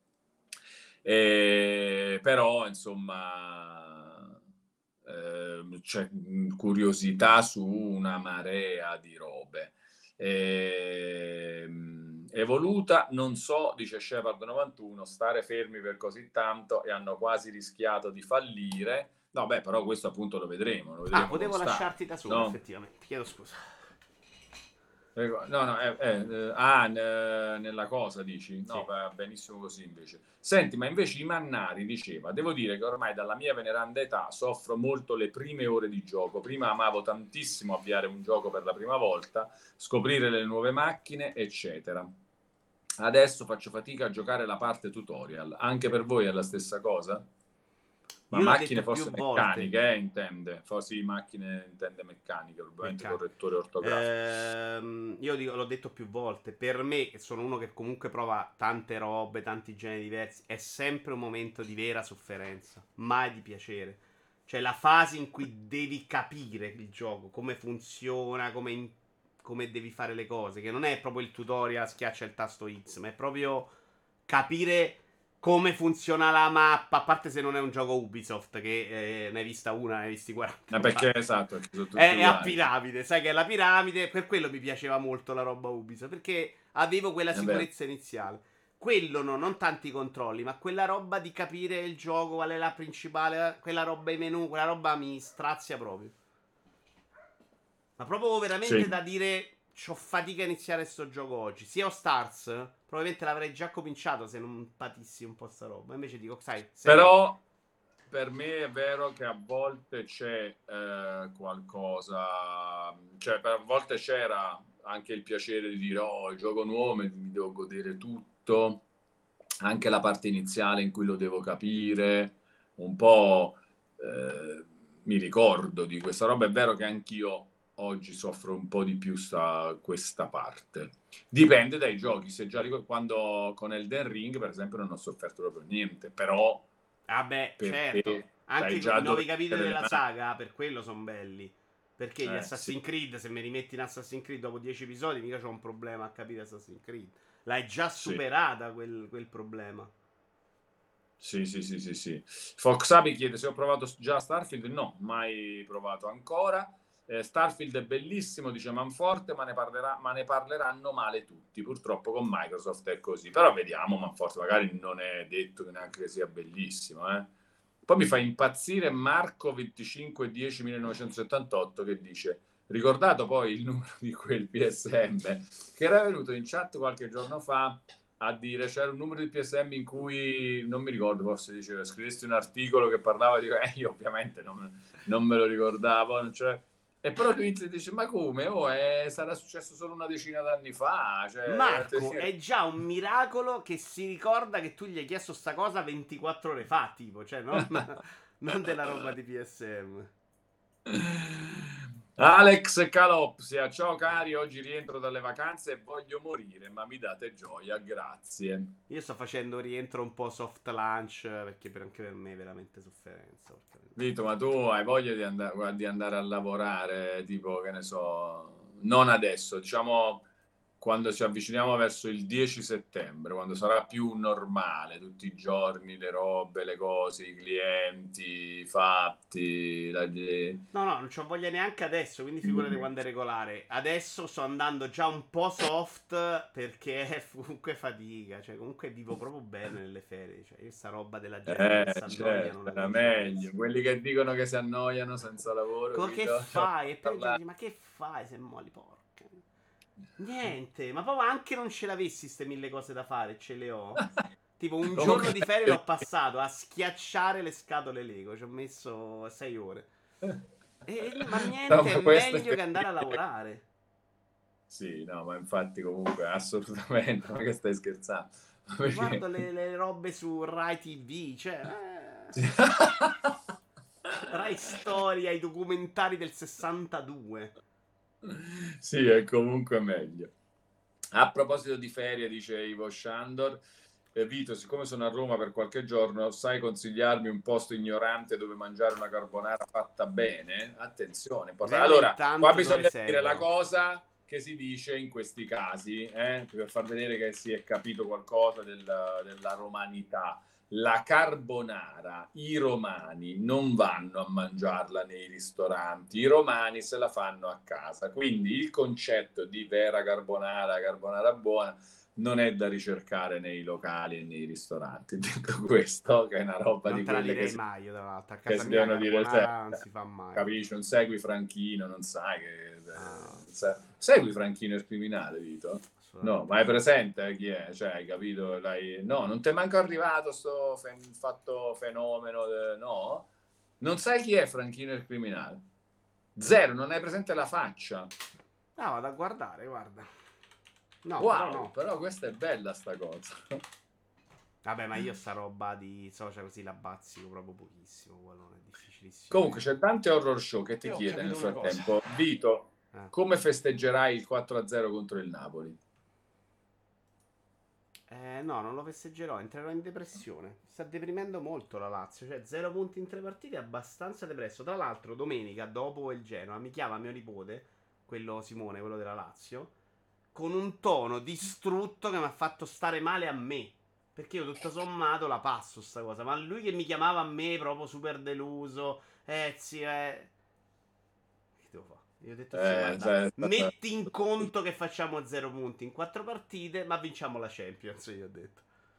E, però, insomma, eh, c'è curiosità su una marea di robe. E, evoluta, non so, dice Shepard novantuno, stare fermi per così tanto e hanno quasi rischiato di fallire. No, beh, però questo appunto lo vedremo, lo Ah, vedremo con potevo Star, lasciarti da solo, no? effettivamente. Chiedo scusa. Prego. No, no, eh, eh, ah, n- nella cosa dici? No, Sì. va benissimo così invece. Senti, ma invece i Mannari diceva, devo dire che ormai dalla mia veneranda età soffro molto le prime ore di gioco. Prima amavo tantissimo avviare un gioco per la prima volta, scoprire le nuove macchine, eccetera. Adesso faccio fatica a giocare la parte tutorial. Anche per voi è la stessa cosa? Ma Io l'ho macchine detto più forse volte. meccaniche, eh, intende? Forse macchine intende meccaniche, probabilmente Meccanico. correttore ortografico. Ehm, io dico, l'ho detto più volte, per me, che sono uno che comunque prova tante robe, tanti generi diversi, è sempre un momento di vera sofferenza, mai di piacere. Cioè la fase in cui devi capire il gioco, come funziona, come, in- come devi fare le cose, che non è proprio il tutorial, schiaccia il tasto X, ma è proprio capire come funziona la mappa, a parte se non è un gioco Ubisoft, che eh, ne hai vista una, ne hai visti Ma perché quarantaquattro. esatto, perché sono tutti È, è a uguali. piramide, sai che è la piramide, per quello mi piaceva molto la roba Ubisoft, perché avevo quella È vero. sicurezza iniziale. Quello no, non tanti controlli, ma quella roba di capire il gioco, qual è la principale, quella roba i menu, quella roba mi strazia proprio. Ma proprio veramente Sì. da dire, c'ho fatica a iniziare sto gioco oggi. Sia o Stars, probabilmente l'avrei già cominciato se non patissi un po' sta roba. Invece dico, sai, serio. Però per me è vero che a volte c'è eh, qualcosa, cioè per, a volte c'era anche il piacere di dire oh, il gioco nuovo, mi, mi devo godere tutto, anche la parte iniziale in cui lo devo capire, un po' eh, mi ricordo di questa roba. È vero che anch'io oggi soffro un po' di più sta, questa parte. Dipende dai giochi, se già ricordo, quando con Elden Ring per esempio non ho sofferto proprio niente, però Vabbè, certo. perché sai Anche già i dove nuovi capitoli mettere le della mani. saga, per quello sono belli. Perché gli Eh, sì, Assassin's Creed, se mi rimetti in Assassin's Creed dopo dieci episodi, mica c'ho un problema a capire Assassin's Creed. L'hai già sì, superata quel, quel problema. sì, sì, sì, sì, sì. Foxabi chiede se ho provato già Starfield. No, mai provato ancora. Eh, Starfield è bellissimo, dice Manforte, ma ne, parlerà, ma ne parleranno male tutti. Purtroppo con Microsoft è così. Però vediamo, Manforte, magari non è detto che neanche che sia bellissimo, eh. Poi mi fa impazzire Marco venticinque dieci millenovecentosettantotto che dice ricordato poi il numero di quel P S M che era venuto in chat qualche giorno fa a dire c'era un numero di P S M in cui non mi ricordo, forse diceva scrivesti un articolo che parlava di eh, io ovviamente non, non me lo ricordavo, cioè, e però lui dice ma come oh, eh, sarà successo solo una decina d'anni fa, cioè, Marco è già un miracolo che si ricorda che tu gli hai chiesto sta cosa ventiquattro ore fa, tipo, cioè non, non della roba di P S M. Alex Calopsia, ciao cari, oggi rientro dalle vacanze e voglio morire, ma mi date gioia, grazie. Io sto facendo rientro un po' soft launch perché per, anche per me è veramente sofferenza. porca miseria. Vito, ma tu hai voglia di, and- di andare a lavorare, tipo, che ne so, non adesso, diciamo quando ci avviciniamo verso il dieci settembre, quando sarà più normale, tutti i giorni, le robe, le cose, i clienti, i fatti, la... No, no, non c'ho voglia neanche adesso, quindi il figurate quando è momento. regolare. Adesso sto andando già un po' soft perché è comunque fatica, cioè comunque vivo proprio bene nelle ferie, cioè io sta roba della gente che Eh, si annoia non certo, la era conoscenza. meglio. Quelli che dicono che si annoiano senza lavoro, Co- che Vito, ne voglio fai? E poi gente parlare. dice, ma che fai se molli, porca? Niente, ma proprio anche non ce l'avessi ste mille cose da fare, ce le ho. Tipo un giorno Comunque, di ferie l'ho passato a schiacciare le scatole Lego, ci ho messo sei ore. E, ma no, niente, è ma questo è meglio che per andare a dire. lavorare. Sì, no, ma infatti comunque assolutamente, ma che stai scherzando? Mi guardo Perché... le, le robe su Rai T V, cioè... Sì. eh, Rai Storia, i documentari del sessantadue. Sì, è comunque meglio. A proposito di ferie, dice Ivo Shandor, eh, Vito, siccome sono a Roma per qualche giorno, sai consigliarmi un posto ignorante dove mangiare una carbonara fatta bene? Attenzione. Porta... Vediamo Allora, qua intanto dove bisogna dire la seguono. cosa che si dice in questi casi, eh, per far vedere che si è capito qualcosa del, della romanità. La carbonara, i romani non vanno a mangiarla nei ristoranti, i romani se la fanno a casa. Quindi il concetto di vera carbonara, carbonara buona, non è da ricercare nei locali e nei ristoranti. Detto questo, che è una roba Non di te la quelle che direi si, mai io, tra l'altro. A che casa si mia devono dire, cioè, carbonara non si fa mai. capisci? Non segui Franchino, non sai che... Ah, eh, se- segui Franchino il criminale, Vito? No, assolutamente ma hai sì. presente chi è? Cioè, hai capito? L'hai... No, non ti è manco arrivato sto fe- fatto fenomeno, de- no? Non sai chi è Franchino il criminale? Zero, non hai presente la faccia. No, vado a guardare, guarda. No, però Wow, no. però questa è bella sta cosa. Vabbè, ma io sta roba di social così la bazzico proprio pochissimo. Quello è difficilissimo. Comunque c'è tante horror show che ti Io ho chiede nel capito una cosa. frattempo, Vito, Eh. come festeggerai il quattro a zero contro il Napoli? Eh, no, non lo festeggerò, entrerò in depressione. Sta deprimendo molto la Lazio, cioè zero punti in tre partite è abbastanza depresso. Tra l'altro, domenica, dopo il Genoa, mi chiama mio nipote, quello Simone, quello della Lazio, con un tono distrutto che mi ha fatto stare male a me. Perché io tutto sommato la passo sta cosa, ma lui che mi chiamava a me proprio super deluso, eh zio, eh... Che devo fare? Io ho detto zio, Eh, guarda, cioè, metti in conto che facciamo zero punti in quattro partite, ma vinciamo la Champions, io ho detto.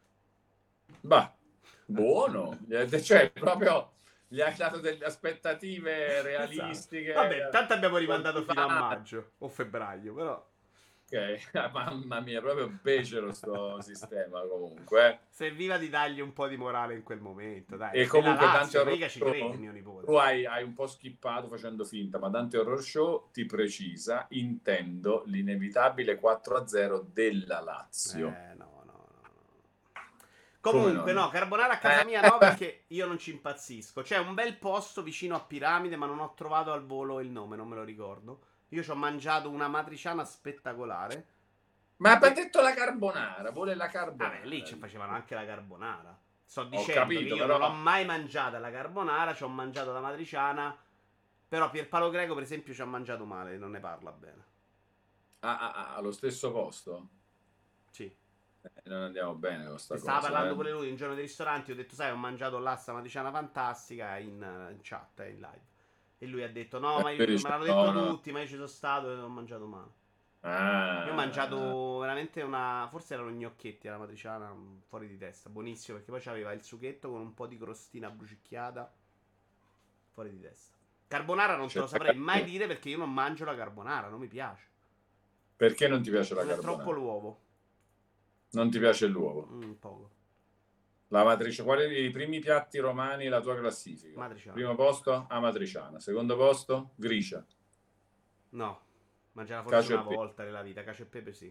bah, buono, cioè proprio gli hai dato delle aspettative Esatto. Vabbè, realistiche, intanto abbiamo rimandato fino a coltivate. maggio o febbraio, però Ok, mamma mia, proprio becero sto sistema comunque. eh. serviva di dargli un po' di morale in quel momento, dai. E Della comunque Dante Lazio, Horror mica ci crede Show, mio tu nipote. hai, hai un po' skippato facendo finta, ma Dante Horror Show ti precisa, intendo l'inevitabile quattro a zero della Lazio. Eh, no, no, no, no. Come Comunque, no? no, carbonara a casa mia no Eh, perché io non ci impazzisco. C'è un bel posto vicino a Piramide, ma non ho trovato al volo il nome, non me lo ricordo. Io ci ho mangiato una matriciana spettacolare. ma ha E detto la carbonara, vuole la vabbè, lì carbonara. ci facevano anche la carbonara. Sto Ho dicendo che capito, io non però l'ho mai mangiata la carbonara, ci ho mangiato la matriciana. Però Pierpaolo Greco, per esempio, ci ha mangiato male, non ne parla bene. ah, ah, ah, allo stesso posto Sì. eh, non andiamo bene con Ne sta stava cosa. parlando Eh. pure lui un giorno dei ristoranti. Ho detto, sai, ho mangiato là sta matriciana fantastica in, in chat, eh, in live. E lui ha detto, no, E ma lui io, me dice, l'hanno detto no, no. tutti, ma io ci sono stato e ho mangiato male. Io ho Ah, mangiato veramente una. Forse erano gnocchetti alla matriciana, mm, fuori di testa. Buonissimo perché poi c'aveva il sughetto con un po' di crostina bruciacchiata. Fuori di testa. Carbonara non te c'è lo da saprei mai capire. dire perché io non mangio la carbonara, non mi piace. Perché non ti piace la Non è troppo carbonara? l'uovo. Non ti piace l'uovo? Mm, poco. La matrice, quali dei primi piatti romani la tua classifica? Matriciana. Primo posto, amatriciana. Secondo posto, gricia. No. Mangiava forse Cacio e una pepe. volta nella vita. Cacio e pepe sì.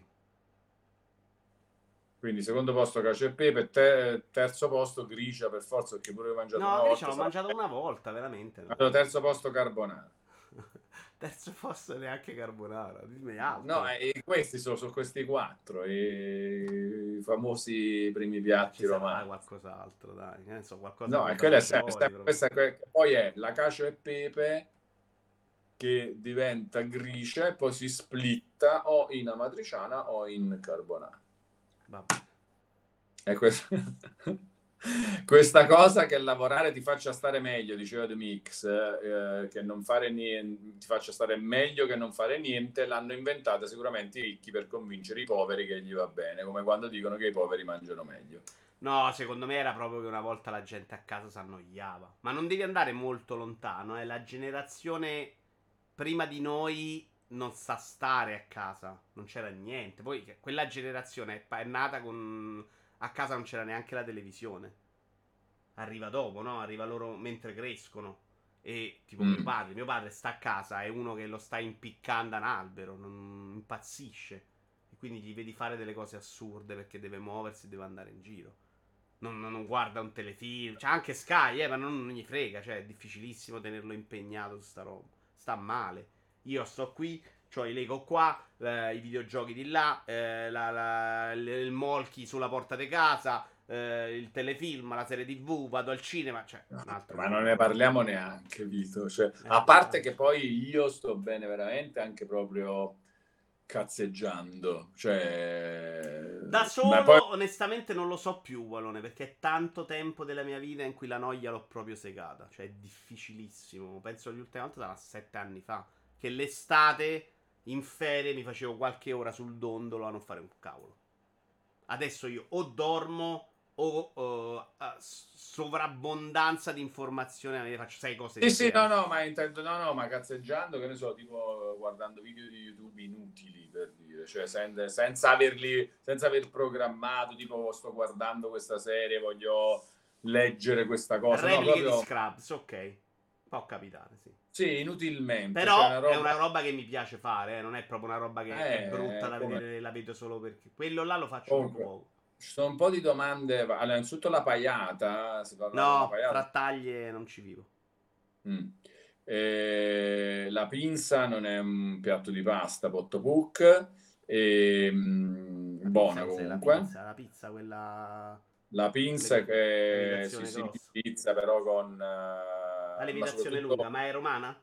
Quindi secondo posto cacio e pepe, te- terzo posto gricia per forza perché pure ho mangiato No, una gricia volta. l'ho Sarà... mangiata una volta, veramente. Allora, No. terzo posto carbonara. Terzo posto neanche carbonara. Dimmi No, altro. e questi sono, sono questi quattro, i famosi primi Ma ci piatti sarà romani. qualcos'altro, dai. Che ne so, qualcosa No, con i e quella è sempre, fagioli. sempre- Proprio. questa è que- poi è la cacio e pepe che diventa gricia e poi si splitta o in amatriciana o in carbonara. Vabbè. E questa... questa cosa che lavorare ti faccia stare meglio, diceva The Mix, eh, che non fare niente, ti faccia stare meglio che non fare niente, l'hanno inventata sicuramente i ricchi per convincere i poveri che gli va bene, come quando dicono che i poveri mangiano meglio. No, secondo me era proprio che una volta la gente a casa si annoiava. Ma non devi andare molto lontano, eh. La generazione prima di noi non sa stare a casa. Non c'era niente. Poi che- quella generazione è, pa- è nata con. A casa non c'era neanche la televisione. Arriva dopo, no? Arriva loro mentre crescono. E tipo mio Mm. padre. Mio padre sta a casa, è uno che lo sta impiccando a un albero. Non impazzisce. E quindi gli vedi fare delle cose assurde perché deve muoversi e deve andare in giro. Non, non- non guarda un telefilm. C'ha anche Sky, eh, ma non, non gli frega. Cioè, è difficilissimo tenerlo impegnato su sta roba. Sta male. Io sto qui, ho i Lego qua, eh, i videogiochi di là, eh, la- la- il, il Molchi sulla porta di casa. eh, il telefilm, la serie tivù, vado al cinema, cioè un altro Ma non mondo. ne parliamo neanche, Vito. Cioè, Eh, a parte eh. che poi io sto bene veramente anche proprio cazzeggiando. Cioè, Da ma poi solo, onestamente, non lo so più, Walone, perché è tanto tempo della mia vita in cui la noia l'ho proprio segata. Cioè, è difficilissimo. Penso l'ultima volta sarà sette anni fa. Che l'estate, in ferie, mi facevo qualche ora sul dondolo a non fare un cavolo. Adesso io o dormo o uh, uh, sovrabbondanza di informazioni, ne faccio sei cose sì, sì, no, insieme. no, ma intendo, no, no, ma cazzeggiando, che ne so, tipo guardando video di YouTube inutili, per dire, cioè sen- senza averli, senza aver programmato, tipo sto guardando questa serie, voglio leggere questa cosa, no, Repliche di proprio, Scrubs, ok. Può capitare, sì. sì, inutilmente, cioè una Però è roba, una roba che mi piace fare, eh, non è proprio una roba che è brutta eh, da come, vedere, la vedo solo perché quello là lo faccio troppo comunque, poco. ci sono un po' di domande, allora, innanzitutto la paiata, si parla della No, paiata. frattaglie non ci vivo. Mm. Eh, la pinza non è un piatto di pasta, pottopuc, e, mm, La pizza buona cos'è? La comunque. pizza, la pizza quella... La pinza levi- che è, sì, Levitazione sì, grossa. pizza però con, La eh, ma levitazione lunga, soprattutto ma è romana?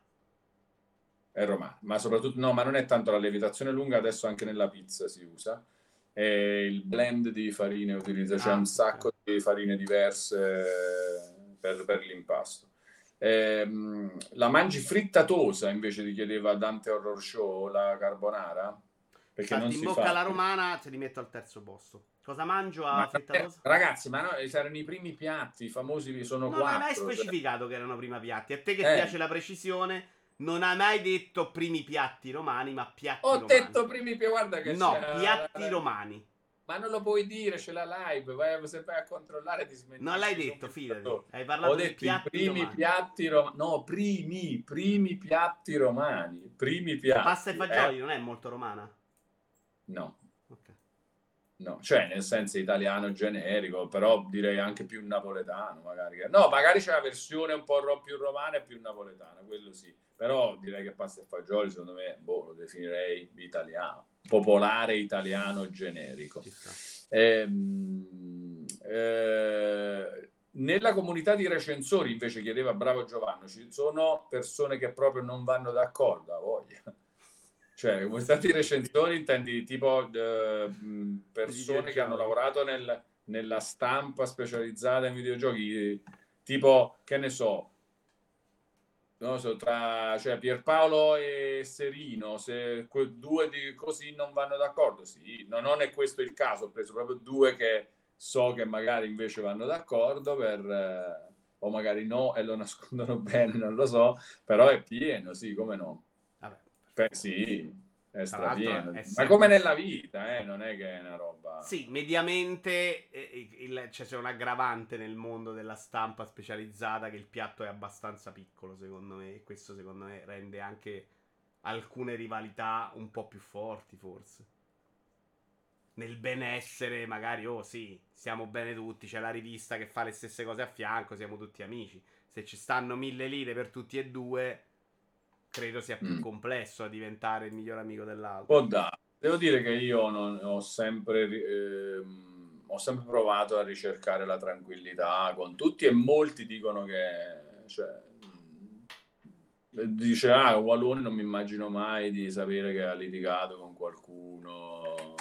è romana, ma soprattutto no, ma non è tanto la lievitazione lunga, adesso anche nella pizza si usa. E il blend di farine utilizza, c'è un Ah, ok. sacco di farine diverse per, per l'impasto. Ehm, la mangi frittatosa invece ti chiedeva Dante Horror Show, la carbonara? Perché non Salti in si bocca fa. alla romana, te li metto al terzo posto. Cosa mangio Ma a non è- frittatosa? ragazzi, ma no, erano i primi piatti, i famosi sono Non hai mai quattro. Cioè, specificato che erano prima piatti. A te che eh, piace la precisione, non hai mai detto primi piatti romani, ma piatti ho romani. detto primi piatti, guarda che c'è. No, piatti romani. Ma non lo puoi dire, c'è la live, vai, se vai a controllare ti Non l'hai smentisci detto, fidati. subito. Hai Ho parlato di detto i piatti primi romani. piatti romani, no, primi, primi piatti romani, primi Pasta e piatti, eh? fagioli non è molto romana? No, Ok. no, cioè nel senso italiano generico, però direi anche più napoletano magari. No, magari c'è la versione un po' ro- più romana e più napoletana, quello sì. Però direi che pasta e fagioli, secondo me, boh, lo definirei italiano, popolare italiano generico. Ci sta. Ehm, eh, nella comunità di recensori, invece, chiedeva Bravo Giovanni, ci sono persone che proprio non vanno d'accordo, a voglia. Cioè, comunità di recensori intendi tipo eh, mh, Di persone che hanno videogiochi. lavorato nel- nella stampa specializzata in videogiochi, tipo, che ne so, non lo so, tra cioè Pierpaolo e Serino, se que- due di così non vanno d'accordo, sì, no, non è questo il caso, ho preso proprio due che so che magari invece vanno d'accordo per, eh, o magari no e lo nascondono bene, non lo so, però è pieno, sì, come no. Vabbè, Beh, perfetto. sì, è Tra l'altro strapieno, è ma come sempre... nella vita, eh, non è che è una roba. Sì, mediamente eh, il- cioè, c'è un aggravante nel mondo della stampa specializzata che il piatto è abbastanza piccolo, secondo me, e questo secondo me rende anche alcune rivalità un po' più forti, forse. Nel benessere, magari, oh sì, siamo bene tutti, c'è la rivista che fa le stesse cose a fianco, siamo tutti amici. Se ci stanno mille lire per tutti e due, credo sia più Mm. complesso a diventare il miglior amico dell'altro. Può dare. Devo dire che io non, ho sempre, ehm, ho sempre provato a ricercare la tranquillità con tutti e molti dicono che, cioè, mh, dice, ah, Walone non mi immagino mai di sapere che ha litigato con qualcuno.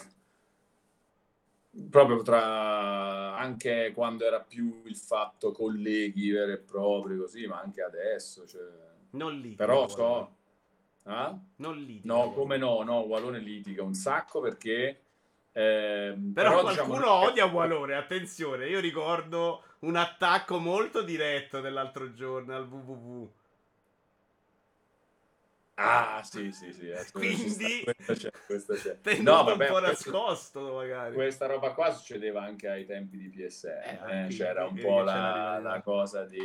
Proprio tra anche quando era più il fatto colleghi veri e propri, così, ma anche adesso. Cioè. Non litiga, Però Walone. so. Ah? Non litiga, No, come Walone. no, no, Walone litiga un sacco perché. ehm, Però però diciamo. Non qualcuno è odia che- Walone, attenzione. Io ricordo un attacco molto diretto dell'altro giorno al www. Ah, sì, sì, sì, eh, ci sta, Quindi, questo c'è, questo c'è. No, tenuto un vabbè, po' questo- nascosto, magari. questa roba qua succedeva anche ai tempi di P S Eh, N, ma eh, qui c'era un vedi po' che c'è la la, la rivalità. cosa di.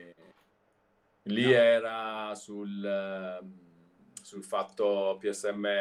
Lì No, era sul, ehm, sul fatto P S M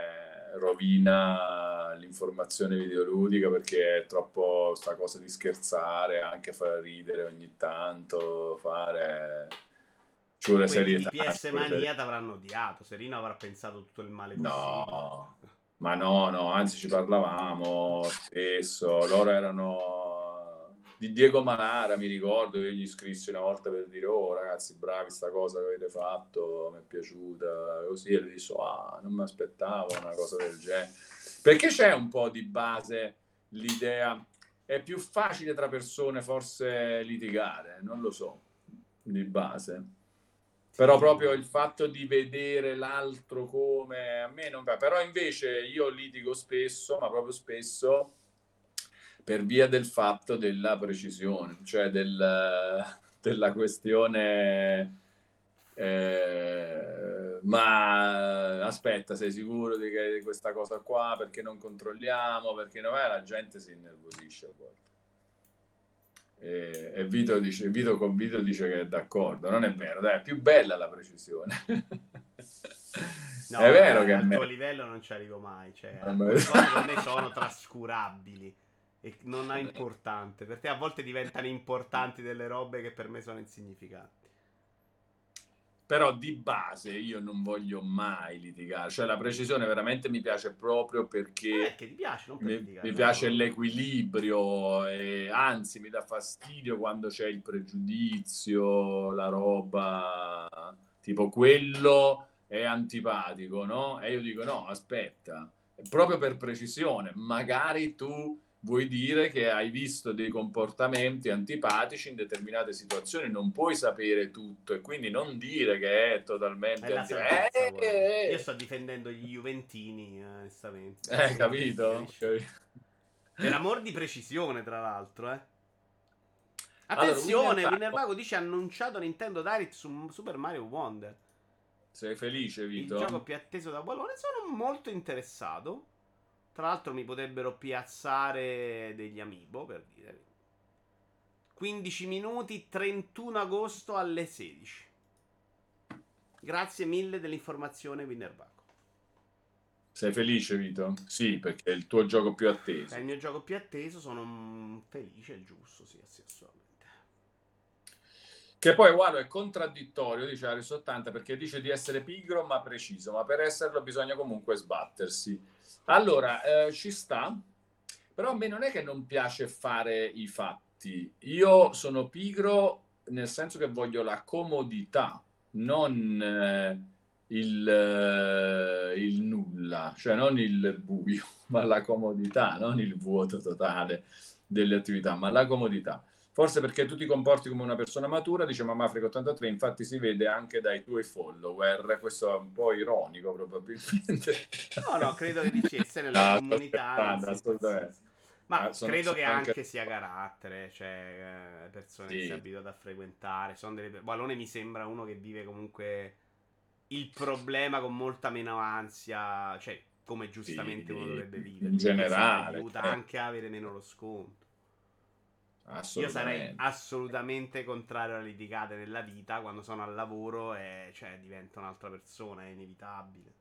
rovina l'informazione videoludica perché è troppo sta cosa di scherzare, anche far ridere ogni tanto, fare. Ci vuole quelli di serietà. P S Ci vuole Mania serietà. ti avranno odiato. Serino avrà pensato tutto il male possibile. No, ma no, no, anzi ci parlavamo spesso, loro erano di Diego Manara, mi ricordo, io gli scrissi una volta per dire, oh ragazzi, bravi, sta cosa che avete fatto, mi è piaciuta, così, e lui disse, ah, non mi aspettavo una cosa del genere. Perché c'è un po' di base l'idea, è più facile tra persone forse litigare, non lo so, di base. Però proprio il fatto di vedere l'altro come, a me non va, però invece io litigo spesso, ma proprio spesso, per via del fatto della precisione, cioè del, della questione, eh, ma aspetta, sei sicuro di, che, di questa cosa qua, perché non controlliamo, perché no, eh, la gente si innervosisce a volte. E, e Vito dice, Vito con Vito dice che è d'accordo, non è vero, dai, è più bella la precisione. No, è vero vabbè, che al me... tuo livello non ci arrivo mai, cioè, Ah, alcune cose per me sono trascurabili e non è importante. Per te a volte diventano importanti delle robe che per me sono insignificanti. Però di base io non voglio mai litigare, cioè la precisione veramente mi piace proprio Vabbè, perché che ti piace, non per mi, litigare, mi no, piace no. l'equilibrio e anzi mi dà fastidio quando c'è il pregiudizio, la roba tipo quello è antipatico, no? E io dico no, aspetta, proprio per precisione, magari tu vuoi dire che hai visto dei comportamenti antipatici in determinate situazioni, non puoi sapere tutto e quindi non dire che è È totalmente la antipatico. saggezza Eh, quella. Io eh, sto difendendo gli Juventini, eh, onestamente. eh, Assolutamente, capito? capisci? Per amor di precisione, tra l'altro, eh. Allora, Winner Attenzione, Pago, Winnervago dice annunciato Nintendo Direct su Super Mario Wonder. sei felice, Il Vito? gioco più atteso da Wallone. Sono molto interessato. Tra l'altro mi potrebbero piazzare degli amiibo, per dire. quindici minuti, trentuno agosto alle sedici. Grazie mille dell'informazione, Winnervago. Sei felice, Vito? Sì, perché è il tuo gioco più È il atteso. mio gioco più atteso, sono mm, felice e giusto, sì, sì, assolutamente. Che poi, guarda, è contraddittorio, dice Aris ottanta, perché dice di essere pigro ma preciso, ma per esserlo bisogna comunque sbattersi. Allora, eh, ci sta, però a me non è che non piace fare i fatti. Io sono pigro nel senso che voglio la comodità, non eh, il, eh, il nulla, cioè non il buio, ma la comodità, non il vuoto totale delle attività, ma la comodità. Forse perché tu ti comporti come una persona matura, dice Mamma Africa ottantatré, infatti si vede anche dai tuoi follower, questo è un po' ironico probabilmente. No, no, credo che dicesse nella No, sto comunità non scherzando, si assolutamente. impazzisca. Ma Ah, sono, credo sono che anche... anche sia carattere, cioè eh, persone che si Sì, abituano a frequentare. Sono delle... Wallone mi sembra uno che vive comunque il problema con molta meno ansia, cioè come giustamente uno sì, dovrebbe in viverlo. Il che sì, generale, aiuta cioè, anche a avere meno lo sconto. Io sarei assolutamente. assolutamente contrario alle litigate nella vita quando sono al lavoro e cioè divento un'altra persona, è inevitabile.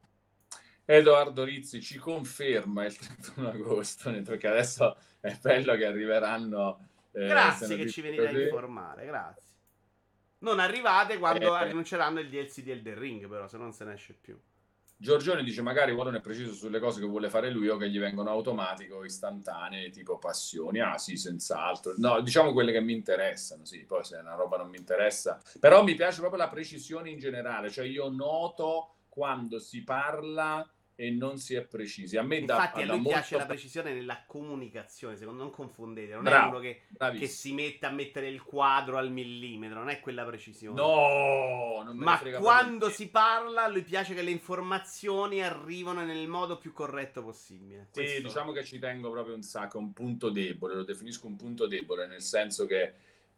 Edoardo Rizzi ci conferma il trentuno agosto, perché adesso è bello che arriveranno eh, se Grazie che notizie ci venite a così. informare, grazie. Non arrivate quando Eh, annunceranno il D L C di Elden Ring, però, se non se ne esce più. Giorgione dice magari Wallone è preciso sulle cose che vuole fare lui o che gli vengono automatico, istantanee, tipo passioni. Ah sì, senz'altro. No, diciamo quelle che mi interessano, sì, poi se una roba non mi interessa. Però mi piace proprio la precisione in generale, cioè io noto quando si parla e non si è precisi. A me dà, Infatti a dà lui piace molto la fastidio. precisione nella comunicazione, secondo non confondete, non è uno Bravo, che, che si bravissimo. mette a mettere il quadro al millimetro, non è quella precisione. No, non me ne Ma frega proprio quando niente. si parla, a lui piace che le informazioni arrivano nel modo più corretto possibile. Sì, Questo diciamo che ci tengo proprio un sacco, un punto debole, lo definisco un punto debole, nel senso che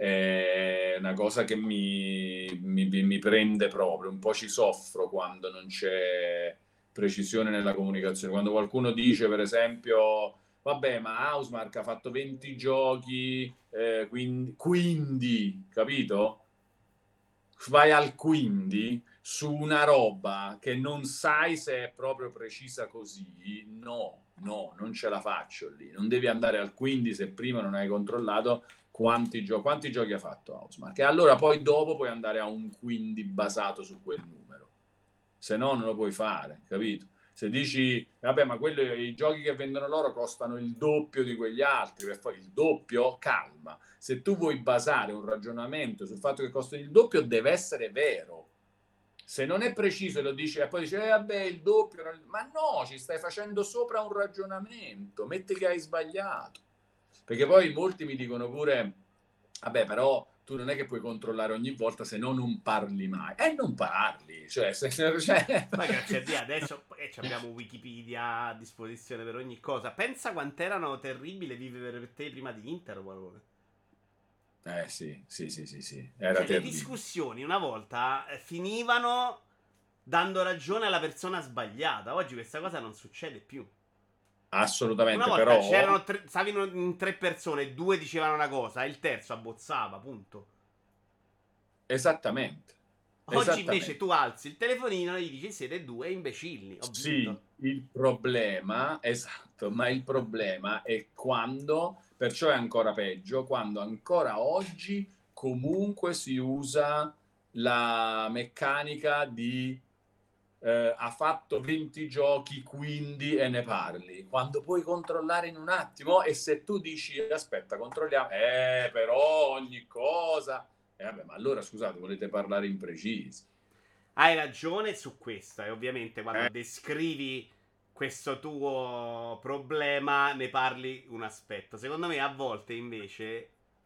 è una cosa che mi, mi, mi prende proprio, un po' ci soffro quando non c'è precisione nella comunicazione. Quando qualcuno dice, per esempio, vabbè, ma Housemark ha fatto venti giochi, eh, quindi, quindi, capito? Vai al quindi su una roba che non sai se è proprio precisa così, no, no, non ce la faccio lì. Non devi andare al quindi se prima non hai controllato quanti, gio- quanti giochi ha fatto Housemark. E allora poi dopo puoi andare a un quindi basato su quel numero. Se no non lo puoi fare, capito? Se dici, vabbè, ma quello, i giochi che vendono loro costano il doppio di quegli altri, per poi il doppio, calma. Se tu vuoi basare un ragionamento sul fatto che costano il doppio, deve essere vero. Se non è preciso e lo dici e poi dici, eh, vabbè, il doppio, ma no, ci stai facendo sopra un ragionamento, metti che hai sbagliato. Perché poi molti mi dicono pure, vabbè, però tu non è che puoi controllare ogni volta, se no non parli mai. E eh, non parli, cioè, se, cioè... Ma grazie a Dio adesso eh, abbiamo Wikipedia a disposizione per ogni cosa. Pensa quant'erano terribili vivere per te prima di Interpol. Eh sì, sì, sì, sì, sì, era Cioè, le terribile. discussioni una volta eh, finivano dando ragione alla persona sbagliata. Oggi questa cosa non succede più. Una Assolutamente, volta però... c'erano tre, stavano in tre persone, due dicevano una cosa e il terzo abbozzava, punto. Esattamente, Oggi invece esattamente. tu alzi il telefonino e gli dici siete due imbecilli, ho Sì, vinto. il problema, esatto, ma il problema è quando, perciò è ancora peggio, quando ancora oggi comunque si usa la meccanica di eh, ha fatto venti giochi, quindi e ne parli, quando puoi controllare in un attimo e se tu dici aspetta, controlliamo, eh, però ogni cosa, eh, vabbè, ma allora scusate, volete parlare in precisi. Hai ragione su questo e ovviamente quando Eh? descrivi questo tuo problema ne parli un aspetto. Secondo me a volte invece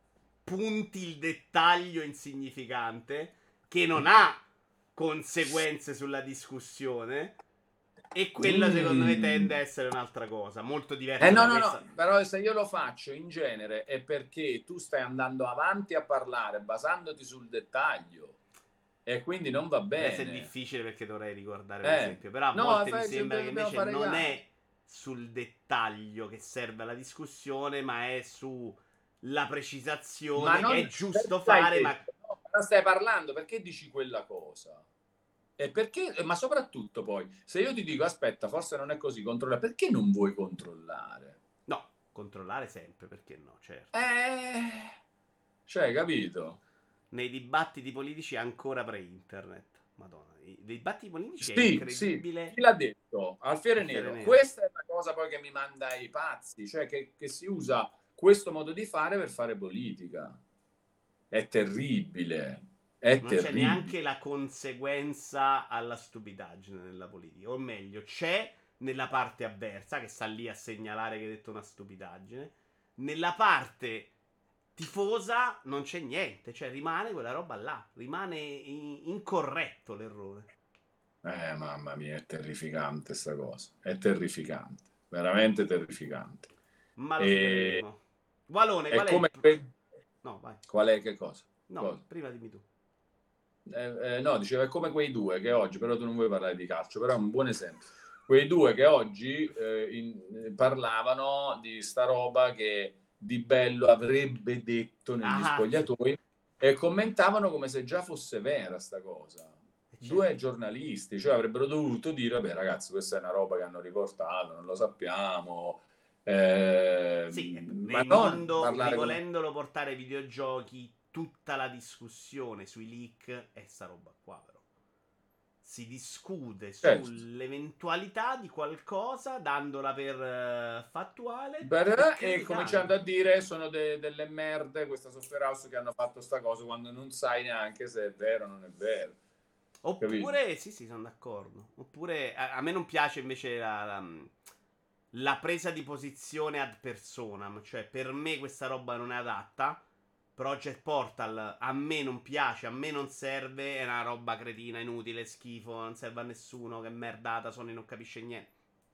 punti il dettaglio insignificante che non ha conseguenze sulla discussione e quella secondo me tende Mm. a essere un'altra cosa, molto Eh diversa no, da no, questa. no, però se io lo faccio in genere è perché tu stai andando avanti a parlare basandoti sul dettaglio e quindi non va Adesso è bene. difficile perché dovrei ricordare Eh, l'esempio, però a no, volte mi fai- cioè, sembra che dobbiamo invece fare non gara. è sul dettaglio che serve alla discussione, ma è sulla Ma precisazione che è non giusto perché l'hai fare, ma detto? No, ma stai parlando, perché dici quella cosa? E perché, ma soprattutto poi, se io ti dico aspetta, forse non è così, controlla, perché non vuoi controllare? no, controllare sempre, perché no, certo. Eh, cioè, capito? Nei dibattiti politici ancora pre-internet. Madonna, i dibattiti politici è Sì, sì, incredibile. chi l'ha detto? A Alfiere Fiere Nero. Nero. Questa è la cosa poi che mi manda ai pazzi, cioè che, che si usa questo modo di fare per fare politica. È terribile, è Non c'è terribile. neanche la conseguenza alla stupidaggine nella politica. O meglio, c'è nella parte avversa, che sta lì a segnalare che hai detto una stupidaggine. Nella parte tifosa non c'è niente. Cioè, rimane quella roba là. Rimane in- incorretto l'errore. Eh, mamma mia, è terrificante sta cosa, è terrificante, veramente terrificante. Ma lo E supereremo. Walone, è qual è il... come... pr- que- No, vai. Qual è che cosa? No, Cosa? prima dimmi tu. Eh, eh, no, dicevo, è come quei due che oggi, però tu non vuoi parlare di calcio, però è un buon esempio. Quei due che oggi eh, in- eh, parlavano di sta roba che Di Bello avrebbe detto negli Ah, sì. spogliatoi e commentavano come se già fosse vera sta cosa. E Due certo. giornalisti, cioè avrebbero dovuto dire, vabbè ragazzi, questa è una roba che hanno riportato, non lo sappiamo, eh, Sì, e ma nel non mondo, parlare come... rivolendolo portare ai videogiochi, tutta la discussione sui leak è sta roba qua, però. Si discute Certo. sull'eventualità di qualcosa, dandola per eh, fattuale e Per- e cominciando criticando. a dire sono de- delle merde questa software house che hanno fatto sta cosa quando non sai neanche se è vero o non è vero, capito? Oppure, sì, sì, sono d'accordo. Oppure, a, a me non piace invece la, la, la presa di posizione ad personam. Cioè, per me questa roba non è adatta. Project Portal a me non piace, a me non serve, è una roba cretina, inutile, schifo, non serve a nessuno, che merdata, Sony non capisce niente.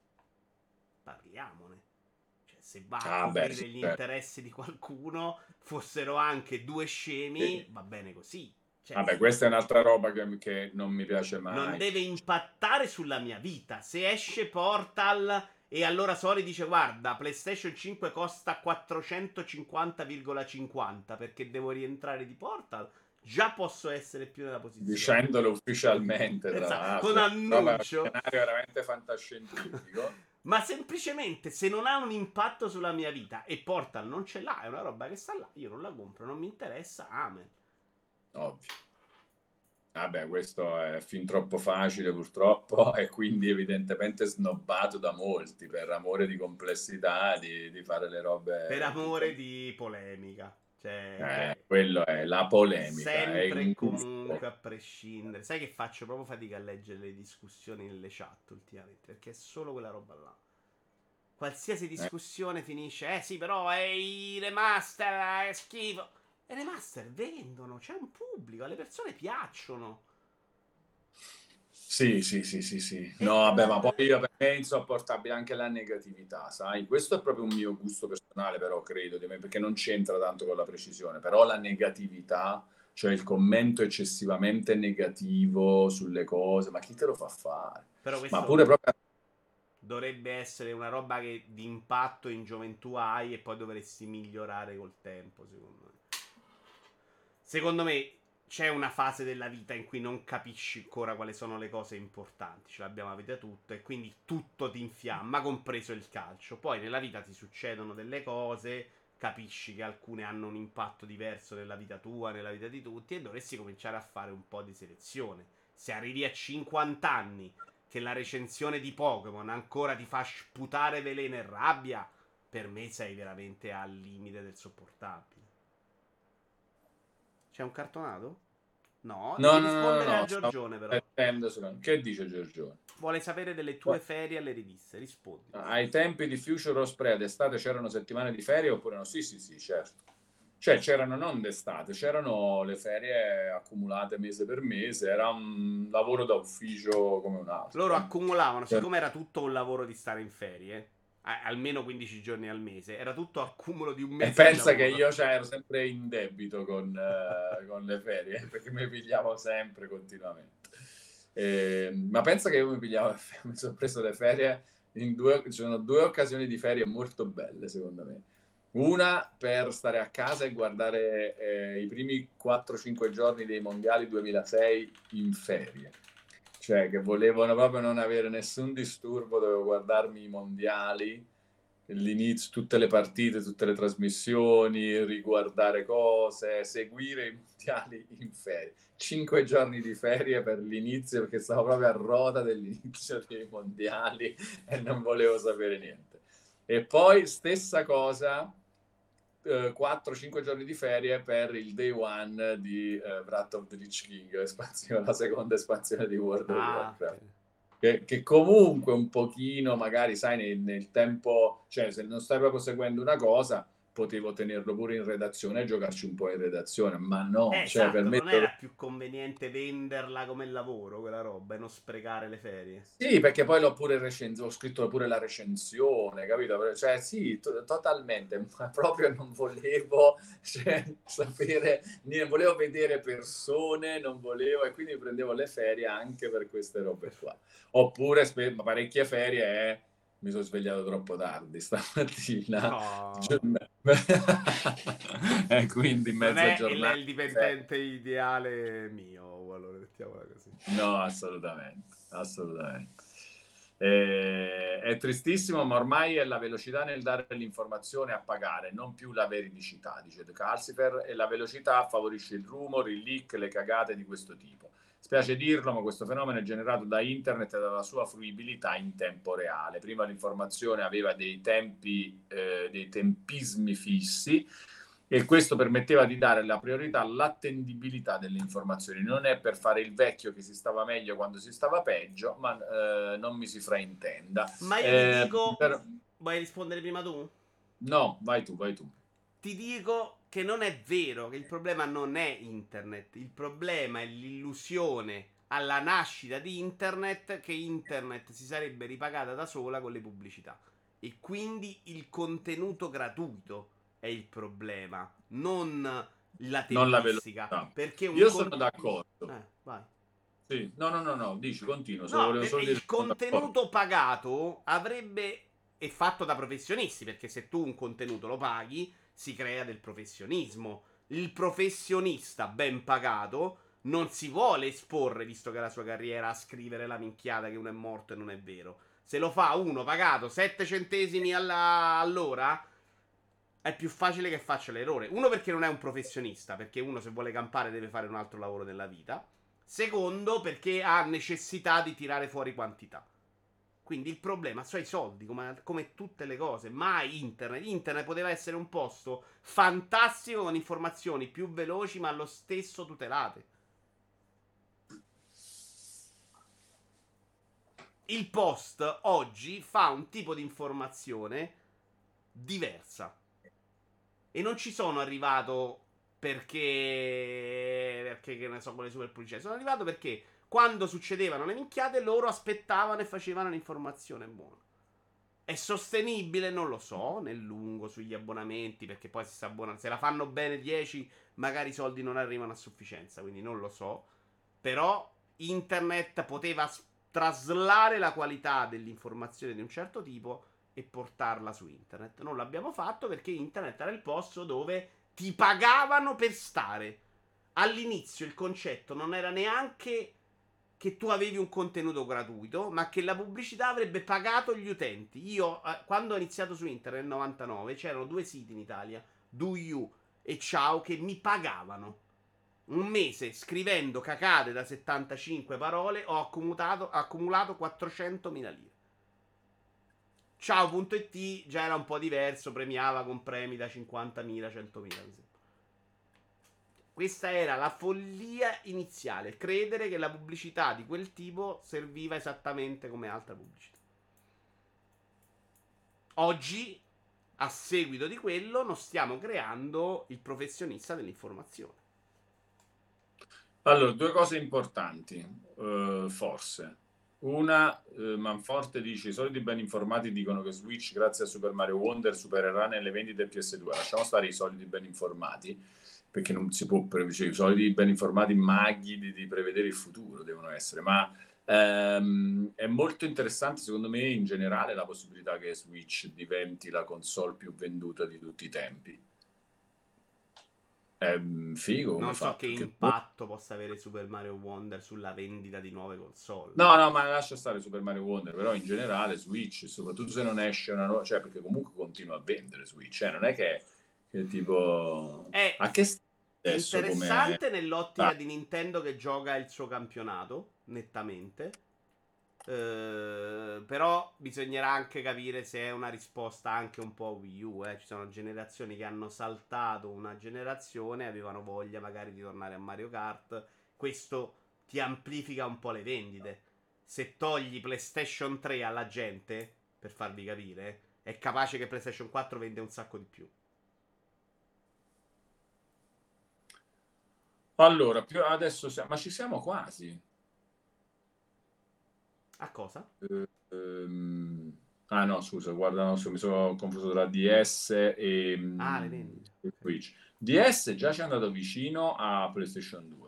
Parliamone. Cioè, se va a Ah beh, coprire sì, gli certo. interessi di qualcuno, fossero anche due scemi, Sì. va bene così. Cioè, Vabbè, questa è un'altra roba che, che non mi piace non mai. deve impattare sulla mia vita. Se esce Portal e allora Sony dice guarda, PlayStation cinque costa quattrocentocinquanta virgola cinquanta perché devo rientrare di Portal, già posso essere più nella posizione. Dicendolo ufficialmente, tra Esatto, con l'altro, roba, un annuncio. scenario veramente fantascientifico, Ma semplicemente se non ha un impatto sulla mia vita e Portal non ce l'ha, è una roba che sta là, io non la compro, non mi interessa, amen. ovvio. Vabbè, questo è fin troppo facile purtroppo e quindi evidentemente snobbato da molti per amore di complessità, di, di fare le Per robe amore tutte... di polemica. Cioè, Eh, che quello è la polemica, è sempre e un gusto. comunque a prescindere. Sai che faccio proprio fatica a leggere le discussioni nelle chat ultimamente, perché è solo quella roba là. Qualsiasi Eh. discussione finisce, eh sì, però è i remaster, è schifo. E i remaster vendono, c'è un pubblico, alle persone piacciono. Sì, sì, sì, sì, sì. E No, vabbè, la... ma poi io, per me è insopportabile anche la negatività, sai? Questo è proprio un mio gusto personale, però credo, di me, perché non c'entra tanto con la precisione, però la negatività, cioè il commento eccessivamente negativo sulle cose, ma chi te lo fa fare? Però Ma pure questo proprio... dovrebbe essere una roba che di impatto in gioventù hai e poi dovresti migliorare col tempo, secondo me. Secondo me c'è una fase della vita in cui non capisci ancora quali sono le cose importanti, ce l'abbiamo avute tutte, e quindi tutto ti infiamma, compreso il calcio. Poi nella vita ti succedono delle cose, capisci che alcune hanno un impatto diverso nella vita tua, nella vita di tutti, e dovresti cominciare a fare un po' di selezione. Se arrivi a cinquanta anni che la recensione di Pokémon ancora ti fa sputare veleno e rabbia, per me sei veramente al limite del sopportabile. C'è un cartonato? No, No, devi no, no, no, rispondere a no, stavo Giorgione però. riflettendo su... Che dice Giorgione? Vuole sapere delle tue ferie alle riviste. Rispondi. Ai tempi di Future Osprey d'estate c'erano settimane di ferie oppure no? Sì, sì, sì, certo. Cioè c'erano non d'estate, c'erano le ferie accumulate mese per mese, era un lavoro da ufficio come un Loro altro. Eh. accumulavano, Cioè, siccome era tutto un lavoro di stare in ferie, a- almeno quindici giorni al mese, era tutto accumulo di un e mese di pensa che lavoro. io cioè, ero sempre in debito con, eh, con le ferie, perché mi pigliavo sempre continuamente. Eh, ma pensa che io mi pigliavo, mi sono preso le ferie in due, ci sono due occasioni di ferie molto belle, secondo me. Una per stare a casa e guardare eh, i primi quattro cinque giorni dei mondiali duemilasei in ferie. Cioè, che volevano proprio non avere nessun disturbo, dovevo guardarmi i mondiali, l'inizio, tutte le partite, tutte le trasmissioni, riguardare cose, seguire i mondiali in ferie. Cinque giorni di ferie per l'inizio, perché stavo proprio a ruota dell'inizio dei mondiali e non volevo sapere niente. E poi stessa cosa, eh, quattro cinque giorni di ferie per il day one di eh, Wrath of the Lich King, espansione, la seconda espansione di World of Ah, ok. Warcraft. Che, che comunque un pochino, magari, sai, nel, nel tempo, cioè se non stai proprio seguendo una cosa, potevo tenerlo pure in redazione e giocarci un po' in redazione, ma Eh, no, cioè per esatto, me non dove- era più conveniente venderla come lavoro quella roba e non sprecare le ferie. sì, perché poi l'ho pure recenso, ho scritto pure la recensione, capito? Cioè, sì, to- totalmente, ma proprio non volevo, cioè, sapere, ne volevo vedere persone, non volevo, e quindi prendevo le ferie anche per queste robe qua. Oppure, spe- parecchie ferie, eh, mi sono svegliato troppo tardi stamattina, No, e quindi non mezza è il, giornata il di ferie. dipendente ideale mio, allora mettiamola così. No, assolutamente, assolutamente. Eh, è tristissimo, ma ormai è la velocità nel dare l'informazione a pagare, non più la veridicità, dice De Calcifer, e la velocità favorisce il rumore, il leak, le cagate di questo tipo. Spiace dirlo, ma questo fenomeno è generato da internet e dalla sua fruibilità in tempo reale. Prima l'informazione aveva dei tempi, eh, dei tempismi fissi, e questo permetteva di dare la priorità all'attendibilità delle informazioni. Non è per fare il vecchio che si stava meglio quando si stava peggio, ma eh, non mi si fraintenda. Ma io ti Eh, dico, per... vuoi rispondere prima tu? No, vai tu, vai tu. Ti dico che non è vero, che il problema non è internet, il problema è l'illusione alla nascita di internet che internet si sarebbe ripagata da sola con le pubblicità. E quindi il contenuto gratuito è il problema, non la Non la tempistica. velocità. Perché un Io sono con... d'accordo. Eh, vai. Sì. No, no, no, no, dici, continuo, solo, No, volevo per- solo dire il che sono d'accordo. contenuto pagato avrebbe... è fatto da professionisti, perché se tu un contenuto lo paghi, si crea del professionismo. Il professionista ben pagato non si vuole esporre, visto che è la sua carriera, a scrivere la minchiata che uno è morto e non è vero. Se lo fa uno pagato sette centesimi alla- all'ora, è più facile che faccia l'errore. Uno perché non è un professionista, perché uno se vuole campare deve fare un altro lavoro nella vita. Secondo, perché ha necessità di tirare fuori quantità. Quindi il problema sono i soldi, come, come tutte le cose. Mai internet. Internet poteva essere un posto fantastico con informazioni più veloci, ma allo stesso tutelate. Il post oggi fa un tipo di informazione diversa. E non ci sono arrivato perché. Perché, che ne so, con le super pubblicità. Sono arrivato perché quando succedevano le minchiate, loro aspettavano e facevano l'informazione buona. È sostenibile? Non lo so. Nel lungo, sugli abbonamenti. Perché poi se si abbonano, se la fanno bene dieci, magari i soldi non arrivano a sufficienza. Quindi non lo so. Però internet poteva traslare la qualità dell'informazione di un certo tipo e portarla su internet. Non l'abbiamo fatto perché internet era il posto dove ti pagavano per stare. All'inizio il concetto non era neanche che tu avevi un contenuto gratuito, ma che la pubblicità avrebbe pagato gli utenti. Io, eh, quando ho iniziato su internet nel novantanove, c'erano due siti in Italia, DoYou e Ciao, che mi pagavano. Un mese scrivendo cacate da settantacinque parole ho accumulato, accumulato quattrocentomila lire. Ciao.it già era un po' diverso, premiava con premi da cinquantamila, centomila. Questa era la follia iniziale, credere che la pubblicità di quel tipo serviva esattamente come altra pubblicità. Oggi, a seguito di quello, non stiamo creando il professionista dell'informazione. Allora, due cose importanti, uh, forse. Una, uh, Manforte dice: i soliti ben informati dicono che Switch, grazie a Super Mario Wonder, supererà nelle vendite P S due. Lasciamo stare i soliti ben informati, perché non si può prevedere, i soliti ben informati maghi di, di prevedere il futuro devono essere, ma ehm, è molto interessante secondo me in generale la possibilità che Switch diventi la console più venduta di tutti i tempi. È figo come Non so fatto. che Che... impatto possa avere Super Mario Wonder sulla vendita di nuove console. No, no, ma lascia stare Super Mario Wonder, però in generale Switch, soprattutto se non esce una nuova, cioè perché comunque continua a vendere Switch, cioè non è che, che tipo... È A che sta adesso come... interessante nell'ottica di Nintendo che gioca il suo campionato, nettamente. Eh, però bisognerà anche capire se è una risposta anche un po' Wii U. Eh. Ci sono generazioni che hanno saltato una generazione, avevano voglia magari di tornare a Mario Kart. Questo ti amplifica un po' le vendite. Se togli PlayStation tre alla gente, per farvi capire, è capace che PlayStation quattro vende un sacco di più. Allora, più adesso siamo, ma ci siamo quasi. A cosa? Eh, ehm, ah no, scusa, guarda, no, mi sono confuso tra D S e, Ah, le mm, vendite. e Switch. D S già ci è andato vicino a PlayStation due.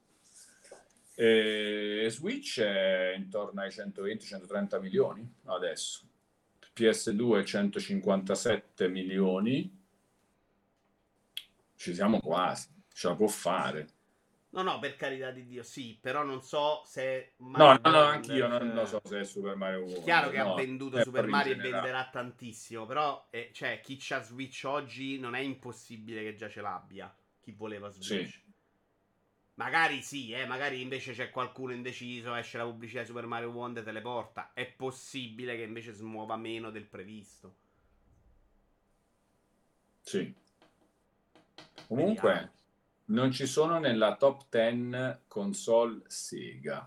E Switch è intorno ai centoventi centotrenta milioni adesso. P S due centocinquantasette milioni. Ci siamo quasi, ce la può fare. No, no, per carità di Dio, sì, però non so se No, Mario no, no, Wonder. anch'io non lo so se è Super Mario Wonder. Chiaro che No, ha venduto è Super proprio in Mario e generale. venderà tantissimo, però eh, cioè, chi c'ha Switch oggi non è impossibile che già ce l'abbia. Chi voleva Switch. Sì. Magari sì, eh, magari invece c'è qualcuno indeciso, esce la pubblicità di Super Mario Wonder e te le porta. È possibile che invece smuova meno del previsto. Sì. Vediamo. Comunque non ci sono nella top dieci console Sega.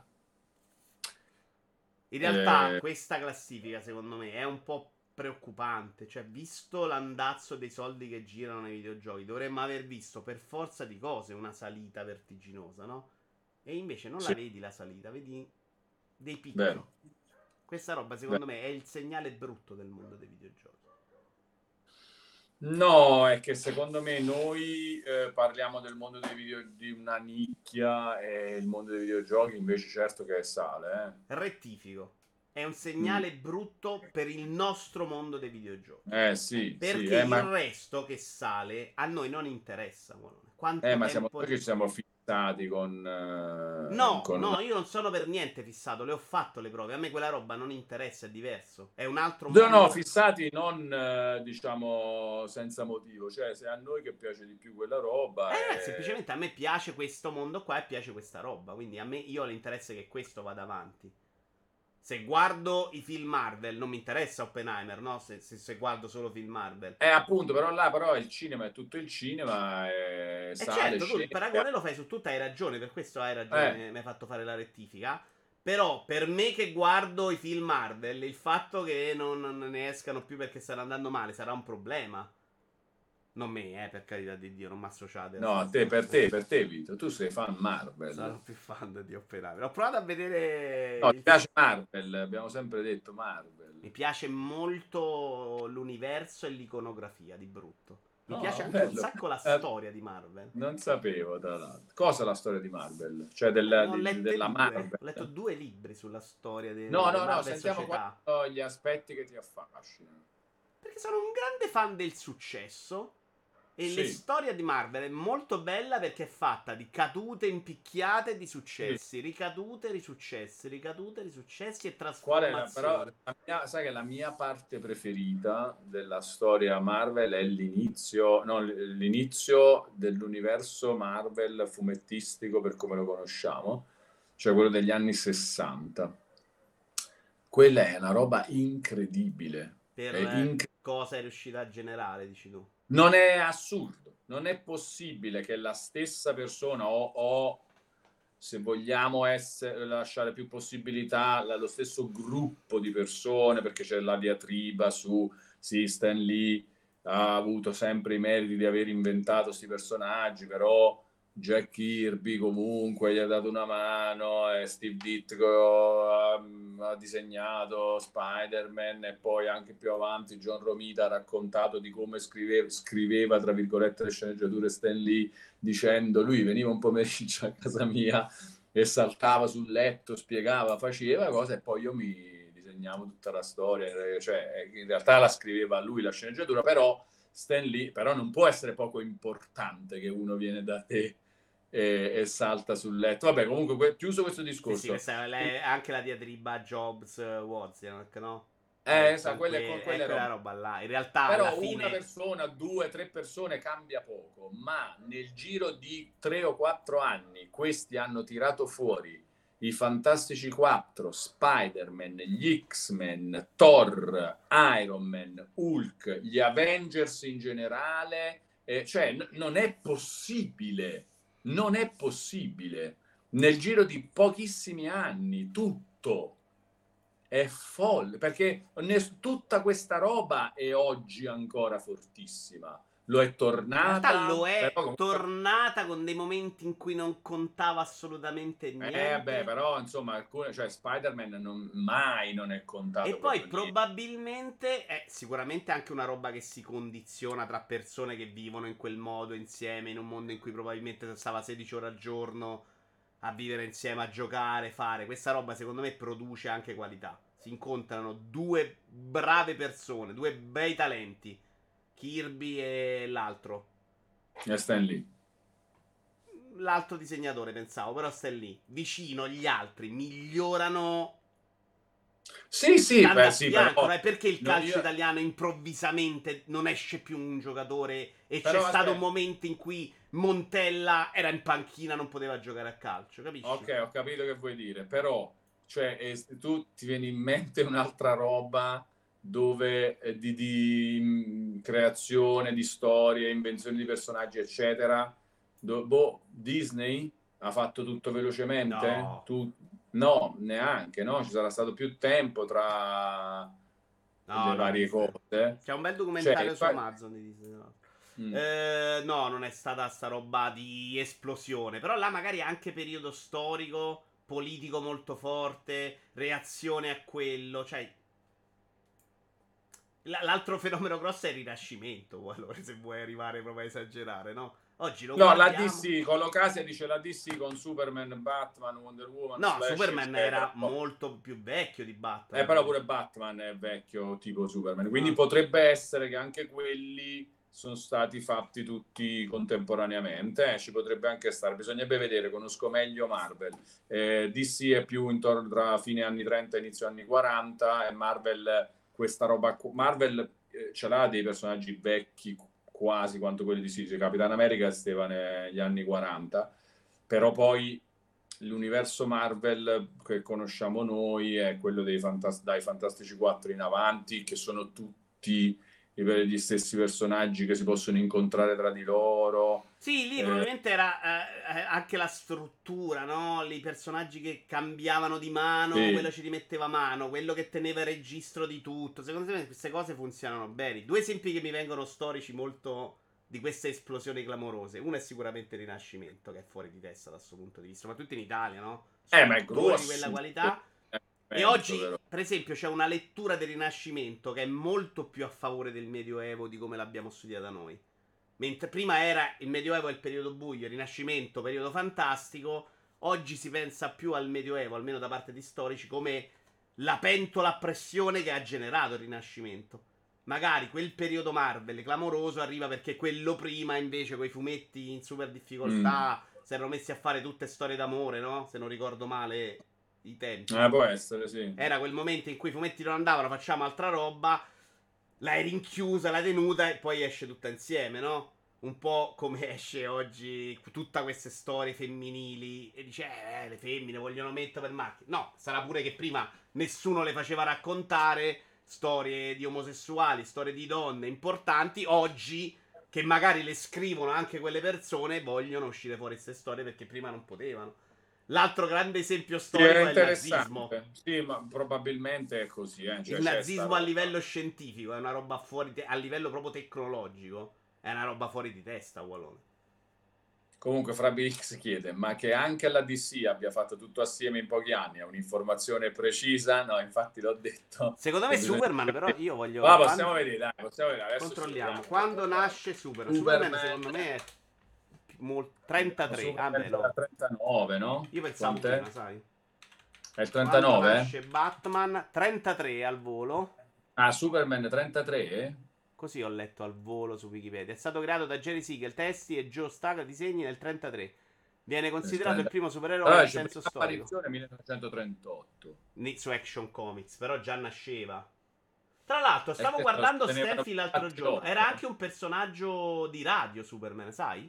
In realtà Eh, questa classifica secondo me è un po' preoccupante, cioè visto l'andazzo dei soldi che girano nei videogiochi, dovremmo aver visto per forza di cose una salita vertiginosa, no? E invece non sì, la vedi la salita, vedi dei picchi. vero. Questa roba secondo me è il segnale brutto del mondo dei videogiochi. No, è che secondo me noi eh, parliamo del mondo dei video di una nicchia e il mondo dei videogiochi invece certo che sale. Eh. Rettifico. È un segnale Mm. brutto per il nostro mondo dei videogiochi. Eh sì, Perché sì, eh, il ma, resto che sale a noi non interessa. Quanto eh, ma siamo tempo noi che ci siamo finiti fissati con, eh, No, con no, una... io non sono per niente fissato, le ho fatto le prove. A me quella roba non interessa, è diverso. È un altro No, no, mondo. fissati non, eh, diciamo, senza motivo, cioè se a noi che piace di più quella roba Eh, è... semplicemente a me piace questo mondo qua e piace questa roba. Quindi a me io ho l'interesse che questo vada avanti. Se guardo i film Marvel, non mi interessa Oppenheimer, no? Se, se, se guardo solo film Marvel. Eh, appunto, però là però il cinema è tutto il cinema, è E sale, certo, tu il scende. paragone lo fai su tutto, hai ragione, per questo hai ragione, Eh, mi mi hai fatto fare la rettifica. Però per me che guardo i film Marvel, il fatto che non, non ne escano più perché stanno andando male sarà un problema. Non me, eh, per carità di Dio, non mi associate a no, a te, sta... per te, per te, Vito, tu sei fan Sono Marvel. più fan di Oppenheimer. Ho provato a vedere No, ti il... piace Marvel, abbiamo sempre detto Mi Marvel. piace molto l'universo e l'iconografia di brutto. Mi piace No, anche un bello. sacco la Eh, storia di Marvel. non sapevo, tra l'altro. Cosa è la storia di Marvel? Cioè Eh, della, ne ho di- lette della due. Marvel? Ho letto due libri sulla storia No, delle no, no, Marvel sentiamo quali Società. sono gli aspetti che ti affascinano. Perché sono un grande fan del successo. E la Sì, storia di Marvel è molto bella perché è fatta di cadute impicchiate di sì. successi, ricadute, risuccessi, ricadute, risuccessi e Qual è la, però, trasformazioni. la mia- sai che la mia parte preferita della storia Marvel è l'inizio, no, l'inizio dell'universo Marvel fumettistico per come lo conosciamo, cioè quello degli anni sessanta. Quella è una roba incredibile. È Per eh, inc- cosa è riuscita a generare, dici tu. non è assurdo, non è possibile che la stessa persona o, o se vogliamo essere, lasciare più possibilità allo stesso gruppo di persone, perché c'è la diatriba su sì, Stan Lee ha avuto sempre i meriti di aver inventato questi personaggi, però Jack Kirby comunque gli ha dato una mano e Steve Ditko ha, ha disegnato Spider-Man e poi anche più avanti John Romita ha raccontato di come scriveva, scriveva tra virgolette le sceneggiature Stan Lee dicendo lui veniva un pomeriggio a casa mia e saltava sul letto, spiegava, faceva cose e poi io mi disegnavo tutta la storia, cioè in realtà la scriveva lui la sceneggiatura, però Stan Lee, però non può essere poco importante che uno viene da te e, e salta sul letto. Vabbè, comunque, chiuso questo Sì, sì, discorso. questa è anche la diatriba Jobs-Wozniak, no? Eh, Che sa, con quelle, que- con è quelle quella robe. roba là. In realtà, alla Però una fine, persona, due, tre persone cambia poco, ma nel giro di tre o quattro anni questi hanno tirato fuori i Fantastici quattro, Spider-Man, gli X-Men, Thor, Iron Man, Hulk, gli Avengers in generale, eh, cioè n- non è possibile, non è possibile. Nel giro di pochissimi anni, tutto è folle, perché ne- tutta questa roba è oggi ancora fortissima. Lo è in realtà tornata, lo però è comunque... tornata con dei momenti in cui non contava assolutamente Eh, beh, niente. però, insomma, alcune... Cioè, Spider-Man non, mai non è E contato poi proprio niente. probabilmente è sicuramente anche una roba che si condiziona tra persone che vivono in quel modo insieme, in un mondo in cui probabilmente stava sedici ore al giorno a vivere insieme, a giocare, fare. Questa roba secondo me produce anche qualità. Si incontrano due brave persone, due bei talenti, Kirby e l'altro. E Stan Lee. L'altro disegnatore pensavo, però sta lì, vicino gli altri, migliorano Sì, sì, stanno beh, a sì, fianco. però... No? È perché il no, calcio io... italiano improvvisamente non esce più un giocatore e c'è Però, stato un aspetta, momento in cui Montella era in panchina, non poteva giocare a calcio, capisci? ok, ho capito che vuoi dire, però, cioè, eh, tu ti viene in mente un'altra roba dove eh, di, di mh, creazione di storie, invenzione di personaggi, eccetera. Do- boh, Disney ha fatto tutto velocemente? No, Tu, no, neanche, no? Ci sarà stato più tempo tra no, le no, varie Disney. cose. C'è un bel Cioè, documentario su fa- Amazon di Disney. No? mm. Eh, no, non è stata sta roba di esplosione. Però là magari anche periodo storico, politico molto forte, reazione a quello. Cioè, L- l'altro fenomeno grosso è il rinascimento. Allora, se vuoi arrivare proprio a esagerare, no? Oggi lo No, la guardiamo. D C, con l'Ocasia dice la D C con Superman, Batman, Wonder Woman, No, Flash, Superman era eccetera. molto più vecchio di Eh, però Batman. pure Batman è vecchio tipo Superman, quindi Ah. potrebbe essere che anche quelli sono stati fatti tutti contemporaneamente, eh, ci potrebbe anche stare, bisognerebbe vedere, conosco meglio Marvel. Eh, D C è più intorno tra fine anni trenta e inizio anni quaranta, e Marvel questa roba, Marvel eh, ce l'ha dei personaggi vecchi quasi quanto quelli di D C, Capitan America stava negli anni quaranta, però poi l'universo Marvel che conosciamo noi è quello dei Fantas- dai Fantastici quattro in avanti, che sono tutti gli stessi personaggi che si possono incontrare tra di loro. Sì, lì Eh, probabilmente era eh, eh, anche la struttura, no? I personaggi che cambiavano di mano, sì. quello ci rimetteva mano, quello che teneva il registro di tutto. Secondo me queste cose funzionano bene. Due esempi che mi vengono storici molto di queste esplosioni clamorose. Uno è sicuramente il Rinascimento, che è fuori di testa da questo punto di vista, ma tutti in Italia, no? Eh, ma è Scrittori di quella grosso qualità. E oggi, però. per esempio, c'è una lettura del Rinascimento che è molto più a favore del Medioevo di come l'abbiamo studiata noi. Mentre prima era il Medioevo è il periodo buio, il Rinascimento periodo fantastico, oggi si pensa più al Medioevo, almeno da parte di storici, come la pentola a pressione che ha generato il Rinascimento. Magari quel periodo Marvel clamoroso arriva perché quello prima, invece, con i fumetti in super Mm. difficoltà, si erano messi a fare tutte storie d'amore, no? Se non ricordo male i tempi. Eh, può essere, sì. Era quel momento in cui i fumetti non andavano, facciamo altra roba, l'hai rinchiusa, l'hai tenuta e poi esce tutta insieme, no? Un po' come esce oggi tutta queste storie femminili e dice, eh, le femmine vogliono mettere per macchina. No, sarà pure che prima nessuno le faceva raccontare storie di omosessuali, storie di donne importanti. Oggi, che magari le scrivono anche quelle persone, vogliono uscire fuori queste storie perché prima non potevano. L'altro grande esempio Sì, è storico è il nazismo. interessante. Sì, ma probabilmente è così, eh. Cioè, Il c'è sta nazismo a roba. livello scientifico è una roba fuori te- a livello proprio tecnologico è una roba fuori di testa, Wallone. Comunque, Fabi X chiede, ma che anche la D C abbia fatto tutto assieme in pochi anni è un'informazione precisa? No, infatti l'ho detto Secondo me che bisogna... Superman, però io Ma voglio possiamo quando... vedere, dai, possiamo vedere. Adesso ci controlliamo proviamo, quando controlliamo. nasce Superman. Superman Superman, secondo me è mol- vediamo, trentatré. Ah Superman beh, era no. trentanove, no? Io pensavo Quant'è? prima, sai. È il Quando trentanove? nasce Batman trentatré al volo. Ah, Superman trentatré? Così ho letto al volo su Wikipedia. È stato creato da Jerry Siegel, testi e Joe Staga disegni nel trentatré. Viene Nel considerato il trenta... primo supereroe Allora, in c'è senso prima storico. apparizione millenovecentotrentotto. Ni- Su Action Comics, però già nasceva. Tra l'altro, E stavo questo lo guardando sostenevano Stanfield l'altro infatti giorno. Era anche loro. un personaggio di radio Superman, sai?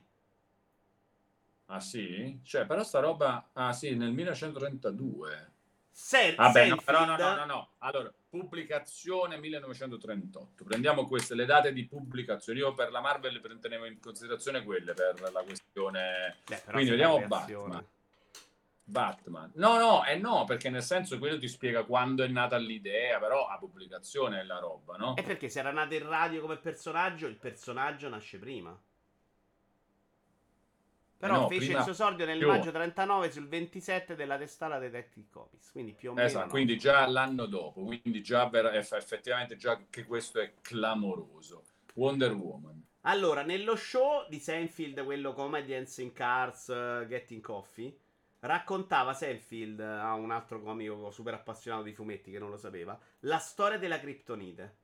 Ah sì? Cioè, però sta roba... Ah sì, nel millenovecentotrentadue. Ser- Vabbè, no, però no, Seinfeld. no, no, no. Allora, pubblicazione millenovecentotrentotto. Prendiamo queste, le date di pubblicazione. Io per la Marvel prendevo in considerazione quelle per la questione... Beh, però Quindi se la vediamo Batman. creazione. Batman. No, no, eh no, perché nel senso quello ti spiega quando è nata l'idea, però a pubblicazione è la roba, E no? perché se era nato in radio come personaggio, il personaggio nasce prima. Eh Però no, fece il prima suo esordio nel più. maggio trentanove sul ventisette della testata Detective Comics. Quindi più o meno Esatto, no. quindi già l'anno dopo, quindi già ver- eff- effettivamente già che questo è clamoroso. Wonder Woman. Allora, nello show di Seinfeld, quello Comedians in Cars, uh, Getting Coffee, raccontava Seinfeld a un altro comico super appassionato di fumetti che non lo sapeva, la storia della Kryptonite.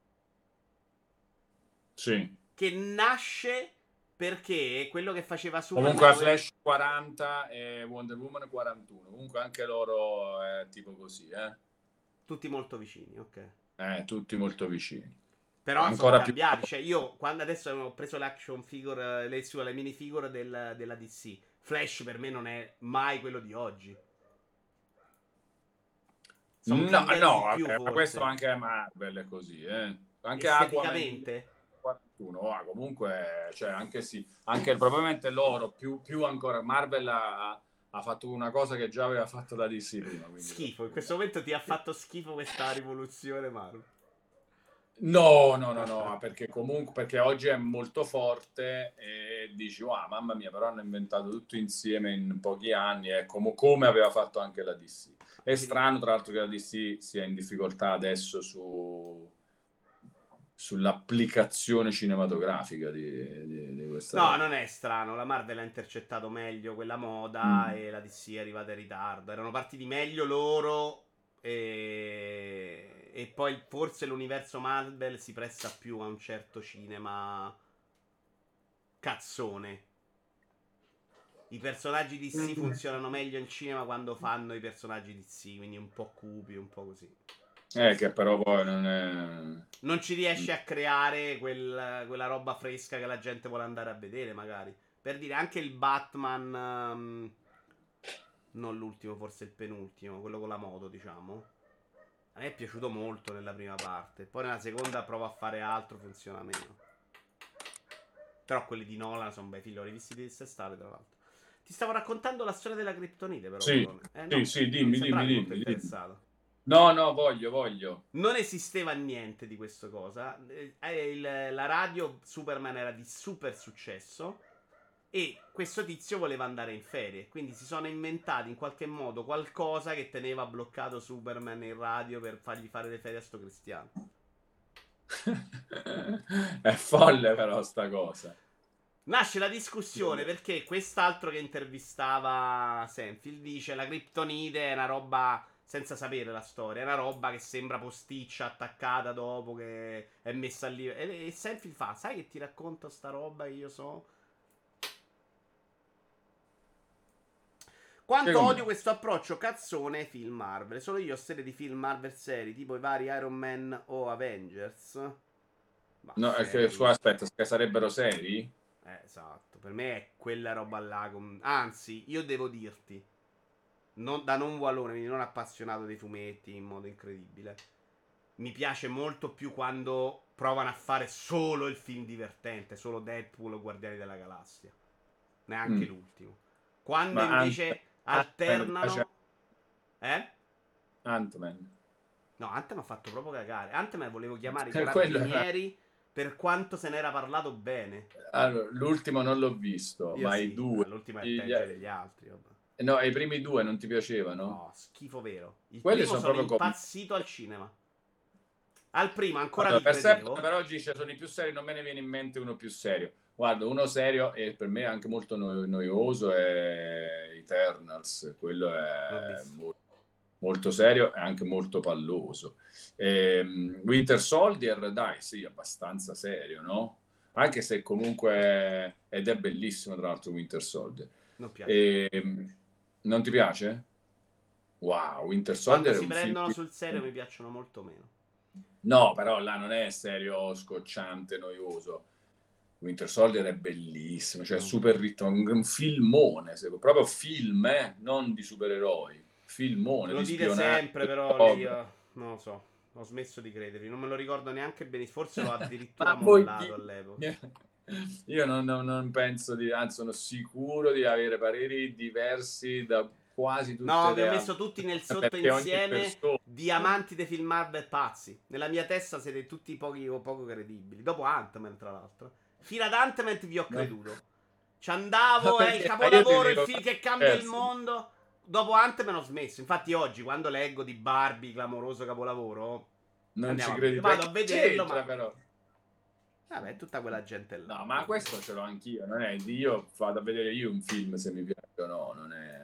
Sì. Che nasce perché quello che faceva Superman Comunque aveva... Flash quaranta e Wonder Woman quarantuno. Comunque anche loro è tipo così, eh? Tutti molto vicini, ok. Eh, tutti molto vicini. Però sono Ancora più... cambiati. Cioè, io quando adesso ho preso l'action figure, le, su, le minifigure del, della D C, Flash per me non è mai quello di oggi. Sono No, cambiati no, di più, vabbè, ma questo forse. anche a Marvel è così, eh? Anche Aquaman Esteticamente. quarantuno, ah, comunque, cioè, anche sì, anche probabilmente loro, più, più ancora, Marvel ha, ha fatto una cosa che già aveva fatto da D C prima, quindi... Schifo. In questo momento ti ha fatto schifo questa rivoluzione, Marvel. No, no, no, no, perché comunque, perché oggi è molto forte e dici, wow, mamma mia, però hanno inventato tutto insieme in pochi anni, e come, come aveva fatto anche la D C. È strano, tra l'altro, che la D C sia in difficoltà adesso su, sull'applicazione cinematografica di, di, di questa No, roba. non è strano. La Marvel ha intercettato meglio quella moda Mm. e la D C è arrivata in ritardo. Erano partiti meglio loro. E... e poi forse l'universo Marvel si presta più a un certo cinema cazzone. I personaggi D C funzionano meglio in cinema quando fanno i personaggi D C, quindi un po' cupi, un po' così. Eh, che però poi non è... Non ci riesce a creare quel- quella roba fresca che la gente vuole andare a vedere, magari. Per dire, anche il Batman... ehm, non l'ultimo, forse il penultimo, quello con la moto, diciamo. A me è piaciuto molto nella prima parte. Poi nella seconda provo a fare altro, funziona meno. Però quelli di Nolan sono bei film, l'ho rivisti di quest'estate, tra l'altro. Ti stavo raccontando la storia della Criptonite, però, Sì, Colone. Eh sì, no, sì, non dimmi, dimmi, sembravi molto dimmi, dimmi. interessato. No, no, voglio, voglio. Non esisteva niente di questa cosa. Eh, il- la radio Superman era di super successo. E questo tizio voleva andare in ferie. Quindi si sono inventati in qualche modo qualcosa che teneva bloccato Superman in radio per fargli fare le ferie a sto cristiano. È folle però sta cosa. Nasce la discussione perché quest'altro che intervistava Senfield dice la Kryptonite è una roba senza sapere la storia, è una roba che sembra posticcia attaccata dopo che è messa lì. E, e Senfield fa, sai che ti racconto sta roba che io so? Quanto Secondo odio me. questo approccio cazzone ai film Marvel. Solo io ho serie di film Marvel seri, tipo i vari Iron Man o Avengers. Ma No, è che, su, seri. aspetta, che sarebbero seri? Eh, esatto. Per me è quella roba là. con- Anzi, io devo dirti, non- da non valore, quindi non appassionato dei fumetti in modo incredibile. Mi piace molto più quando provano a fare solo il film divertente, solo Deadpool o Guardiani della Galassia. Neanche Mm. l'ultimo. Quando Ma Ant- invece Ant-Man piace- alternano. Eh? Ant-Man. No, Ant-Man ha fatto proprio cagare. Ant-Man volevo chiamare i Eh, quello era- carabinieri per quanto se n'era parlato bene. Allora, l'ultimo non l'ho visto, Io ma i sì, due... l'ultimo è gli- peggio degli altri. Vabbè. No, i primi due non ti piacevano? No, schifo vero. Il Quelli primo sono sono proprio com- impazzito al cinema. Al primo ancora Allora, vi Persepola credevo. per oggi cioè, sono i più seri, non me ne viene in mente uno più serio. Guarda, uno serio e per me anche molto no- noioso è Eternals, quello L'ho è visto. mo- molto serio e anche molto palloso. Ehm, Winter Soldier, dai, sì, abbastanza serio, no? Anche se comunque, ed è bellissimo tra l'altro Winter Soldier. Non piace. Ehm, non ti piace? Wow, Winter Quando Soldier è si un prendono film... sul serio mi piacciono molto meno. No, però là non è serio, scocciante, noioso. Winter Soldier è bellissimo, cioè Mm. super ritmo, un, un filmone, se- proprio film, eh, non di supereroi, filmone Lo di dite spionaggio. sempre, però roba. lì io non lo so. Ho smesso di credervi. Non me lo ricordo neanche bene. Forse l'ho Ma addirittura voi mollato chi- all'epoca. Io non, non- non penso di, anzi sono sicuro di avere pareri diversi da quasi tutte No, vi ho le messo altre, tutti nel perché ogni sottoinsieme persona... di amanti dei film Marvel pazzi. Nella mia testa siete tutti pochi o poco credibili. Dopo Ant-Man, tra l'altro. Fino ad Ant-Man vi ho creduto. Ci Ma andavo, è il perché? Ma io ti capolavoro, il dico, film che cambia il certo. mondo. Dopo Ant-Man ho smesso. Infatti oggi, quando leggo di Barbie, clamoroso capolavoro, Non andiamo ci a credi, vedere. Vado a perché vederlo, c'entra ma... però. Vabbè, tutta quella gente là. No, ma questo ce l'ho anch'io, non è io vado a vedere io un film se mi piace o no, non è...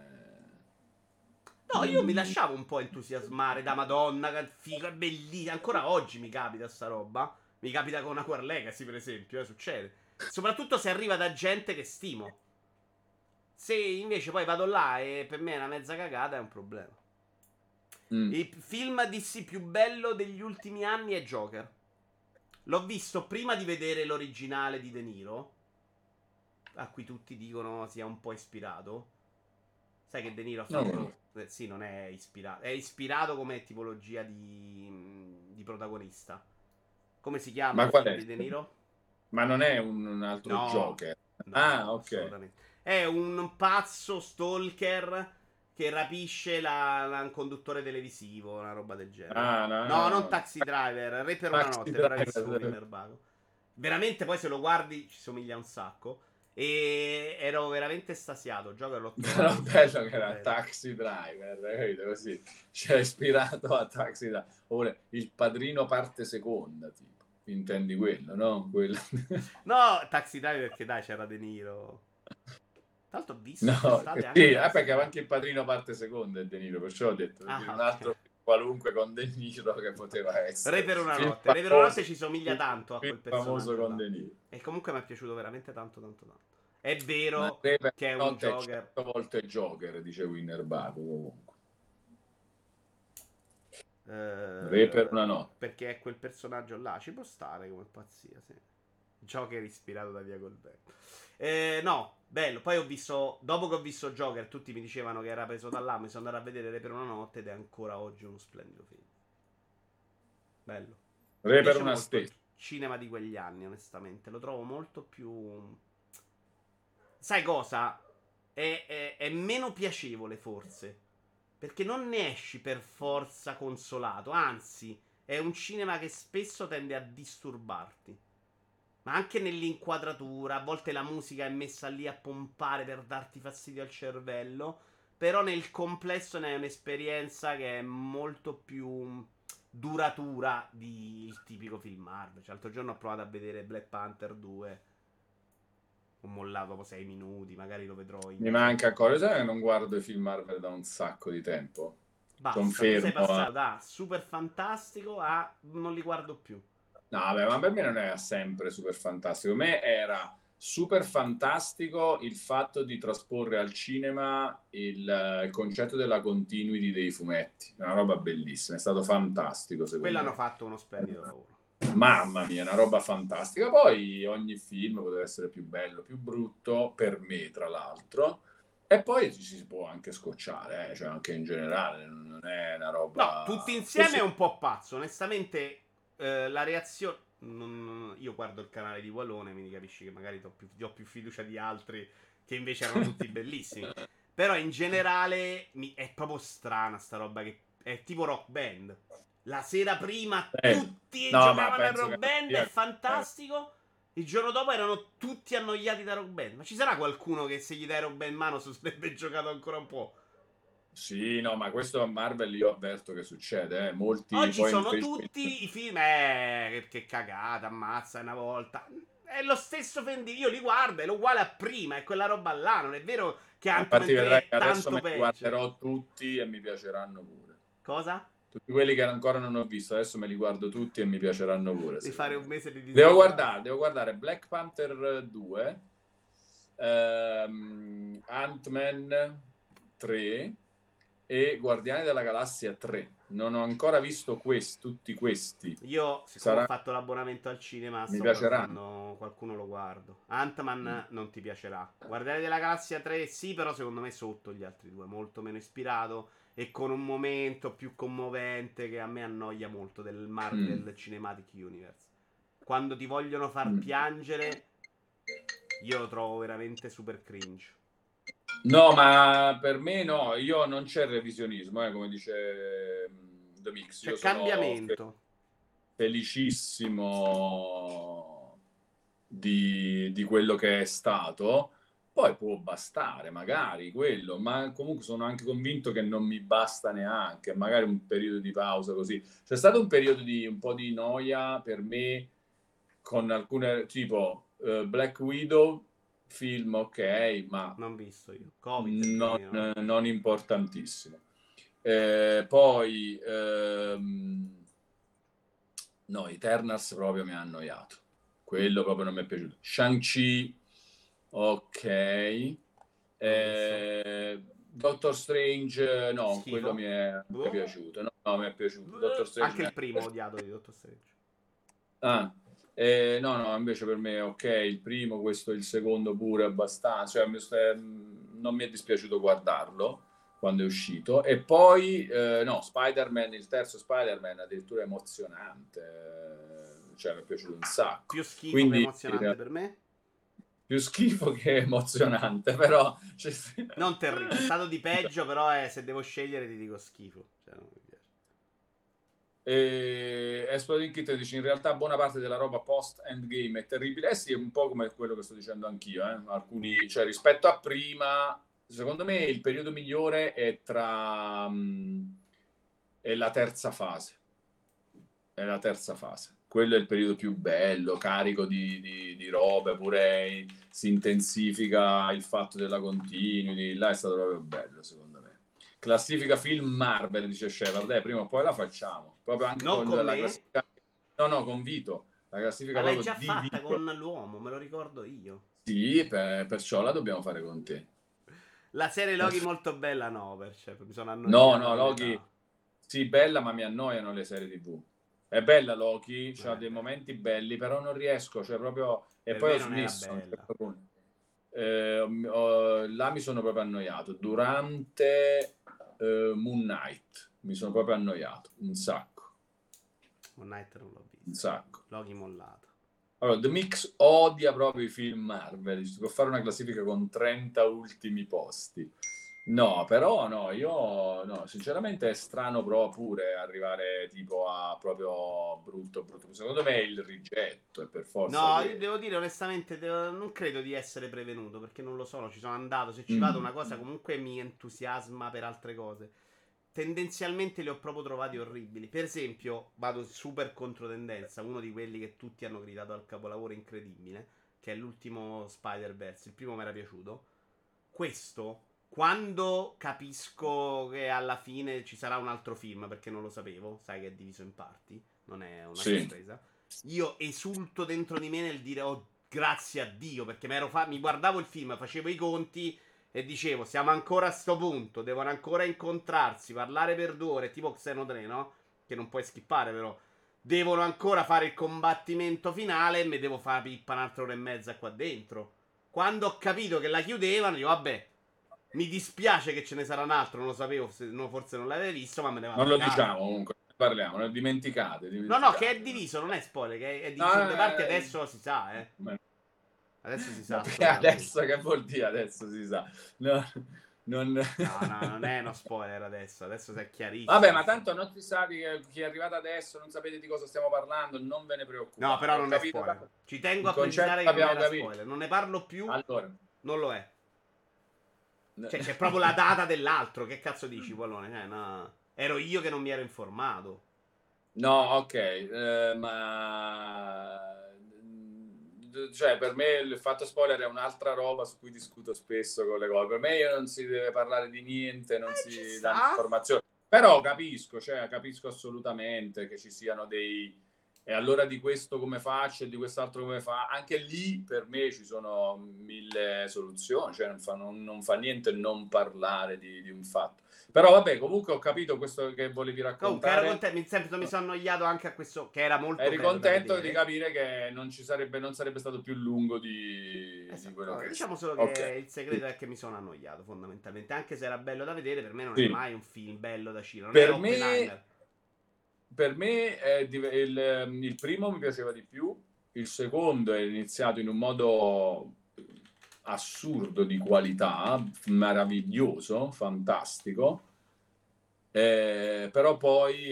No, io mi Mm. lasciavo un po' entusiasmare da Madonna, che figa, bellissima. Ancora oggi mi capita sta roba. Mi capita con Aquar Legacy, per esempio, eh, succede. Soprattutto se arriva da gente che stimo. Se invece poi vado là e per me è una mezza cagata, è un problema. Mm. Il film D C più bello degli ultimi anni è Joker. L'ho visto prima di vedere l'originale di De Niro, a cui tutti dicono sia un po' ispirato. Sai che De Niro ha fatto... No. Eh, sì, non è ispirato. È ispirato come tipologia di, di protagonista. Come si chiama Ma il qual film è? di De Niro? Ma non è un, un altro No, Joker. no, Ah, ok. assolutamente. È un pazzo stalker che rapisce la, la- un conduttore televisivo, una roba del genere. Ah, no, No, no, non no. Taxi Driver, Re per una Taxi notte, Driver. bravissimo Wilmer Bago. Veramente poi se lo guardi ci somiglia un sacco. E ero veramente estasiato. Joker l'ho Però trovato bello che era bello. Taxi Driver, capito? Così, cioè ispirato a Taxi Driver. Oppure Il Padrino parte seconda, tipo. Intendi quello, no? Quello. No, Taxi Driver perché dai c'era De Niro. Tra l'altro ho visto No, quest'estate sì, anche eh, Taxi perché Driver. anche Il Padrino parte seconda è De Niro, perciò ho detto, Ah, un ok. altro qualunque con De Niro che poteva essere. Re per una Film notte. Re per una notte famoso- ci somiglia tanto a quel film famoso personaggio con là. De Niro. E comunque mi è piaciuto veramente tanto, tanto, tanto. È Ma vero Re per che è una un notte è Joker. cento volte Joker, dice Winner Baco comunque. Re per una Eh, notte. perché è quel personaggio là. Ci può stare come pazzia, sì. Joker ispirato da Via Colberto. Eh, no, bello. Poi ho visto, dopo che ho visto Joker, tutti mi dicevano che era preso da là. Mi sono andato a vedere Re per una notte ed è ancora oggi uno splendido film. Bello. Mi Re per piace una molto il stessa. cinema di quegli anni, onestamente. Lo trovo molto più. Sai cosa? È, è- è meno piacevole, forse. Perché non ne esci per forza consolato. Anzi, è un cinema che spesso tende a disturbarti. Ma anche nell'inquadratura, a volte la musica è messa lì a pompare per darti fastidio al cervello. Però nel complesso ne è un'esperienza che è molto più duratura di il tipico film Marvel. Cioè, l'altro giorno ho provato a vedere Black Panther due. Ho mollato dopo sei minuti, magari lo vedrò in Mi dieci manca minuti. ancora, sai che non guardo i film Marvel da un sacco di tempo. Basta, tu sei Confermo. passato da super fantastico a non li guardo più. No, vabbè, ma per me non era sempre super fantastico. Per me era super fantastico il fatto di trasporre al cinema il, il concetto della continuity dei fumetti. Una roba bellissima, è stato fantastico Quello secondo hanno me. fatto uno splendido lavoro. Mamma mia, una roba fantastica. Poi ogni film poteva essere più bello, più brutto, per me tra l'altro. E poi ci si può anche scocciare, eh, cioè anche in generale, non è una No, tutti roba insieme così. è un po' pazzo. Onestamente, eh, la reazione. non- io guardo il canale di Wallone, quindi capisci che magari do più, ho più fiducia di altri che invece erano tutti bellissimi. Però in generale mi- è proprio strana sta roba che è tipo Rock Band. La sera prima Eh, tutti no, ma giocavano a penso Rock che non Band, è sia... eh, fantastico. Il giorno dopo erano tutti annoiati da Rock Band. Ma ci sarà qualcuno che se gli dai Rock Band in mano sarebbe giocato ancora un po'? sì, no, ma questo a Marvel io avverto che succede, eh. Molti Oggi poi sono invece... tutti i film. Eh, che, che cagata, ammazza una volta. È lo stesso film di. Io li guardo, è uguale a prima, è quella roba là. Non è vero che Ma Ant-Man infatti tre vedrai è che adesso tanto me li peggio. guarderò tutti e mi piaceranno pure. Cosa? Tutti quelli che ancora non ho visto, adesso me li guardo tutti e mi piaceranno pure, Devi fare secondo un me. mese di Devo disintossicazione. guardare, devo guardare Black Panther due, ehm, Ant-Man tre e Guardiani della Galassia tre. Non ho ancora visto questi, tutti questi. Io, siccome ho Sarà, fatto l'abbonamento al cinema, mi sto piaceranno. valutando qualcuno lo guardo. Ant-Man non ti piacerà. Guardiani della Galassia tre sì, però secondo me sotto gli altri due, molto meno ispirato e con un momento più commovente che a me annoia molto del Mm, Marvel Cinematic Universe. Quando ti vogliono far mm. piangere, io lo trovo veramente super cringe. No, ma per me no, io non c'è revisionismo, eh, come dice mm, The Mix. Io C'è sono fe- cambiamento. felicissimo di, di quello che è stato. Poi può bastare, magari quello, ma comunque sono anche convinto che non mi basta neanche, magari un periodo di pausa così. C'è stato un periodo di un po' di noia per me con alcune, tipo eh, Black Widow, film ok, ma Non visto io. Covid, non, quindi no. non importantissimo. Eh, poi, ehm, no, Eternals proprio mi ha annoiato. Quello proprio non mi è piaciuto. Shang-Chi, ok. Non visto. Eh, Doctor Strange, no, quello mi Schifo. è, mi è Boh. piaciuto. No, no, mi è piaciuto. Doctor Boh. Strange Anche mi il è primo ho piaciuto. odiato di Doctor Strange. Ah, eh, no, no, invece per me ok, il primo, questo il secondo pure abbastanza, cioè, mi sta- non mi è dispiaciuto guardarlo quando è uscito. E poi, eh, no, Spider-Man, il terzo Spider-Man addirittura emozionante, eh, cioè mi è piaciuto un sacco. Più schifo che Quindi emozionante eh, per me. più schifo che emozionante, però... cioè, Non terribile. C'è stato di peggio, però eh, se devo scegliere ti dico schifo. Cioè, non mi piace. E Exploding Kittens dice in realtà buona parte della roba post endgame è terribile. Eh sì, è un po' come quello che sto dicendo anch'io, eh. Alcuni, cioè rispetto a prima, secondo me il periodo migliore è tra mh, è la terza fase. È la terza fase. Quello è il periodo più bello, carico di, di, di robe, pure si intensifica il fatto della continuity. Là è stato proprio bello, secondo me. classifica film Marvel, dice Shepard, dai, prima o poi la facciamo, proprio anche Non con, con la me? classifica, no no, con Vito, la classifica Ma l'hai proprio già di fatta Vito. con l'uomo, me lo ricordo io. Sì, per- perciò la dobbiamo fare con te. La serie Loki Perf- molto bella no, per cioè, mi sono no, annoiato no, a Loki, metà. sì, bella, ma mi annoiano le serie tivù. È bella Loki, Non ha è dei bella. momenti belli, però non riesco, cioè proprio... E Per poi me ho non era smesso a un bella. certo punto. Eh, ho- là mi sono proprio annoiato. Durante eh, Moon Knight mi sono proprio annoiato, un sacco, Moon Knight non l'ho un visto. sacco. Loki mollato. Allora, The Mix odia proprio i film Marvel, si può fare una classifica con trenta ultimi posti. No, però no, io no, sinceramente è strano però pure arrivare tipo a proprio brutto, brutto. Secondo me è il rigetto, è per forza No, io che... devo dire onestamente, devo- non credo di essere prevenuto perché non lo sono, ci sono andato, se ci vado Mm. una cosa comunque mi entusiasma per altre cose. Tendenzialmente li ho proprio trovati orribili. Per esempio, vado super controtendenza, uno di quelli che tutti hanno gridato al capolavoro incredibile, che è l'ultimo Spider-Verse, il primo mi era piaciuto. Questo, quando capisco che alla fine ci sarà un altro film, perché non lo sapevo, sai che è diviso in parti, non è una Sì, sorpresa. Io esulto dentro di me nel dire, oh, grazie a Dio, perché fa- mi guardavo il film, facevo i conti e dicevo, siamo ancora a sto punto, devono ancora incontrarsi, parlare per due ore, tipo Xeno tre, no? Che non puoi skippare però. Devono ancora fare il combattimento finale e mi devo fare pippa un'altra ora e mezza qua dentro. Quando ho capito che la chiudevano, dico, vabbè, mi dispiace che ce ne sarà un altro, non lo sapevo, se- no, forse non l'avevi visto, ma me ne vado non a lo casa. diciamo comunque, ne parliamo, ne dimenticate, No, no, che è dimenticate. diviso, non è spoiler, che è, è No, diviso in due parti, eh, adesso si sa, eh. ma- Adesso si sa ma perché assolutamente. adesso che vuol dire? Adesso si sa. No, non... No, no, non è uno spoiler adesso, adesso è Vabbè, chiarissimo. ma tanto non si sa di chi è arrivato adesso, non sapete di cosa stiamo parlando, non ve ne No, però preoccupate. Ho non è capito, spoiler. tanto Ci tengo il a concetto precisare che non l'abbiamo era capito. spoiler. Non ne parlo più, Allora, non lo è. Cioè, c'è proprio la data dell'altro. Che cazzo dici, Pollone? Cioè, no. Ero io che non mi ero informato. no, ok, eh, ma cioè per me il fatto spoiler è un'altra roba su cui discuto spesso con le cose. Per me non si deve parlare di niente, non Eh, ci si danno sta. informazioni. Però capisco, cioè capisco assolutamente che ci siano dei e allora di questo come faccio e di quest'altro come fa. Anche lì per me ci sono mille soluzioni, cioè non fa, non, non fa niente non parlare di, di un fatto. Però vabbè, comunque ho capito questo che volevi Comunque, ero raccontare. contento. Mi, sempre, mi sono annoiato anche a questo, che era molto Eri bello da contento di vedere. capire che non ci sarebbe, non sarebbe stato più lungo di, di quello Esatto. che è Diciamo stato. solo Ok. che il segreto è che mi sono annoiato, fondamentalmente. Anche se era bello da vedere, per me non è Sì. mai un film bello da cinema. Non è Per me, Oppenheimer. per me è div- il, il primo mi piaceva di più, il secondo è iniziato in un modo assurdo di qualità, meraviglioso, fantastico. Eh, però poi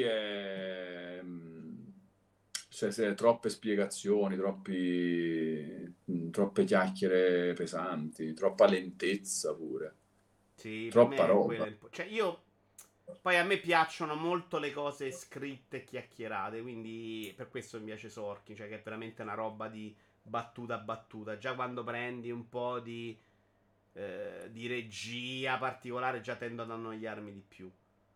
ehm, cioè, se- troppe spiegazioni, troppi, mh, troppe chiacchiere pesanti, troppa lentezza pure, Sì, per troppa me quello roba. è il po- Cioè, io. Poi a me piacciono molto le cose scritte e chiacchierate, quindi per questo mi piace Sorkin, cioè che è veramente una roba di battuta a battuta. Già quando prendi un po' di, eh, di regia particolare, già tendo ad annoiarmi di più.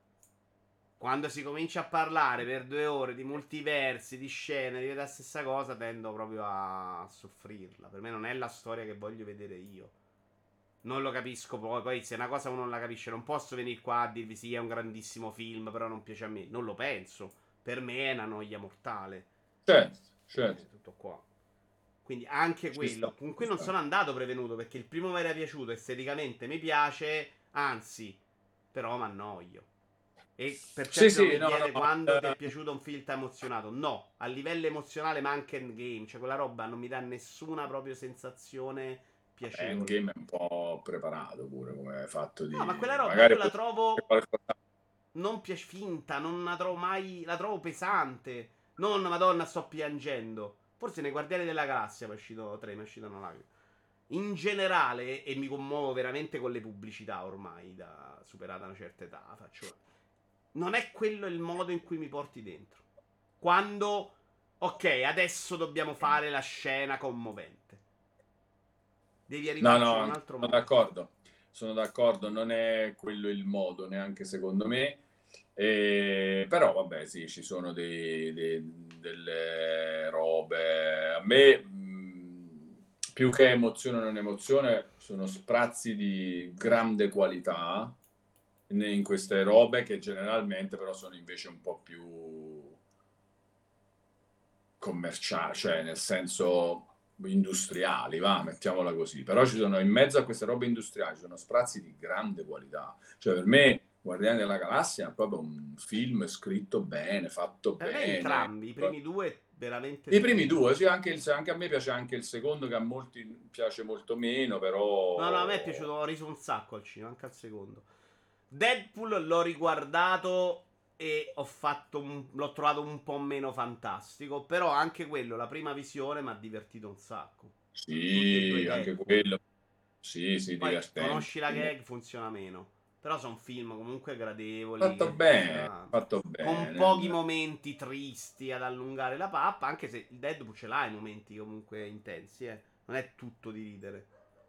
Quando si comincia a parlare per due ore di multiversi, di scene, di la stessa cosa, tendo proprio a soffrirla. Per me non è la storia che voglio vedere io. Non lo capisco poi. Poi, se una cosa uno non la capisce, non posso venire qua a dirvi sì, è un grandissimo film, però non piace a me. Non lo penso. Per me è una noia mortale. Certo, Eh, certo, tutto qua. Quindi anche ci sta, quello. Con ci cui non sta. sono andato prevenuto perché il primo mi era piaciuto, esteticamente mi piace, anzi, però mi annoio. E per Sì, certi uno sì, mi no, no, chiede quando ti è eh, piaciuto un film, ti ha emozionato. No, a livello emozionale manca Endgame, cioè quella roba non mi dà nessuna proprio sensazione vabbè, piacevole. Endgame è un po' preparato pure come fatto No, ma quella di... roba magari io la trovo qualcosa... non piace finta, non la trovo mai, la trovo pesante. Non, Madonna, sto piangendo. Forse nei Guardiani della Galassia mi è uscito tre, mi è uscito una lacrima. In generale, e mi commuovo veramente con le pubblicità ormai, da superata una certa età, faccio... Non è quello il modo in cui mi porti dentro. Quando, ok, adesso dobbiamo fare la scena commovente. Devi No, arrivarci in un no, altro sono modo. d'accordo. sono d'accordo, non è quello il modo, neanche secondo me. E, però vabbè, sì, ci sono dei, dei, delle robe. A me mh, più che emozione o non emozione, sono sprazzi di grande qualità in, in queste robe che generalmente però sono invece un po' più commerciali, cioè nel senso industriali, va, mettiamola così. Però ci sono, in mezzo a queste robe industriali, ci sono sprazzi di grande qualità. Cioè per me Guardiani della Galassia è proprio un film scritto bene, fatto Per me bene. entrambi, i primi due veramente I primi due, splendidi. sì, anche, il- anche a me piace anche il secondo, che a molti piace molto meno, No, no, a me è però... piaciuto, ho riso un sacco al cinema, anche al secondo. Deadpool l'ho riguardato e ho fatto un- l'ho trovato un po' meno fantastico, però anche quello, la prima visione mi ha divertito un sacco. Tutti e due Sì, anche Deadpool. quello. Sì, sì, Poi divertente. conosci la gag, funziona meno. Però sono film comunque gradevoli, Fatto che ti bene, sta... fatto Con pochi bene. momenti tristi ad allungare la pappa, anche se il Deadpool ce l'ha i momenti comunque intensi, eh. Non è tutto di ridere.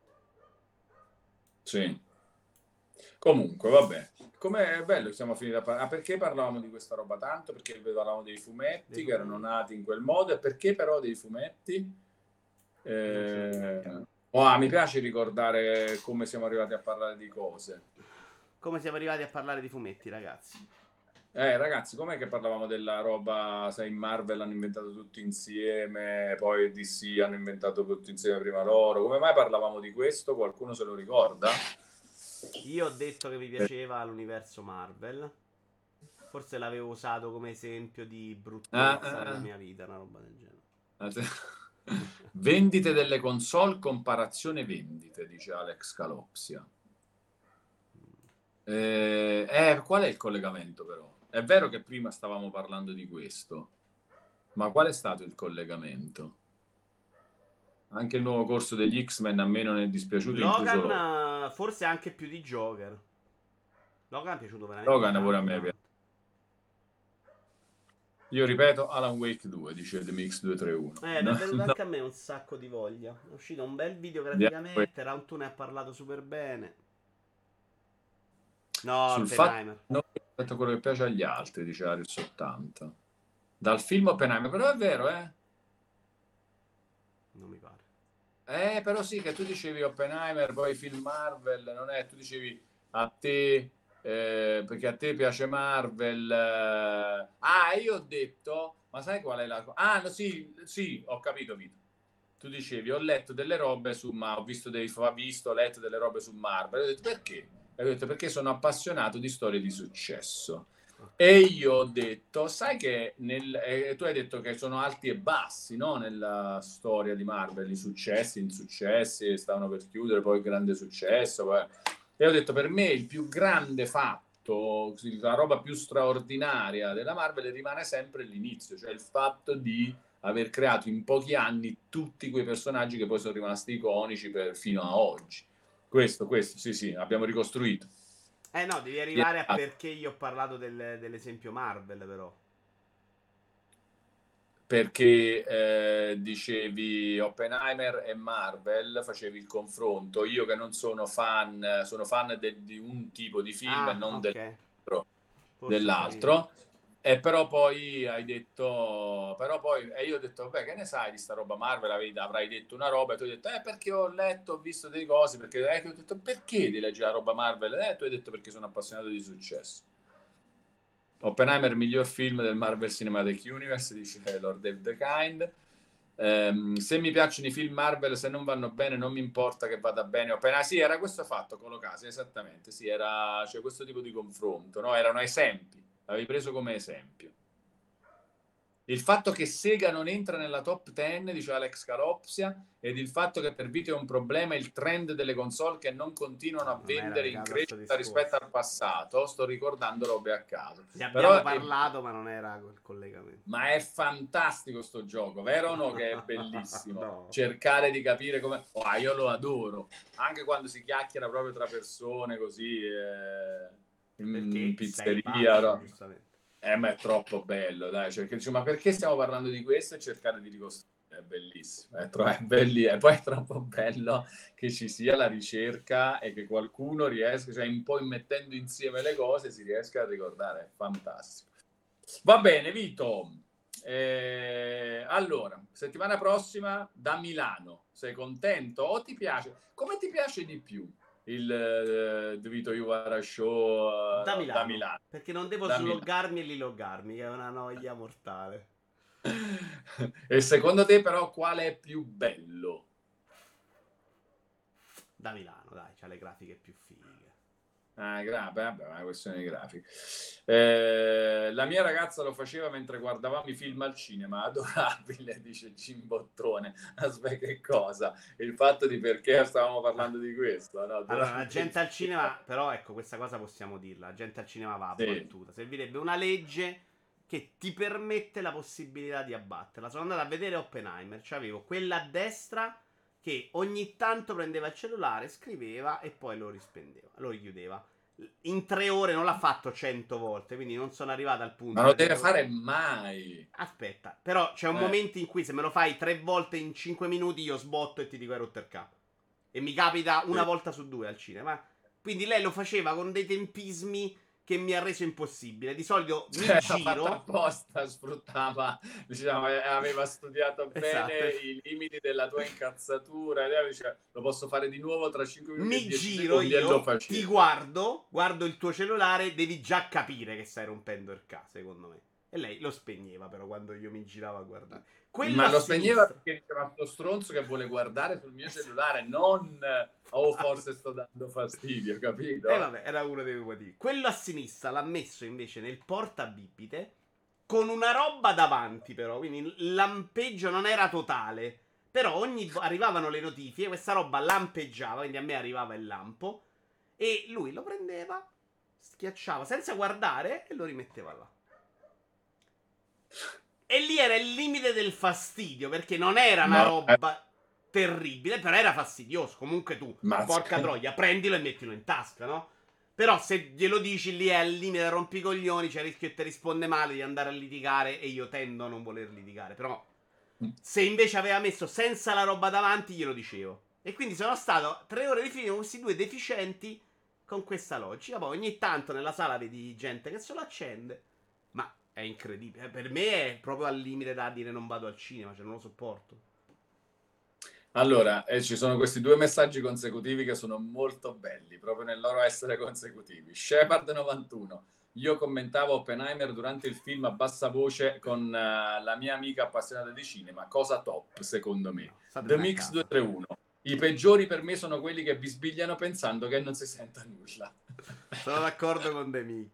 Sì. Comunque, vabbè. Com'è bello che siamo finiti a parlare. Ah, perché parlavamo di questa roba tanto? Perché parlavamo dei Dei fumetti che erano fumetti. nati in quel modo. E perché però dei fumetti? Non ce l'ho Eh... idea. oh, ah, mi piace ricordare come siamo arrivati a parlare di cose. Come siamo arrivati a parlare di fumetti, ragazzi? Eh, ragazzi, com'è che parlavamo della roba, sai, in Marvel hanno inventato tutto insieme, poi D C hanno inventato tutto insieme prima loro. Come mai parlavamo di questo? Qualcuno se lo ricorda? Io ho detto che mi Eh, piaceva l'universo Marvel. Forse l'avevo usato come esempio di ah, bruttezza della ah, mia vita, una roba del genere. ah. Vendite delle console, comparazione vendite, dice Alex Calopsia. Eh, eh, qual è il collegamento però? È vero che prima stavamo parlando di questo, ma qual è stato il collegamento? Anche il nuovo corso degli X-Men a me non è dispiaciuto, incluso Logan. Logan, eh, forse anche più di Joker. Logan è piaciuto veramente Logan pure a tanto, me piace. tanto. Io ripeto, Alan Wake due, dice The Mix duecentotrentatré. Eh, mi è No, venuto no, anche a me un sacco di voglia. È uscito un bel video di Alan Wake. graficamente. Round due ne ha parlato super bene. No, Sul fatto Oppenheimer. che non rispetto a quello che piace agli altri, dice Arius ottanta. Dal film Oppenheimer, però è vero, eh? Non mi pare. Eh, però sì, che tu dicevi Oppenheimer, poi film Marvel, non è? Tu dicevi a te, eh, perché a te piace Marvel. eh. Ah, io ho detto, ma sai qual è la cosa? Ah, no, sì, sì, ho capito, Vito. Tu dicevi, ho letto delle robe su Marvel, ho visto, dei, ho visto, ho letto delle robe su Marvel. Ho detto, perché? E ho detto, perché sono appassionato di storie di successo. Ok. E io ho detto, sai che nel, eh, tu hai detto che sono alti e bassi, no? Nella storia di Marvel, i successi, insuccessi, stavano per chiudere, poi grande successo. Poi... E ho detto, per me il più grande fatto, la roba più straordinaria della Marvel rimane sempre l'inizio, cioè il fatto di aver creato in pochi anni tutti quei personaggi che poi sono rimasti iconici per, fino a oggi. Questo, questo, sì, sì, abbiamo ricostruito. Eh no, devi arrivare a perché io ho parlato del- dell'esempio Marvel, però. Perché eh, dicevi Oppenheimer e Marvel, facevi il confronto. Io che non sono fan, sono fan de- di un tipo di film e Ah, non ok. dell'altro, Forse ho capito. dell'altro. E però poi hai detto, però poi, e io ho detto, vabbè, che ne sai di sta roba Marvel? Avevi- avrai detto una roba e tu hai detto, eh, perché ho letto, ho visto delle cose, perché eh, ho detto, perché di leggere la roba Marvel? Eh, tu hai detto, perché sono appassionato di successo. Oppenheimer, miglior film del Marvel Cinematic Universe, dice Lord Dave the Kind. Ehm, se mi piacciono i film Marvel, se non vanno bene, non mi importa che vada bene. Oppenheimer, sì, era questo fatto, Colocasi, esattamente. Sì, era cioè, questo tipo di confronto, no? Erano esempi, l'avevi preso come esempio. Il fatto che Sega non entra nella top dieci, dice Alex Calopsia, ed il fatto che per Vito è un problema il trend delle console che non continuano a Non era vendere in legato a sto crescita rispetto discorso. al passato. Sto ricordando robe a caso. Ne abbiamo Però è, parlato, ma non era quel collegamento. ma è fantastico sto gioco, vero o no? Che è bellissimo. No. Cercare di capire come... Oh, io lo adoro. Anche quando si chiacchiera proprio tra persone così, eh, in Perché sei pizzeria. pazzo, No? giustamente. Eh, ma è troppo bello, dai. Cioè, che dici, ma perché stiamo parlando di questo e cercare di ricostruire? È bellissimo, è, tro- è belli- e poi è troppo bello che ci sia la ricerca e che qualcuno riesca, cioè un po' mettendo insieme le cose, si riesca a ricordare. È fantastico. Va bene, Vito. Eh, allora, settimana prossima da Milano. Sei contento o ti piace? Come ti piace di più il eh, The Vito Iuvara Da Show eh, da Milano, Milano? perché non devo Da Milano. sloggarmi e riloggarmi, che è una noia mortale. E secondo te però quale è più bello? Da Milano, dai, c'ha le grafiche più fighe. Ah, gra- beh, vabbè, è una questione di grafica. Eh, la mia ragazza lo faceva mentre guardavamo i film al cinema, adorabile, dice Gimbottone. Aspetta, che cosa? Il fatto di perché stavamo parlando di questo, no? Allora, la Durante il gente al film. cinema, però ecco, questa cosa possiamo dirla, la gente al cinema va Sì. abbattuta. Servirebbe una legge che ti permette la possibilità di abbatterla. Sono andato a vedere Oppenheimer, cioè avevo quella a destra che ogni tanto prendeva il cellulare, scriveva e poi lo rispendeva, lo richiudeva. In tre ore non l'ha fatto cento volte, quindi non sono arrivato al punto. Non lo che deve devo- fare mai. Aspetta, però c'è un Eh, momento in cui se me lo fai tre volte in cinque minuti io sbotto e ti dico hai rotto il capo. E mi capita una sì. volta su due al cinema. Quindi lei lo faceva con dei tempismi che mi ha reso impossibile. Di solito mi Cioè, l'ha fatta giro. apposta, sfruttava, diciamo, eh, aveva studiato Esatto. bene i limiti della tua incazzatura, e lei diceva, lo posso fare di nuovo tra cinque minuti e Mi dieci giro secondi e lo io, ti faceva. guardo, guardo il tuo cellulare, devi già capire che stai rompendo il caso, secondo me. E lei lo spegneva però quando io mi giravo a guardare. Quello Ma a lo spegneva sinistra. perché diceva sto stronzo che vuole guardare sul mio cellulare, non oh forse sto dando fastidio, E capito? vabbè, era uno dei motivi. Quello a sinistra l'ha messo invece nel portabibite con una roba davanti, però. Quindi il lampeggio non era totale. Però ogni vo- arrivavano le notifiche, questa roba lampeggiava, quindi a me arrivava il lampo. E lui lo prendeva, schiacciava senza guardare e lo rimetteva là. E lì era il limite del fastidio, perché non era una No, eh, roba terribile, però era fastidioso. Comunque tu, mazza. porca troia, prendilo e mettilo in tasca, no? Però se glielo dici lì è al limite del rompicoglioni, c'è il rischio che ti risponde male di andare a litigare e io tendo a non voler litigare. Però se invece aveva messo senza la roba davanti, glielo dicevo. E quindi sono stato tre ore di film con questi due deficienti con questa logica. Poi ogni tanto nella sala vedi gente che se lo accende. Ma è incredibile. Per me è proprio al limite da dire non vado al cinema, cioè non lo sopporto. Allora, eh, ci sono questi due messaggi consecutivi che sono molto belli, proprio nel loro essere consecutivi. Shepard novantuno. Io commentavo Oppenheimer durante il film a bassa voce con uh, la mia amica appassionata di cinema. Cosa top, secondo me. No, The statevene a Mix casa. duecentotrentuno. I peggiori per me sono quelli che bisbigliano pensando che non si senta nulla. Sono d'accordo con The Mix.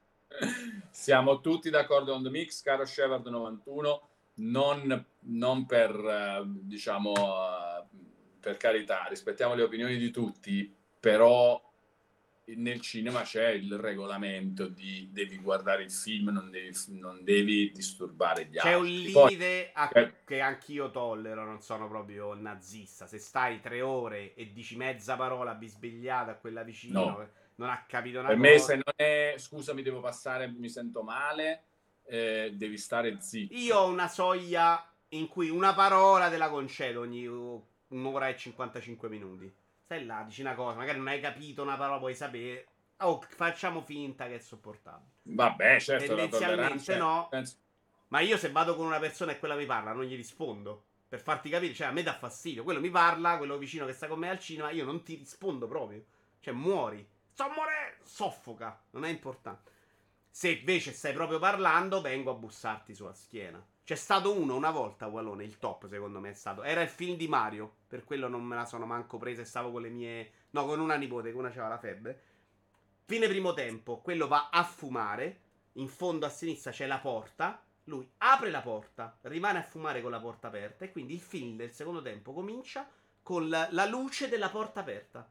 Siamo tutti d'accordo con The Mix, caro Shepard novantuno. Non, non per, eh, diciamo, eh, per carità, rispettiamo le opinioni di tutti, però nel cinema c'è il regolamento di devi guardare il film, non devi, non devi disturbare gli C'è un altri. Poi, limite a- eh, che anch'io tollero, non sono proprio nazista. Se stai tre ore e dici mezza parola bisbigliata a quella vicino, no, non ha capito una per me cosa. se non è scusami, devo passare, mi sento male, eh, devi stare Io zitto. ho una soglia in cui una parola te la concedo ogni uh, un'ora e cinquantacinque minuti. Stai là, dici una cosa, magari non hai capito una parola, puoi sapere. Oh, facciamo finta che è sopportabile. Vabbè, certo, la Tendenzialmente tolleranza, no. penso- Ma io se vado con una persona e quella mi parla, non gli rispondo. Per farti capire, cioè a me dà fastidio. Quello mi parla, quello vicino che sta con me al cinema, io non ti rispondo proprio. Cioè muori. Sto morendo. Soffoca. Non è importante. Se invece stai proprio parlando, vengo a bussarti sulla schiena. C'è stato uno una volta, Wallone, il top secondo me è stato. Era il film di Mario, per quello non me la sono manco presa e stavo con le mie... No, con una nipote, che una c'aveva la febbre. Fine primo tempo, quello va a fumare, in fondo a sinistra c'è la porta, lui apre la porta, rimane a fumare con la porta aperta e quindi il film del secondo tempo comincia con la, la luce della porta aperta.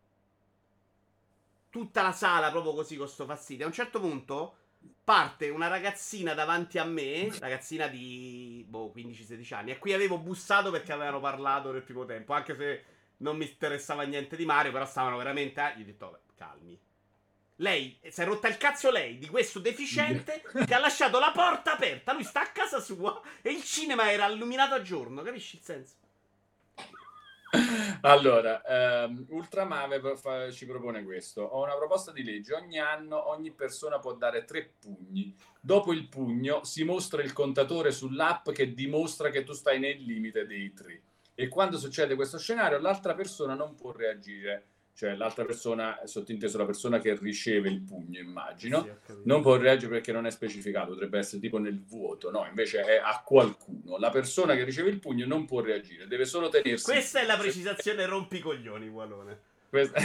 Tutta la sala proprio così con sto fastidio. A un certo punto parte una ragazzina davanti a me, ragazzina di boh, quindici sedici anni, a cui avevo bussato perché avevano parlato nel primo tempo, anche se non mi interessava niente di Mario, però stavano veramente... Eh, gli ho detto, vabbè, calmi. Lei si è rotta il cazzo lei di questo deficiente che ha lasciato la porta aperta. Lui sta a casa sua e il cinema era illuminato a giorno. Capisci il senso? Allora, ehm, Ultramave fa- ci propone questo. Ho una proposta di legge. Ogni anno ogni persona può dare tre pugni. Dopo il pugno si mostra il contatore sull'app che dimostra che tu stai nel limite dei tre. E quando succede questo scenario, l'altra persona non può reagire. Cioè, l'altra persona, sottinteso la persona che riceve il pugno, immagino, Sì, ho capito. non può reagire perché non è specificato, potrebbe essere tipo nel vuoto, no? Invece è a qualcuno. La persona che riceve il pugno non può reagire, deve solo tenersi. Questa è la precisazione rompicoglioni, Gualone. Questa...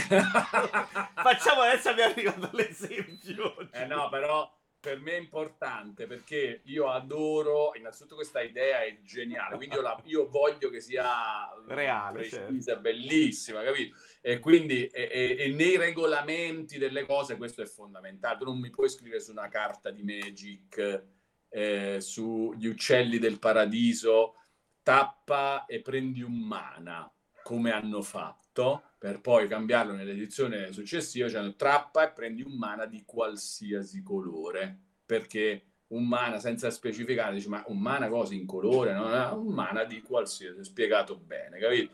Facciamo adesso, abbiamo arrivato all'esempio. Eh no, però per me è importante perché io adoro, innanzitutto questa idea è geniale, quindi io, la, io voglio che sia reale, precisa, certo. bellissima, capito? E quindi e, e, e nei regolamenti delle cose questo è fondamentale. Tu non mi puoi scrivere su una carta di Magic, eh, sugli uccelli del paradiso, tappa e prendi un mana, come hanno fatto, per poi cambiarlo nell'edizione successiva, cioè trappa e prendi un mana di qualsiasi colore, perché un mana senza specificare, dici ma un mana cosa in colore, no? Un mana di qualsiasi, spiegato bene, capito?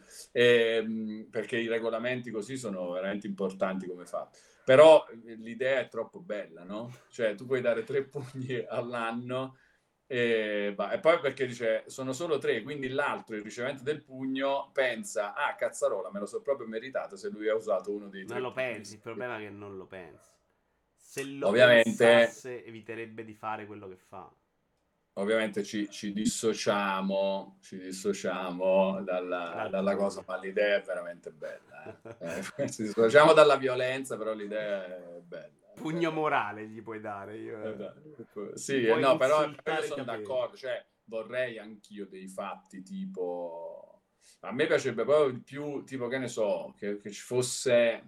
E, perché i regolamenti così sono veramente importanti come fatto. Però l'idea è troppo bella, no? Cioè tu puoi dare tre pugni all'anno e, bah, e poi perché dice sono solo tre, quindi l'altro, il ricevente del pugno, pensa ah cazzarola, me lo so proprio meritato se lui ha usato uno dei tre. Non lo pugni. pensi, il problema è che non lo pensi. Se lo Ovviamente, pensasse eviterebbe di fare quello che fa. Ovviamente ci, ci dissociamo, ci dissociamo dalla, dalla cosa, ma l'idea è veramente bella. Eh? Eh, ci dissociamo dalla violenza, però l'idea è bella. Pugno morale gli puoi dare. Io... Sì, eh, no, però, però io sono d'accordo, cioè vorrei anch'io dei fatti tipo... A me piacerebbe proprio più, tipo, che ne so, che, che ci fosse...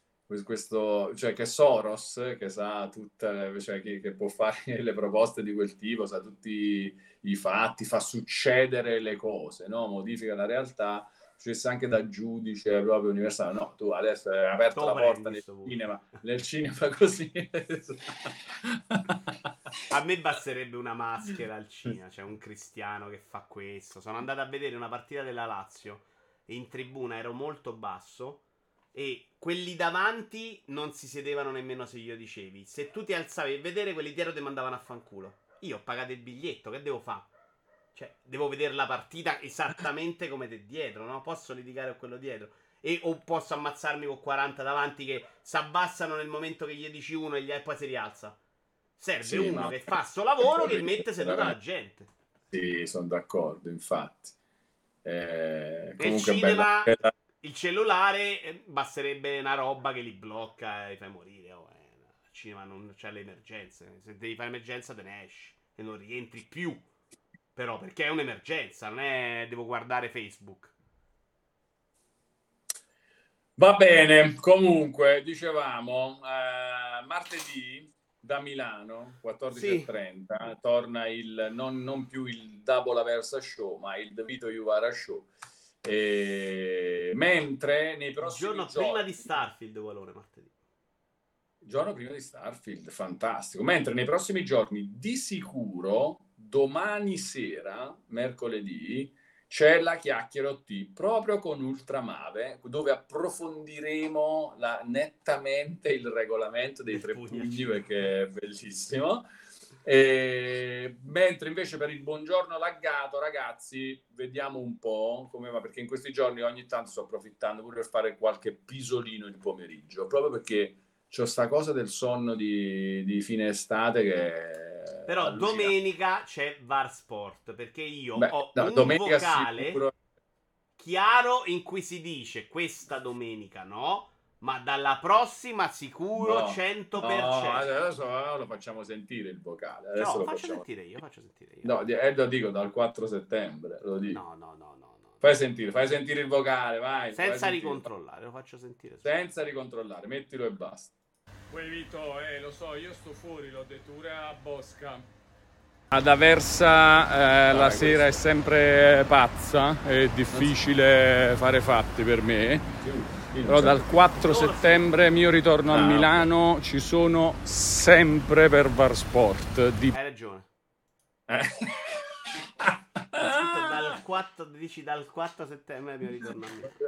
questo, cioè che Soros, che sa tutte, cioè che, che può fare le proposte di quel tipo, sa tutti i fatti, fa succedere le cose, no? Modifica la realtà, cioè anche da giudice proprio universale. No, tu adesso hai aperto la porta nel cinema, nel cinema così. A me basterebbe una maschera al cinema, cioè un cristiano che fa questo. Sono andato a vedere una partita della Lazio e in tribuna ero molto basso e quelli davanti non si sedevano nemmeno se glielo dicevi. Se tu ti alzavi a vedere, quelli dietro ti mandavano a fanculo. Io ho pagato il biglietto, che devo fare? Cioè, devo vedere la partita esattamente come te dietro, no? Posso litigare con quello dietro. E o posso ammazzarmi con quaranta davanti che si abbassano nel momento che gli dici uno e, gli... e poi si rialza. Serve sì, uno ma... che fa sto lavoro che mette seduta la gente. Sì, sono d'accordo, infatti. Eh, Nel cinema... Bella... Il cellulare basterebbe una roba che li blocca e li fai morire. Oh, eh, al cinema non c'è le emergenze. Se devi fare emergenza te ne esci e non rientri più. Però perché è un'emergenza, non è devo guardare Facebook. Va bene, comunque dicevamo eh, martedì da Milano quattordici e trenta sì. Torna il non, non più il Double Aversa Show, ma il The Vito Juvara Show. E... mentre nei prossimi il giorno giorni, prima di Starfield, valore martedì. Il giorno prima di Starfield, fantastico. Mentre nei prossimi giorni, di sicuro, domani sera, mercoledì, c'è la Chiacchiera O T proprio con Ultramave, dove approfondiremo la, nettamente il regolamento dei tre pugni, perché è bellissimo. E, mentre invece per il buongiorno laggato, ragazzi, vediamo un po' come va, perché in questi giorni ogni tanto sto approfittando pure per fare qualche pisolino il pomeriggio, proprio perché c'ho sta cosa del sonno di, di fine estate che però domenica c'è VAR Sport, perché io Beh, ho no, un vocale sicuro... chiaro in cui si dice questa domenica no, ma dalla prossima sicuro no, cento per cento. No, adesso lo facciamo sentire il vocale. Adesso no, lo faccio facciamo... sentire io, faccio sentire io. No, eh, lo dico dal quattro settembre, lo dico. No, no, no, no. no. Fai sentire, fai sentire il vocale, vai. Senza ricontrollare, lo faccio sentire. Senza ricontrollare, mettilo e basta. Poi Vito, eh, lo so, io sto fuori, l'ho detto pure a Bosca. Ad Aversa eh, la sera è sempre pazza, è difficile fare fatti per me. Però dal quattro settembre, mio ritorno a Ah, Milano, ci sono sempre per Varsport. Di... Hai ragione. Eh. Ho scritto dal quattro, dici dal quattro settembre mi ritorno a me.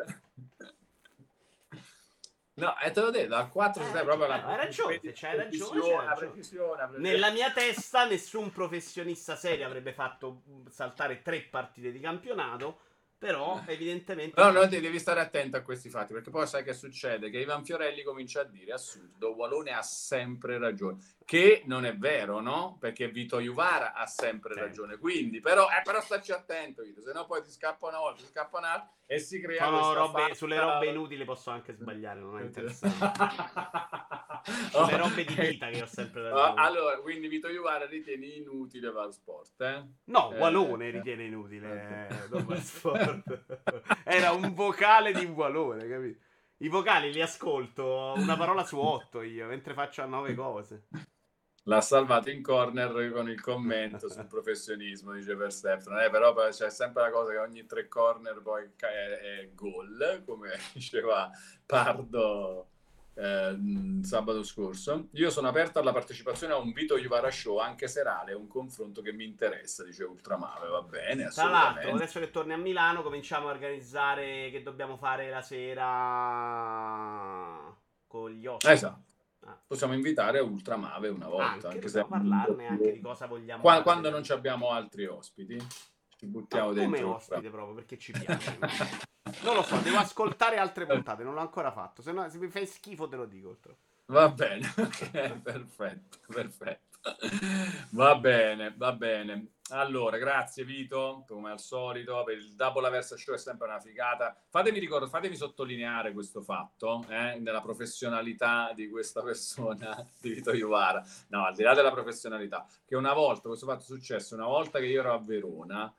No, e te l'ho detto, dal quattro settembre proprio la Hai ragione, se c'hai ragione, precisione, c'hai la ragione. precisione, la precisione. Nella mia testa nessun professionista serio avrebbe fatto saltare tre partite di campionato, però evidentemente... No, no, te devi stare attento a questi fatti, perché poi sai che succede? Che Ivan Fiorelli comincia a dire, assurdo, Walone ha sempre ragione, che non è vero, no? Perché Vito Juvara ha sempre Sì. ragione, quindi, però, eh, però stacci attento, Vito, se no poi ti scappa una volta, ti scappa un'altra e si crea Sono questa robe, falsa- sulle robe inutili posso anche sbagliare, non è interessante. Sulle robe di vita che ho sempre ragione. Allora, quindi Vito Juvara ritiene inutile Varsport, eh? No, Eh, Walone eh. ritiene inutile, Eh. eh, non Varsport. Era un vocale di Walone, capito? I vocali li ascolto una parola su otto io, mentre faccio a nove cose. L'ha salvato in corner con il commento sul professionismo, dice Verstappen. Eh, però poi c'è sempre la cosa che ogni tre corner poi è, è gol, come diceva Pardo eh, sabato scorso. Io sono aperto alla partecipazione a un Vito Juvara Show, anche serale, è un confronto che mi interessa, dice Ultramave. Va bene, Tra l'altro, assolutamente. adesso che torni a Milano, cominciamo a organizzare che dobbiamo fare la sera con gli ospiti. Esatto. Ah. Possiamo invitare Ultramave una volta, Anche, anche dobbiamo se parlarne anche di cosa vogliamo Qua- fare. quando non ci abbiamo altri ospiti, ci buttiamo No, dentro. come ospite proprio, perché ci piace. Non lo so, devo ascoltare altre puntate, non l'ho ancora fatto. Se no, se mi fai schifo te lo dico. Va bene, ok, perfetto, perfetto. Va bene, va bene. Allora, grazie Vito, come al solito, per il Double Aversa Show è sempre una figata. Fatemi ricordare, fatemi sottolineare questo fatto, eh, della professionalità di questa persona, di Vito Juvara. No, al di là della professionalità, che una volta, questo fatto è successo, una volta che io ero a Verona,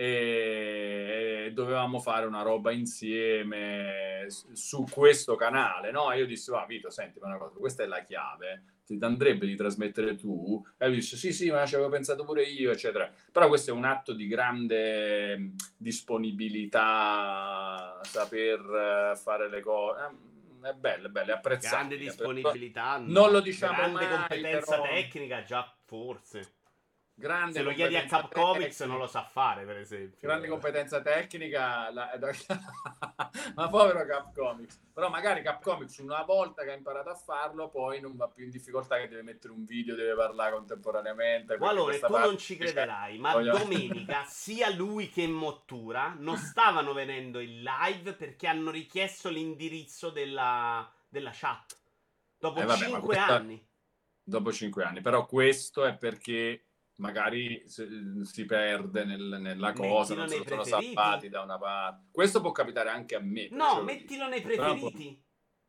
e dovevamo fare una roba insieme su questo canale, no? E io dissi, va, Vito, senti, ma una cosa, questa è la chiave, ti andrebbe di trasmettere tu? E lui disse, sì, sì, ma ci avevo pensato pure io, eccetera. Però questo è un atto di grande disponibilità, saper fare le cose. È bello, è bello, è apprezzabile. Grande disponibilità, no. Non lo diciamo grande mai, competenza però... tecnica, già forse. Grande Se lo chiedi a Capcomics non lo sa fare, per esempio. Grande competenza tecnica, la... ma povero Capcomics. Però magari Capcomics una volta che ha imparato a farlo, poi non va più in difficoltà, che deve mettere un video, deve parlare contemporaneamente. Allora, tu parte... non ci crederai, ma Voglio... domenica sia lui che Mottura non stavano venendo in live perché hanno richiesto l'indirizzo della, della chat. Dopo eh, vabbè, cinque questa... anni. Dopo cinque anni. Però questo è perché magari si perde nel, nella cosa, mettilo non nei sono preferiti. salvati da una parte. Questo può capitare anche a me. No, cioè, mettilo nei preferiti.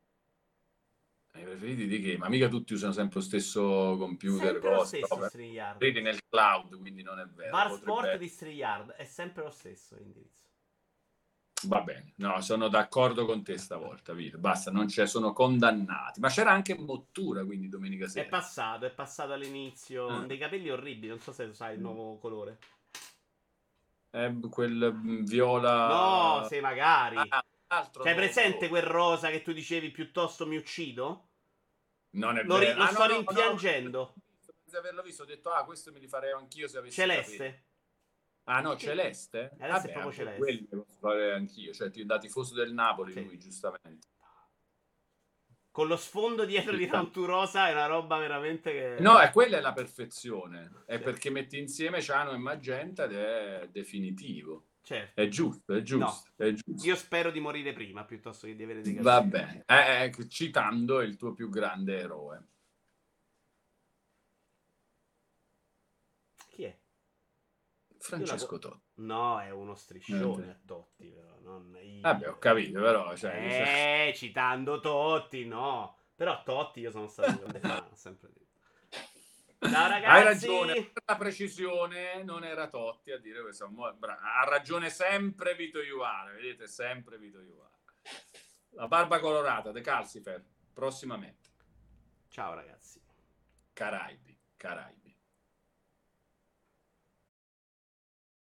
I preferiti di che? Ma mica tutti usano sempre lo stesso computer, sempre lo cose, stesso no? StreamYard. Vedi nel cloud, quindi non è vero. Varsport potrebbe... di StreamYard è sempre lo stesso l'indirizzo. Va bene, no, sono d'accordo con te stavolta, Vito. Basta, non c'è, sono condannati. Ma c'era anche Mottura, quindi domenica sera. È passato, è passato all'inizio. Ah. Dei capelli orribili, non so se sai il nuovo colore. È quel mm, viola... No, se magari. Ah, altro C'hai nuovo presente colore. quel rosa che tu dicevi piuttosto mi uccido? Non è Lo, ri- vero. lo Ah, sto no, no, rimpiangendo. no, senza averlo visto, ho detto, ah, questo me li farei anch'io se avessi Celeste. capito. Ah no, Celeste? Adesso Vabbè, è proprio celeste. quelli li posso fare anch'io, cioè da tifoso del Napoli Sì. lui, giustamente. Con lo sfondo dietro di Rantu Rosa è una roba veramente che... No, è quella è la perfezione, è Sì. perché metti insieme Ciano e Magenta ed è definitivo. Certo. È giusto, è giusto, No. è giusto. Io spero di morire prima piuttosto che di avere dei capelli. Va bene, eh, eh, citando il tuo più grande eroe. Chi è? Francesco Io la- Totti. No, è uno striscione Eh, a Totti, però, non io. Vabbè, ho capito, però... Cioè, Eh, citando Totti, no. Però Totti io sono stato un grande fan, ho sempre detto. Ciao ragazzi. Hai ragione, per la precisione non era Totti a dire questo. Ha ragione sempre Vito Juvara, vedete, sempre Vito Juvara. La barba colorata, The Calcifer, prossimamente. Ciao ragazzi. Caraibi, Caraibi.